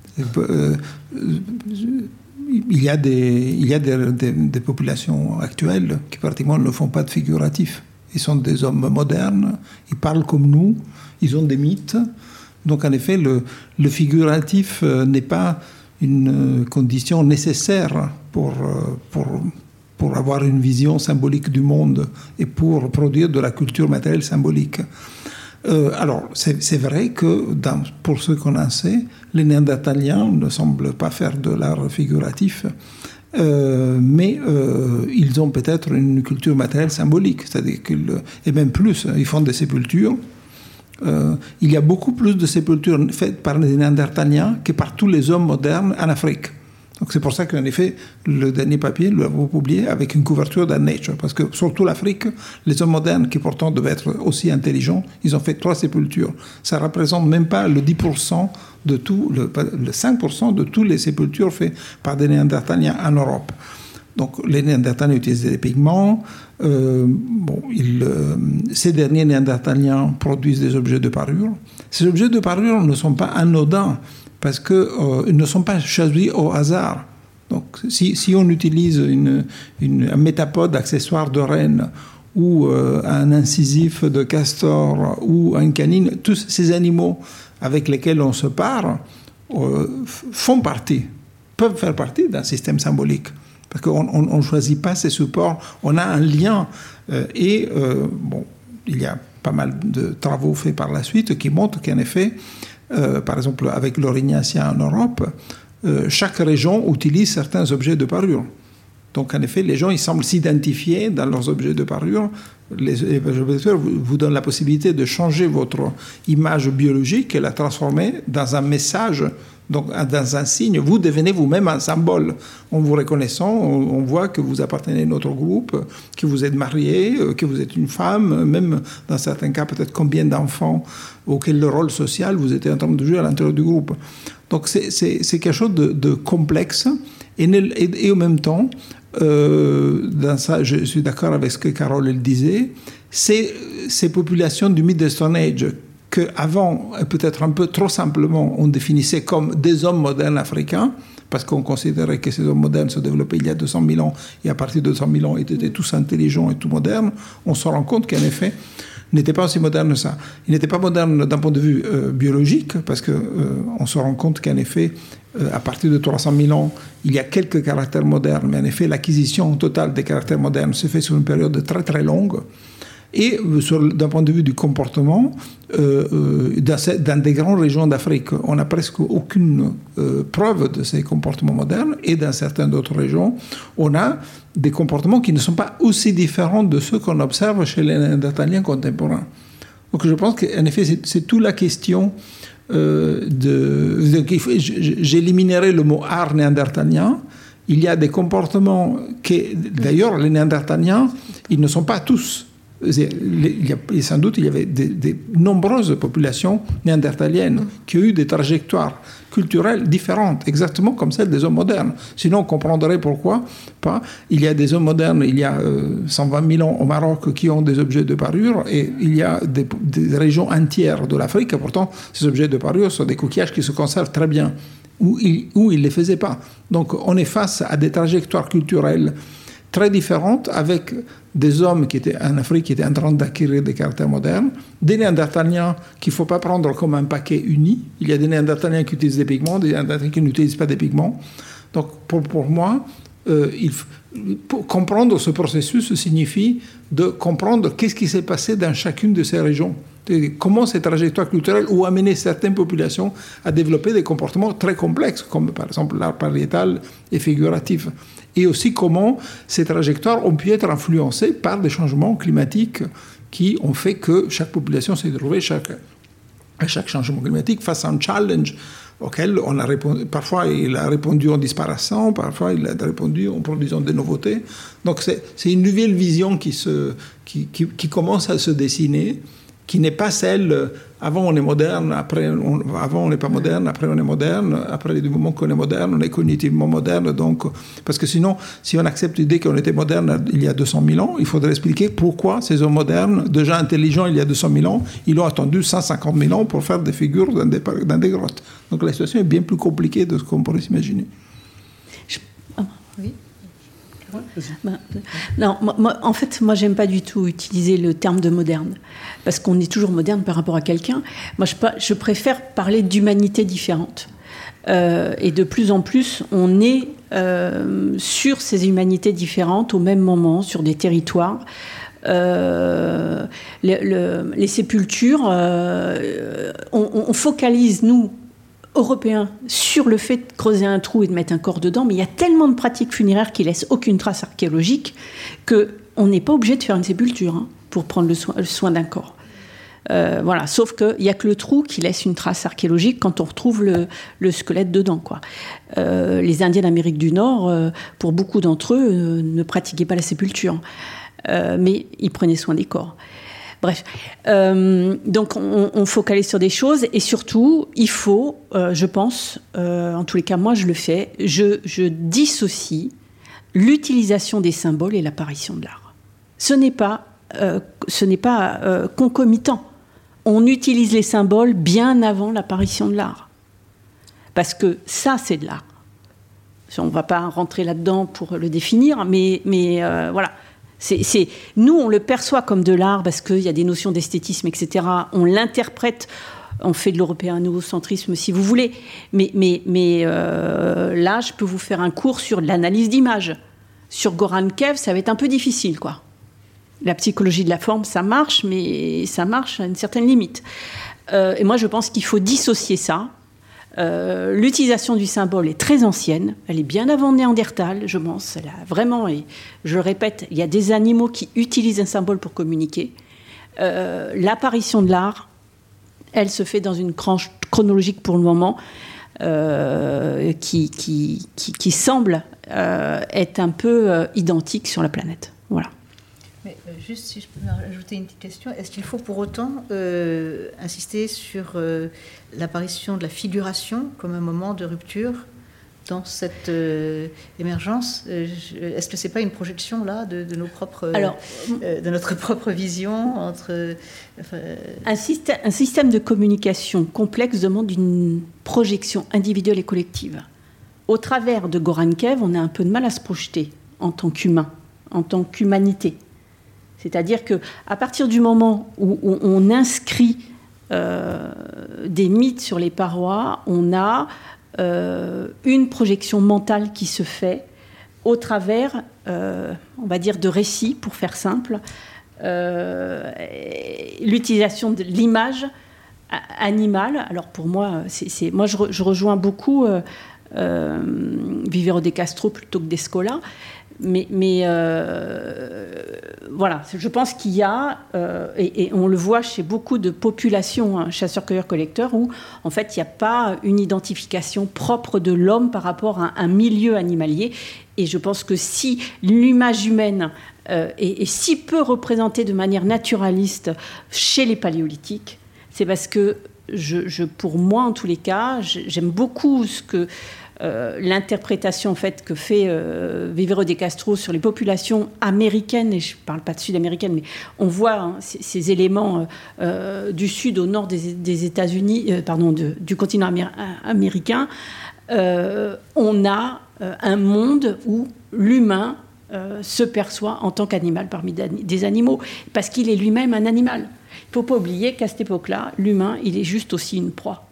[SPEAKER 3] Il y a des populations actuelles qui pratiquement ne font pas de figuratif. Ils sont des hommes modernes, ils parlent comme nous, ils ont des mythes. Donc, en effet, le figuratif n'est pas une condition nécessaire pour avoir une vision symbolique du monde et pour produire de la culture matérielle symbolique. Alors, c'est vrai que pour ce qu'on en sait, les Néandertaliens ne semblent pas faire de l'art figuratif, mais ils ont peut-être une culture matérielle symbolique, c'est-à-dire et même plus, ils font des sépultures. Il y a beaucoup plus de sépultures faites par les Néandertaliens que par tous les hommes modernes en Afrique. Donc c'est pour ça qu'en effet, le dernier papier, nous l'avons publié avec une couverture de Nature, parce que surtout l'Afrique, les hommes modernes qui pourtant devaient être aussi intelligents, ils ont fait 3 sépultures. Ça représente même pas le 10% de tout, le 5% de toutes les sépultures faites par des Néandertaliens en Europe. Donc les Néandertaliens utilisaient des pigments. Ces derniers Néandertaliens produisent des objets de parure. Ces objets de parure ne sont pas anodins parce qu'ils ne sont pas choisis au hasard. Donc si on utilise un métapode accessoire de renne ou un incisif de castor ou un canine, tous ces animaux avec lesquels on se pare peuvent faire partie d'un système symbolique. Parce qu'on ne choisit pas ces supports, on a un lien. Il y a pas mal de travaux faits par la suite qui montrent qu'en effet, par exemple avec l'Aurignacien en Europe, chaque région utilise certains objets de parure. Donc en effet, les gens ils semblent s'identifier dans leurs objets de parure. Les observateurs vous donnent la possibilité de changer votre image biologique et la transformer dans un message, donc dans un signe. Vous devenez vous-même un symbole. En vous reconnaissant, on voit que vous appartenez à notre groupe, que vous êtes marié, que vous êtes une femme, même dans certains cas peut-être combien d'enfants ou quel rôle social vous êtes en train de jouer à l'intérieur du groupe. Donc c'est quelque chose de complexe et en même temps, dans ça, je suis d'accord avec ce que Carole elle disait, c'est ces populations du Middle Stone Age qu'avant, peut-être un peu trop simplement, on définissait comme des hommes modernes africains, parce qu'on considérait que ces hommes modernes se développaient il y a 200 000 ans, et à partir de 200 000 ans, ils étaient tous intelligents et tout modernes. On se rend compte qu'en effet, n'était pas aussi moderne que ça. Il n'était pas moderne d'un point de vue biologique, parce qu'on se rend compte qu'en effet, à partir de 300 000 ans, il y a quelques caractères modernes, mais en effet, l'acquisition totale des caractères modernes se fait sur une période très très longue. Et d'un point de vue du comportement, dans des grandes régions d'Afrique, on n'a presque aucune preuve de ces comportements modernes. Et dans certaines autres régions, on a des comportements qui ne sont pas aussi différents de ceux qu'on observe chez les Néandertaliens contemporains. Donc je pense qu'en effet, c'est toute la question j'éliminerai le mot art néandertalien. Il y a des comportements que, d'ailleurs, les Néandertaliens, ils ne sont pas tous. Sans doute, il y avait de nombreuses populations néandertaliennes qui ont eu des trajectoires culturelles différentes, exactement comme celles des hommes modernes. Sinon, on comprendrait pourquoi pas. Il y a des hommes modernes, il y a 120 000 ans au Maroc qui ont des objets de parure, et il y a des régions entières de l'Afrique, et pourtant, ces objets de parure sont des coquillages qui se conservent très bien, où ils ne les faisaient pas. Donc, on est face à des trajectoires culturelles très différentes, avec des hommes qui étaient en Afrique, qui étaient en train d'acquérir des caractères modernes, des Néandertaliens qu'il ne faut pas prendre comme un paquet uni. Il y a des Néandertaliens qui utilisent des pigments, des Néandertaliens qui n'utilisent pas des pigments. Donc pour moi, pour comprendre ce processus signifie de comprendre qu'est-ce qui s'est passé dans chacune de ces régions. Comment ces trajectoires culturelles ont amené certaines populations à développer des comportements très complexes, comme par exemple l'art pariétal et figuratif. Et aussi comment ces trajectoires ont pu être influencées par des changements climatiques qui ont fait que chaque population s'est trouvée à chaque changement climatique face à un challenge auquel on a répondu. Parfois, il a répondu en disparaissant, parfois, il a répondu en produisant des nouveautés. Donc, c'est une nouvelle vision qui commence à se dessiner, qui n'est pas celle avant on est moderne, avant on n'est pas moderne, après on est moderne, après du moment qu'on est moderne, on est cognitivement moderne. Donc, parce que sinon, si on accepte l'idée qu'on était moderne il y a 200 000 ans, il faudrait expliquer pourquoi ces hommes modernes, déjà intelligents il y a 200 000 ans, ils ont attendu 150 000 ans pour faire des figures dans des grottes. Donc la situation est bien plus compliquée de ce qu'on pourrait s'imaginer.
[SPEAKER 2] Oui.
[SPEAKER 4] Non, en fait, moi, j'aime pas du tout utiliser le terme de moderne, parce qu'on est toujours moderne par rapport à quelqu'un. Moi, je préfère parler d'humanités différentes. Et de plus en plus, on est sur ces humanités différentes au même moment, sur des territoires. Les sépultures, on focalise, nous, Européens, sur le fait de creuser un trou et de mettre un corps dedans, mais il y a tellement de pratiques funéraires qui laissent aucune trace archéologique qu'on n'est pas obligé de faire une sépulture pour prendre le soin d'un corps. Voilà, sauf qu'il n'y a que le trou qui laisse une trace archéologique quand on retrouve le squelette dedans, quoi. Les Indiens d'Amérique du Nord, pour beaucoup d'entre eux, ne pratiquaient pas la sépulture, mais ils prenaient soin des corps. Bref, donc on focalise sur des choses, et surtout, il faut, je pense, en tous les cas, moi je le fais, je dissocie l'utilisation des symboles et l'apparition de l'art. Ce n'est pas concomitant. On utilise les symboles bien avant l'apparition de l'art. Parce que ça, c'est de l'art. On ne va pas rentrer là-dedans pour le définir, mais voilà. Nous, on le perçoit comme de l'art parce qu'il y a des notions d'esthétisme, etc. On l'interprète, on fait de l'européanocentrisme si vous voulez. Mais là, je peux vous faire un cours sur l'analyse d'image. Sur Goran Kiev, ça va être un peu difficile, quoi. La psychologie de la forme, ça marche, mais ça marche à une certaine limite. Et moi, je pense qu'il faut dissocier ça. L'utilisation du symbole est très ancienne, elle est bien avant Néandertal, je pense. Elle a vraiment, et je le répète, il y a des animaux qui utilisent un symbole pour communiquer. L'apparition de l'art, elle se fait dans une tranche chronologique pour le moment, qui semble être un peu identique sur la planète. Voilà.
[SPEAKER 2] Mais juste si je peux ajouter une petite question, est-ce qu'il faut pour autant insister sur l'apparition de la figuration comme un moment de rupture dans cette émergence? Est-ce que c'est pas une projection là de nos propres, de notre propre vision entre
[SPEAKER 4] un système de communication complexe demande une projection individuelle et collective. Au travers de Goran Kiev, on a un peu de mal à se projeter en tant qu'humain, en tant qu'humanité. C'est-à-dire qu'à partir du moment où on inscrit des mythes sur les parois, on a une projection mentale qui se fait au travers, on va dire, de récits, pour faire simple, l'utilisation de l'image animale. Alors pour moi, moi je rejoins beaucoup Vivero de Castro plutôt que d'Escola, mais voilà, je pense qu'il y a, et on le voit chez beaucoup de populations, chasseurs-cueilleurs-collecteurs, où en fait il n'y a pas une identification propre de l'homme par rapport à un milieu animalier. Et je pense que si l'image humaine est si peu représentée de manière naturaliste chez les paléolithiques, c'est parce que, pour moi en tous les cas, j'aime beaucoup ce que l'interprétation en fait, que fait Vivero de Castro sur les populations américaines, et je ne parle pas de sud-américaines, mais on voit ces éléments du sud au nord des États-Unis, du continent américain. On a un monde où l'humain se perçoit en tant qu'animal parmi des animaux, parce qu'il est lui-même un animal. Il ne faut pas oublier qu'à cette époque-là, l'humain, il est juste aussi une proie.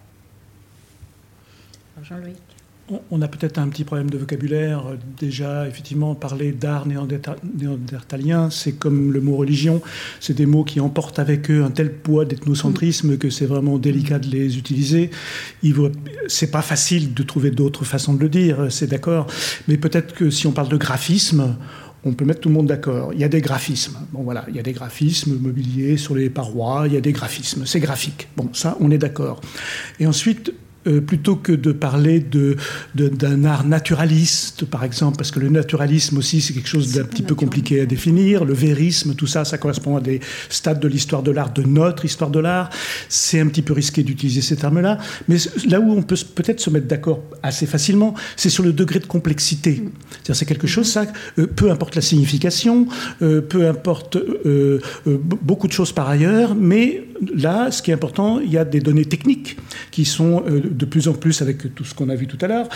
[SPEAKER 4] Jean-Loïc.
[SPEAKER 5] On a peut-être un petit problème de vocabulaire. Déjà, effectivement, parler d'art néandertalien, c'est comme le mot religion. C'est des mots qui emportent avec eux un tel poids d'ethnocentrisme que c'est vraiment délicat de les utiliser. C'est pas facile de trouver d'autres façons de le dire, c'est d'accord. Mais peut-être que si on parle de graphisme, on peut mettre tout le monde d'accord. Il y a des graphismes. Bon, voilà, il y a des graphismes mobiliers sur les parois, il y a des graphismes. C'est graphique. Bon, ça, on est d'accord. Et ensuite, plutôt que de parler d'un art naturaliste, par exemple, parce que le naturalisme aussi, c'est quelque chose d'un petit peu compliqué à définir. Le vérisme, tout ça, ça correspond à des stades de l'histoire de l'art, de notre histoire de l'art. C'est un petit peu risqué d'utiliser ces termes-là. Mais là où on peut peut-être se mettre d'accord assez facilement, c'est sur le degré de complexité. C'est-à-dire, c'est quelque chose, ça, peu importe la signification, peu importe beaucoup de choses par ailleurs, mais là, ce qui est important, il y a des données techniques qui sont de plus en plus, avec tout ce qu'on a vu tout à l'heure,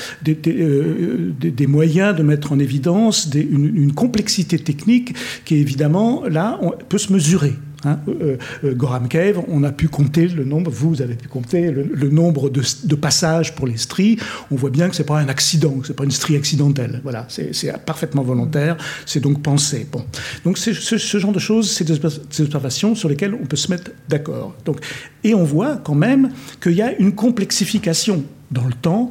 [SPEAKER 5] des moyens de mettre en évidence une complexité technique qui, évidemment, là, peut se mesurer. Gorham Cave, on a pu compter le nombre, vous avez pu compter le nombre de passages pour les stries. On voit bien que ce n'est pas un accident, que ce n'est pas une strie accidentelle. Voilà, c'est parfaitement volontaire, c'est donc pensé. Bon. Donc ce genre de choses, c'est des observations sur lesquelles on peut se mettre d'accord. Et on voit quand même qu'il y a une complexification dans le temps.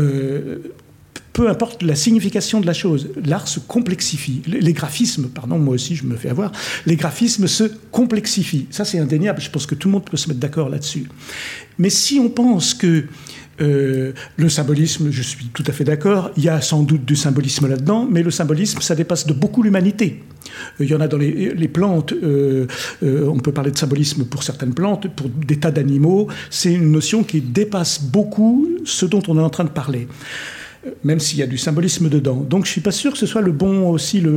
[SPEAKER 5] Peu importe la signification de la chose, l'art se complexifie. Les graphismes, pardon, moi aussi je me fais avoir, les graphismes se complexifient. Ça c'est indéniable, je pense que tout le monde peut se mettre d'accord là-dessus. Mais si on pense que le symbolisme, je suis tout à fait d'accord, il y a sans doute du symbolisme là-dedans, mais le symbolisme, ça dépasse de beaucoup l'humanité. Il y en a dans les plantes, on peut parler de symbolisme pour certaines plantes, pour des tas d'animaux, c'est une notion qui dépasse beaucoup ce dont on est en train de parler. Même s'il y a du symbolisme dedans. Donc je ne suis pas sûr que ce soit le bon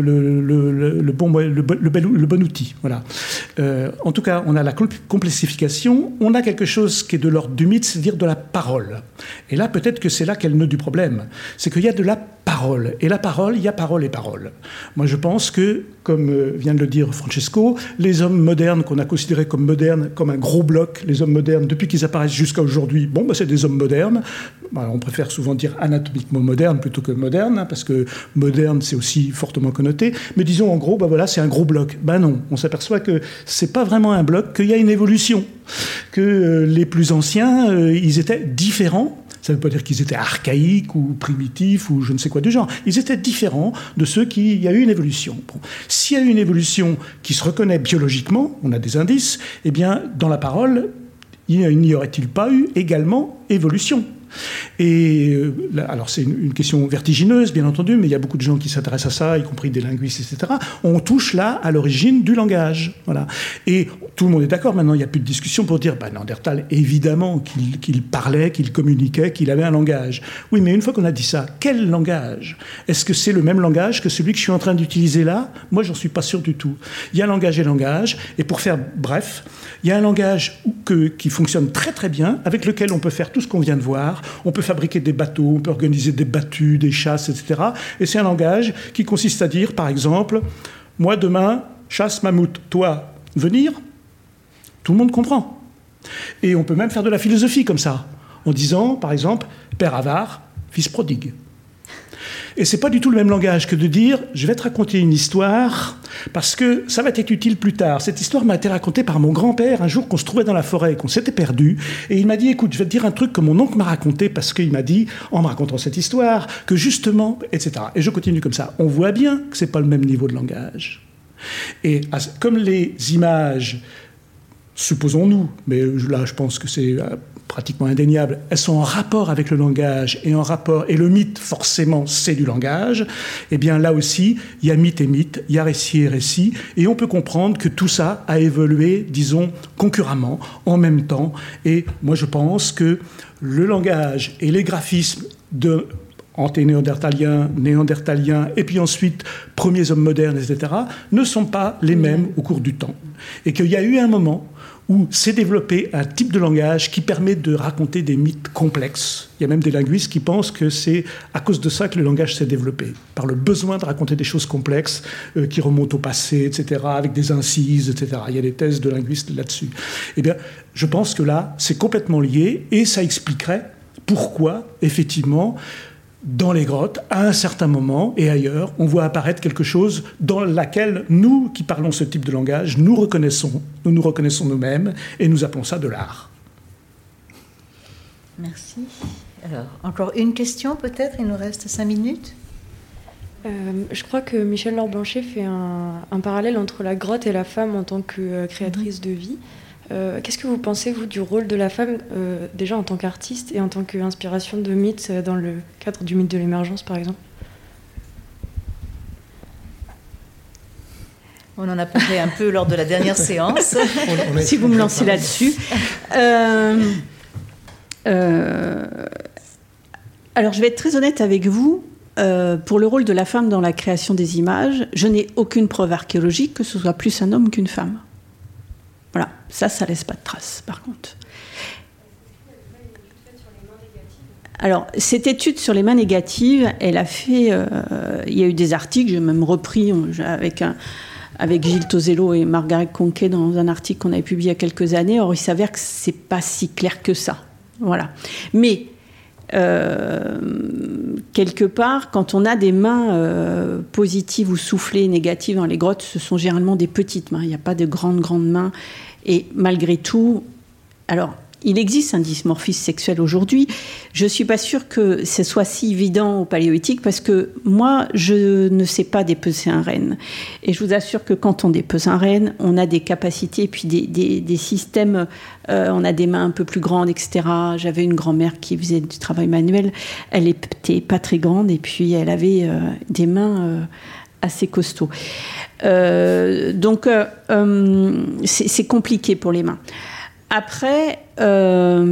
[SPEAKER 5] outil. Voilà. En tout cas, on a la complexification, on a quelque chose qui est de l'ordre du mythe, c'est-à-dire de la parole. Et là, peut-être que c'est là qu'est le nœud du problème. C'est qu'il y a de la parole. Et la parole, il y a parole et parole. Moi, je pense que, comme vient de le dire Francesco, les hommes modernes qu'on a considérés comme modernes, comme un gros bloc, les hommes modernes, depuis qu'ils apparaissent jusqu'à aujourd'hui, c'est des hommes modernes. On préfère souvent dire anatomiquement moderne plutôt que moderne, parce que moderne, c'est aussi fortement connoté. Mais disons, en gros, c'est un gros bloc. Non, on s'aperçoit que c'est pas vraiment un bloc, qu'il y a une évolution, que les plus anciens, ils étaient différents. Ça ne veut pas dire qu'ils étaient archaïques ou primitifs ou je ne sais quoi du genre. Ils étaient différents de ceux qui... Il y a eu une évolution. Bon. S'il y a eu une évolution qui se reconnaît biologiquement, on a des indices, eh bien, dans la parole, il n'y aurait-il pas eu également évolution ? Et alors c'est une question vertigineuse, bien entendu, mais il y a beaucoup de gens qui s'intéressent à ça, y compris des linguistes, etc. On touche là à l'origine du langage. Voilà. Et tout le monde est d'accord, maintenant il n'y a plus de discussion pour dire Néandertal, évidemment qu'il parlait, qu'il communiquait, qu'il avait un langage. Oui, mais une fois qu'on a dit ça, quel langage ? Est-ce que c'est le même langage que celui que je suis en train d'utiliser là ? Moi, j'en suis pas sûr du tout. Il y a langage et langage, et pour faire bref, il y a un langage qui fonctionne très très bien, avec lequel on peut faire tout ce qu'on vient de voir. On peut fabriquer des bateaux, on peut organiser des battues, des chasses, etc. Et c'est un langage qui consiste à dire, par exemple, moi demain, chasse, mammouth, toi, venir, tout le monde comprend. Et on peut même faire de la philosophie comme ça, en disant, par exemple, père avare, fils prodigue. Et c'est pas du tout le même langage que de dire « je vais te raconter une histoire parce que ça va t'être utile plus tard ». Cette histoire m'a été racontée par mon grand-père un jour qu'on se trouvait dans la forêt et qu'on s'était perdu. Et il m'a dit « écoute, je vais te dire un truc que mon oncle m'a raconté parce qu'il m'a dit, en me racontant cette histoire, que justement, etc. » Et je continue comme ça. On voit bien que c'est pas le même niveau de langage. Et comme les images, supposons-nous, mais là je pense que c'est pratiquement indéniable, elles sont en rapport avec le langage et le mythe forcément c'est du langage, et bien là aussi il y a mythe et mythe, il y a récit et récit, et on peut comprendre que tout ça a évolué, disons, concurremment, en même temps, et moi je pense que le langage et les graphismes de anténéandertaliens, néandertaliens, et puis ensuite premiers hommes modernes, etc., ne sont pas les mêmes au cours du temps. Et qu'il y a eu un moment où s'est développé un type de langage qui permet de raconter des mythes complexes. Il y a même des linguistes qui pensent que c'est à cause de ça que le langage s'est développé, par le besoin de raconter des choses complexes qui remontent au passé, etc., avec des incises, etc. Il y a des thèses de linguistes là-dessus. Eh bien, je pense que là, c'est complètement lié, et ça expliquerait pourquoi, effectivement, dans les grottes, à un certain moment et ailleurs, on voit apparaître quelque chose dans laquelle nous, qui parlons ce type de langage, nous nous reconnaissons nous-mêmes et nous appelons ça de l'art.
[SPEAKER 2] Merci. Alors, encore une question peut-être, il nous reste 5 minutes.
[SPEAKER 8] Je crois que Michel-Laure Blanchet fait un parallèle entre la grotte et la femme en tant que créatrice de vie. Qu'est-ce que vous pensez, vous, du rôle de la femme, déjà en tant qu'artiste et en tant qu'inspiration de mythes dans le cadre du mythe de l'émergence, par exemple ?
[SPEAKER 2] On en a parlé un peu lors de la dernière séance.
[SPEAKER 4] Si vous me lancez là-dessus. Alors, je vais être très honnête avec vous. Pour le rôle de la femme dans la création des images, je n'ai aucune preuve archéologique que ce soit plus un homme qu'une femme. Voilà, ça laisse pas de traces, par contre. Alors, cette étude sur les mains négatives, elle a fait... il y a eu des articles, j'ai même repris avec Gilles Tozello et Margaret Conquet dans un article qu'on avait publié il y a quelques années. Or, il s'avère que c'est pas si clair que ça. Voilà. Mais... quelque part, quand on a des mains positives ou soufflées négatives dans les grottes, ce sont généralement des petites mains. Il n'y a pas de grandes mains. Et malgré tout, alors, il existe un dimorphisme sexuel aujourd'hui. Je ne suis pas sûre que ce soit si évident au paléolithique parce que moi, je ne sais pas dépecer un renne. Et je vous assure que quand on dépece un renne, on a des capacités et puis des systèmes, on a des mains un peu plus grandes, etc. J'avais une grand-mère qui faisait du travail manuel. Elle n'était pas très grande et puis elle avait des mains assez costauds. Donc, c'est compliqué pour les mains. Après, ce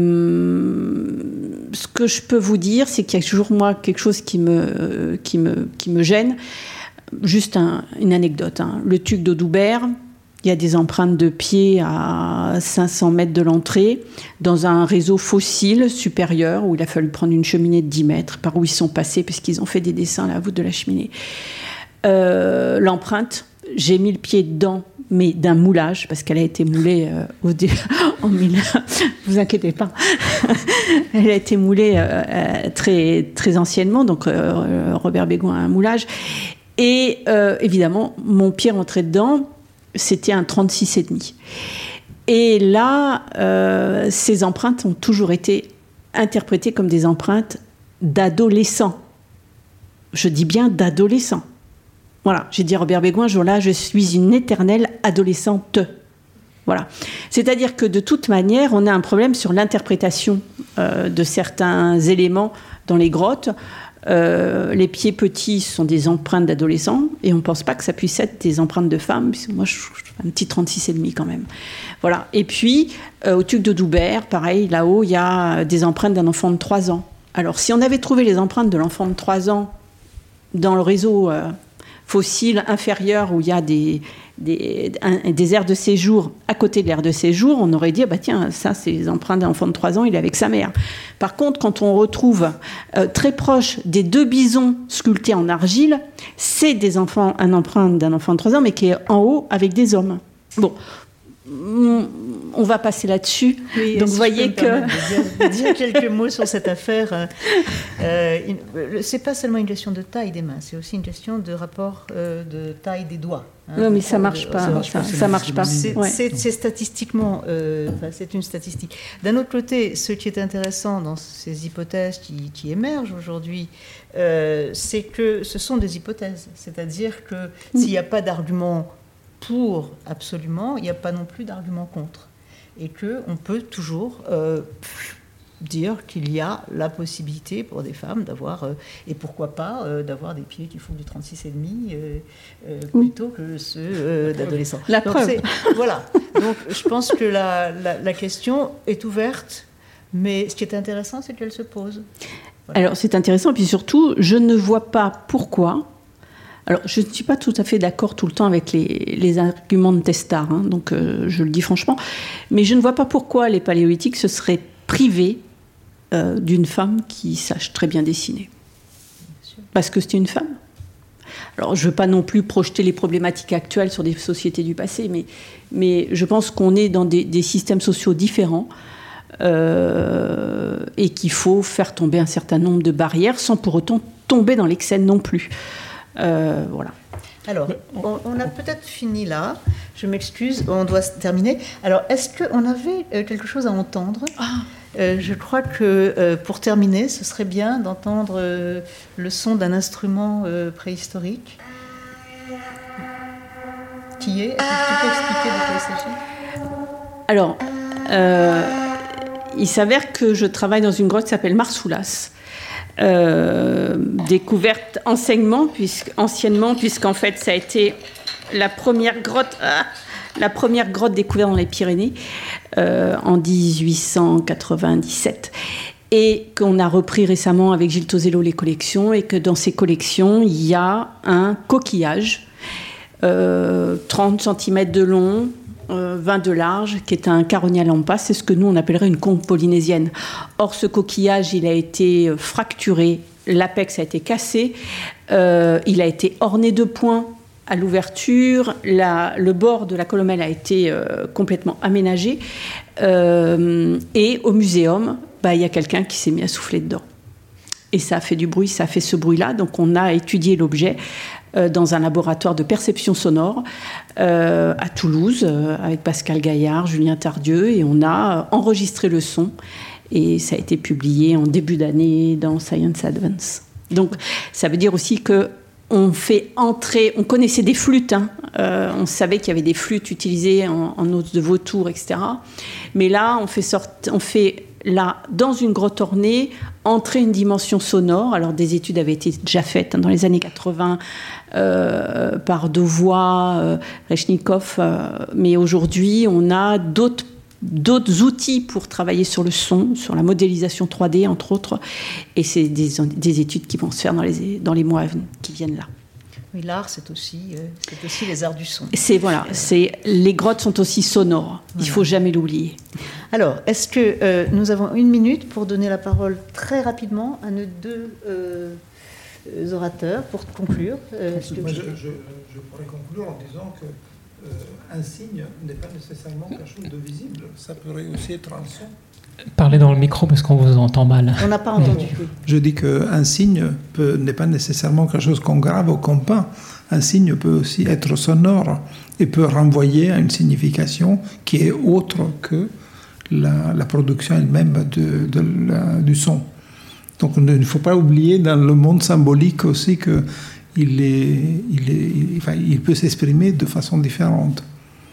[SPEAKER 4] que je peux vous dire, c'est qu'il y a toujours, moi, quelque chose qui me gêne. Juste une anecdote. Le Tuc d'Audoubert, il y a des empreintes de pieds à 500 mètres de l'entrée, dans un réseau fossile supérieur, où il a fallu prendre une cheminée de 10 mètres, par où ils sont passés, parce qu'ils ont fait des dessins à la voûte de la cheminée. L'empreinte, j'ai mis le pied dedans, mais d'un moulage, parce qu'elle a été moulée en 1000. Vous inquiétez pas. Elle a été moulée très, très anciennement, donc Robert Bégoin a un moulage. Et évidemment, mon pied rentré dedans, c'était un 36,5. Et là, ces empreintes ont toujours été interprétées comme des empreintes d'adolescents. Je dis bien d'adolescents. Voilà, j'ai dit à Robert Bégoin, jour-là, je suis une éternelle adolescente. Voilà. C'est-à-dire que de toute manière, on a un problème sur l'interprétation de certains éléments dans les grottes. Les pieds petits sont des empreintes d'adolescents et on ne pense pas que ça puisse être des empreintes de femmes. Moi, je suis un petit 36,5 quand même. Voilà. Et puis, au Tuc d'Audoubert, pareil, là-haut, il y a des empreintes d'un enfant de 3 ans. Alors, si on avait trouvé les empreintes de l'enfant de 3 ans dans le réseau fossile inférieure où il y a des aires de séjour à côté de l'aire de séjour, on aurait dit, tiens, ça c'est les empreintes d'un enfant de 3 ans, il est avec sa mère. Par contre, quand on retrouve très proche des 2 bisons sculptés en argile, c'est un empreinte d'un enfant de 3 ans, mais qui est en haut avec des hommes. Bon, on va passer là-dessus.
[SPEAKER 2] Oui,
[SPEAKER 4] donc, vous voyez que...
[SPEAKER 2] de dire quelques mots sur cette affaire. C'est pas seulement une question de taille des mains, c'est aussi une question de rapport de taille des doigts.
[SPEAKER 4] Non, mais ça marche pas. Ça marche pas.
[SPEAKER 2] C'est statistiquement, c'est une statistique. D'un autre côté, ce qui est intéressant dans ces hypothèses qui émergent aujourd'hui, c'est que ce sont des hypothèses. C'est-à-dire que s'il n'y a pas d'argument pour absolument, il n'y a pas non plus d'argument contre. Et qu'on peut toujours dire qu'il y a la possibilité pour des femmes d'avoir, et pourquoi pas, d'avoir des pieds qui font du 36,5 plutôt que ceux d'adolescents.
[SPEAKER 4] La preuve.
[SPEAKER 2] Voilà. Donc je pense que la question est ouverte, mais ce qui est intéressant, c'est qu'elle se pose. Voilà.
[SPEAKER 4] Alors c'est intéressant, puis surtout, je ne vois pas pourquoi. Alors, je ne suis pas tout à fait d'accord tout le temps avec les arguments de Testard, donc je le dis franchement, mais je ne vois pas pourquoi les paléolithiques se seraient privés d'une femme qui sache très bien dessiner. Parce que c'était une femme. Alors, je ne veux pas non plus projeter les problématiques actuelles sur des sociétés du passé, mais je pense qu'on est dans des systèmes sociaux différents et qu'il faut faire tomber un certain nombre de barrières sans pour autant tomber dans l'excès non plus. Voilà.
[SPEAKER 2] Alors, on a peut-être fini là. Je m'excuse, on doit terminer. Alors, est-ce qu'on avait quelque chose à entendre ? Je crois que pour terminer, ce serait bien d'entendre le son d'un instrument préhistorique. Qui est ? Est-ce que tu peux expliquer de quoi il s'agit ?
[SPEAKER 4] Alors, il s'avère que je travaille dans une grotte qui s'appelle Marsoulas. Découverte anciennement, puisqu'en fait ça a été la première grotte découverte dans les Pyrénées en 1897 et qu'on a repris récemment avec Gilles Tosello les collections, et que dans ces collections il y a un coquillage 30 cm de long, 20 de large, qui est un Caronia lampas, c'est ce que nous on appellerait une conque polynésienne. Or ce coquillage, il a été fracturé, l'apex a été cassé, il a été orné de points à l'ouverture, le bord de la colomelle a été complètement aménagé, et au muséum, il y a quelqu'un qui s'est mis à souffler dedans. Et ça a fait du bruit, ça a fait ce bruit-là, donc on a étudié l'objet dans un laboratoire de perception sonore à Toulouse avec Pascal Gaillard, Julien Tardieu, et on a enregistré le son et ça a été publié en début d'année dans Science Advance. Donc ça veut dire aussi que on connaissait des flûtes, on savait qu'il y avait des flûtes utilisées en os de vautour, etc. Mais là, on fait là, dans une grotte ornée, entrer une dimension sonore. Alors, des études avaient été déjà faites dans les années 80 par Devois, Rechnikov, mais aujourd'hui, on a d'autres outils pour travailler sur le son, sur la modélisation 3D, entre autres, et c'est des études qui vont se faire dans les mois qui viennent là.
[SPEAKER 2] Oui, l'art, c'est aussi les arts du son.
[SPEAKER 4] Les grottes sont aussi sonores. Il ne faut jamais l'oublier.
[SPEAKER 2] Alors, est-ce que nous avons 1 minute pour donner la parole très rapidement à nos 2 orateurs pour conclure
[SPEAKER 3] je pourrais conclure en disant que un signe n'est pas nécessairement quelque chose de visible. Ça pourrait aussi être un son.
[SPEAKER 1] Parlez dans le micro parce qu'on vous entend mal.
[SPEAKER 2] On n'a pas entendu.
[SPEAKER 3] Je dis qu'un signe n'est pas nécessairement quelque chose qu'on grave ou qu'on peint. Un signe peut aussi être sonore et peut renvoyer à une signification qui est autre que la production elle-même du son. Donc il ne faut pas oublier dans le monde symbolique aussi qu'il il peut s'exprimer de façon différente.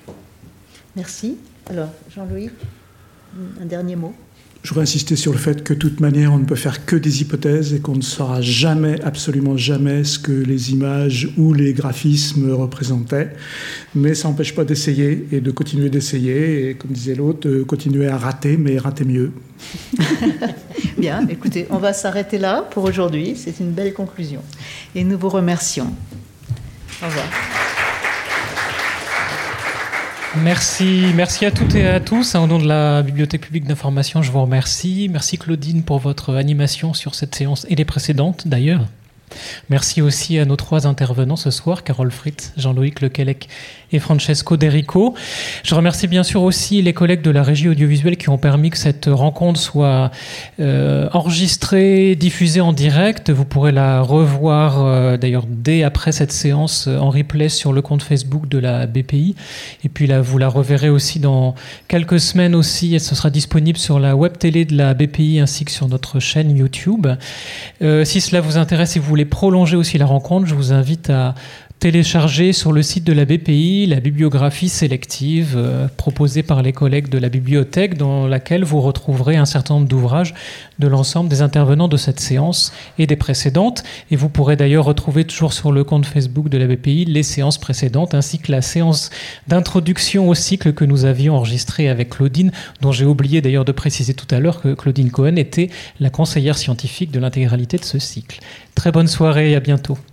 [SPEAKER 2] Merci. Alors, Jean-Louis, un dernier mot.
[SPEAKER 5] Je voudrais insister sur le fait que de toute manière, on ne peut faire que des hypothèses et qu'on ne saura jamais, absolument jamais, ce que les images ou les graphismes représentaient. Mais ça n'empêche pas d'essayer et de continuer d'essayer. Et comme disait l'autre, de continuer à rater, mais rater mieux.
[SPEAKER 2] Bien, écoutez, on va s'arrêter là pour aujourd'hui. C'est une belle conclusion. Et nous vous remercions.
[SPEAKER 4] Au revoir.
[SPEAKER 1] Merci à toutes et à tous. Au nom de la Bibliothèque publique d'information, je vous remercie. Merci Claudine pour votre animation sur cette séance et les précédentes d'ailleurs. Merci aussi à nos 3 intervenants ce soir, Carole Fritz, Jean-Loïc Lequelec et Francesco Derico. Je remercie bien sûr aussi les collègues de la régie audiovisuelle qui ont permis que cette rencontre soit enregistrée, diffusée en direct. Vous pourrez la revoir d'ailleurs dès après cette séance en replay sur le compte Facebook de la BPI. Et puis là, vous la reverrez aussi dans quelques semaines aussi, et ce sera disponible sur la web télé de la BPI ainsi que sur notre chaîne YouTube. Si cela vous intéresse et vous voulez prolonger aussi la rencontre, je vous invite à télécharger sur le site de la BPI la bibliographie sélective proposée par les collègues de la bibliothèque, dans laquelle vous retrouverez un certain nombre d'ouvrages de l'ensemble des intervenants de cette séance et des précédentes. Et vous pourrez d'ailleurs retrouver toujours sur le compte Facebook de la BPI les séances précédentes, ainsi que la séance d'introduction au cycle que nous avions enregistrée avec Claudine, dont j'ai oublié d'ailleurs de préciser tout à l'heure que Claudine Cohen était la conseillère scientifique de l'intégralité de ce cycle. Très bonne soirée et à bientôt.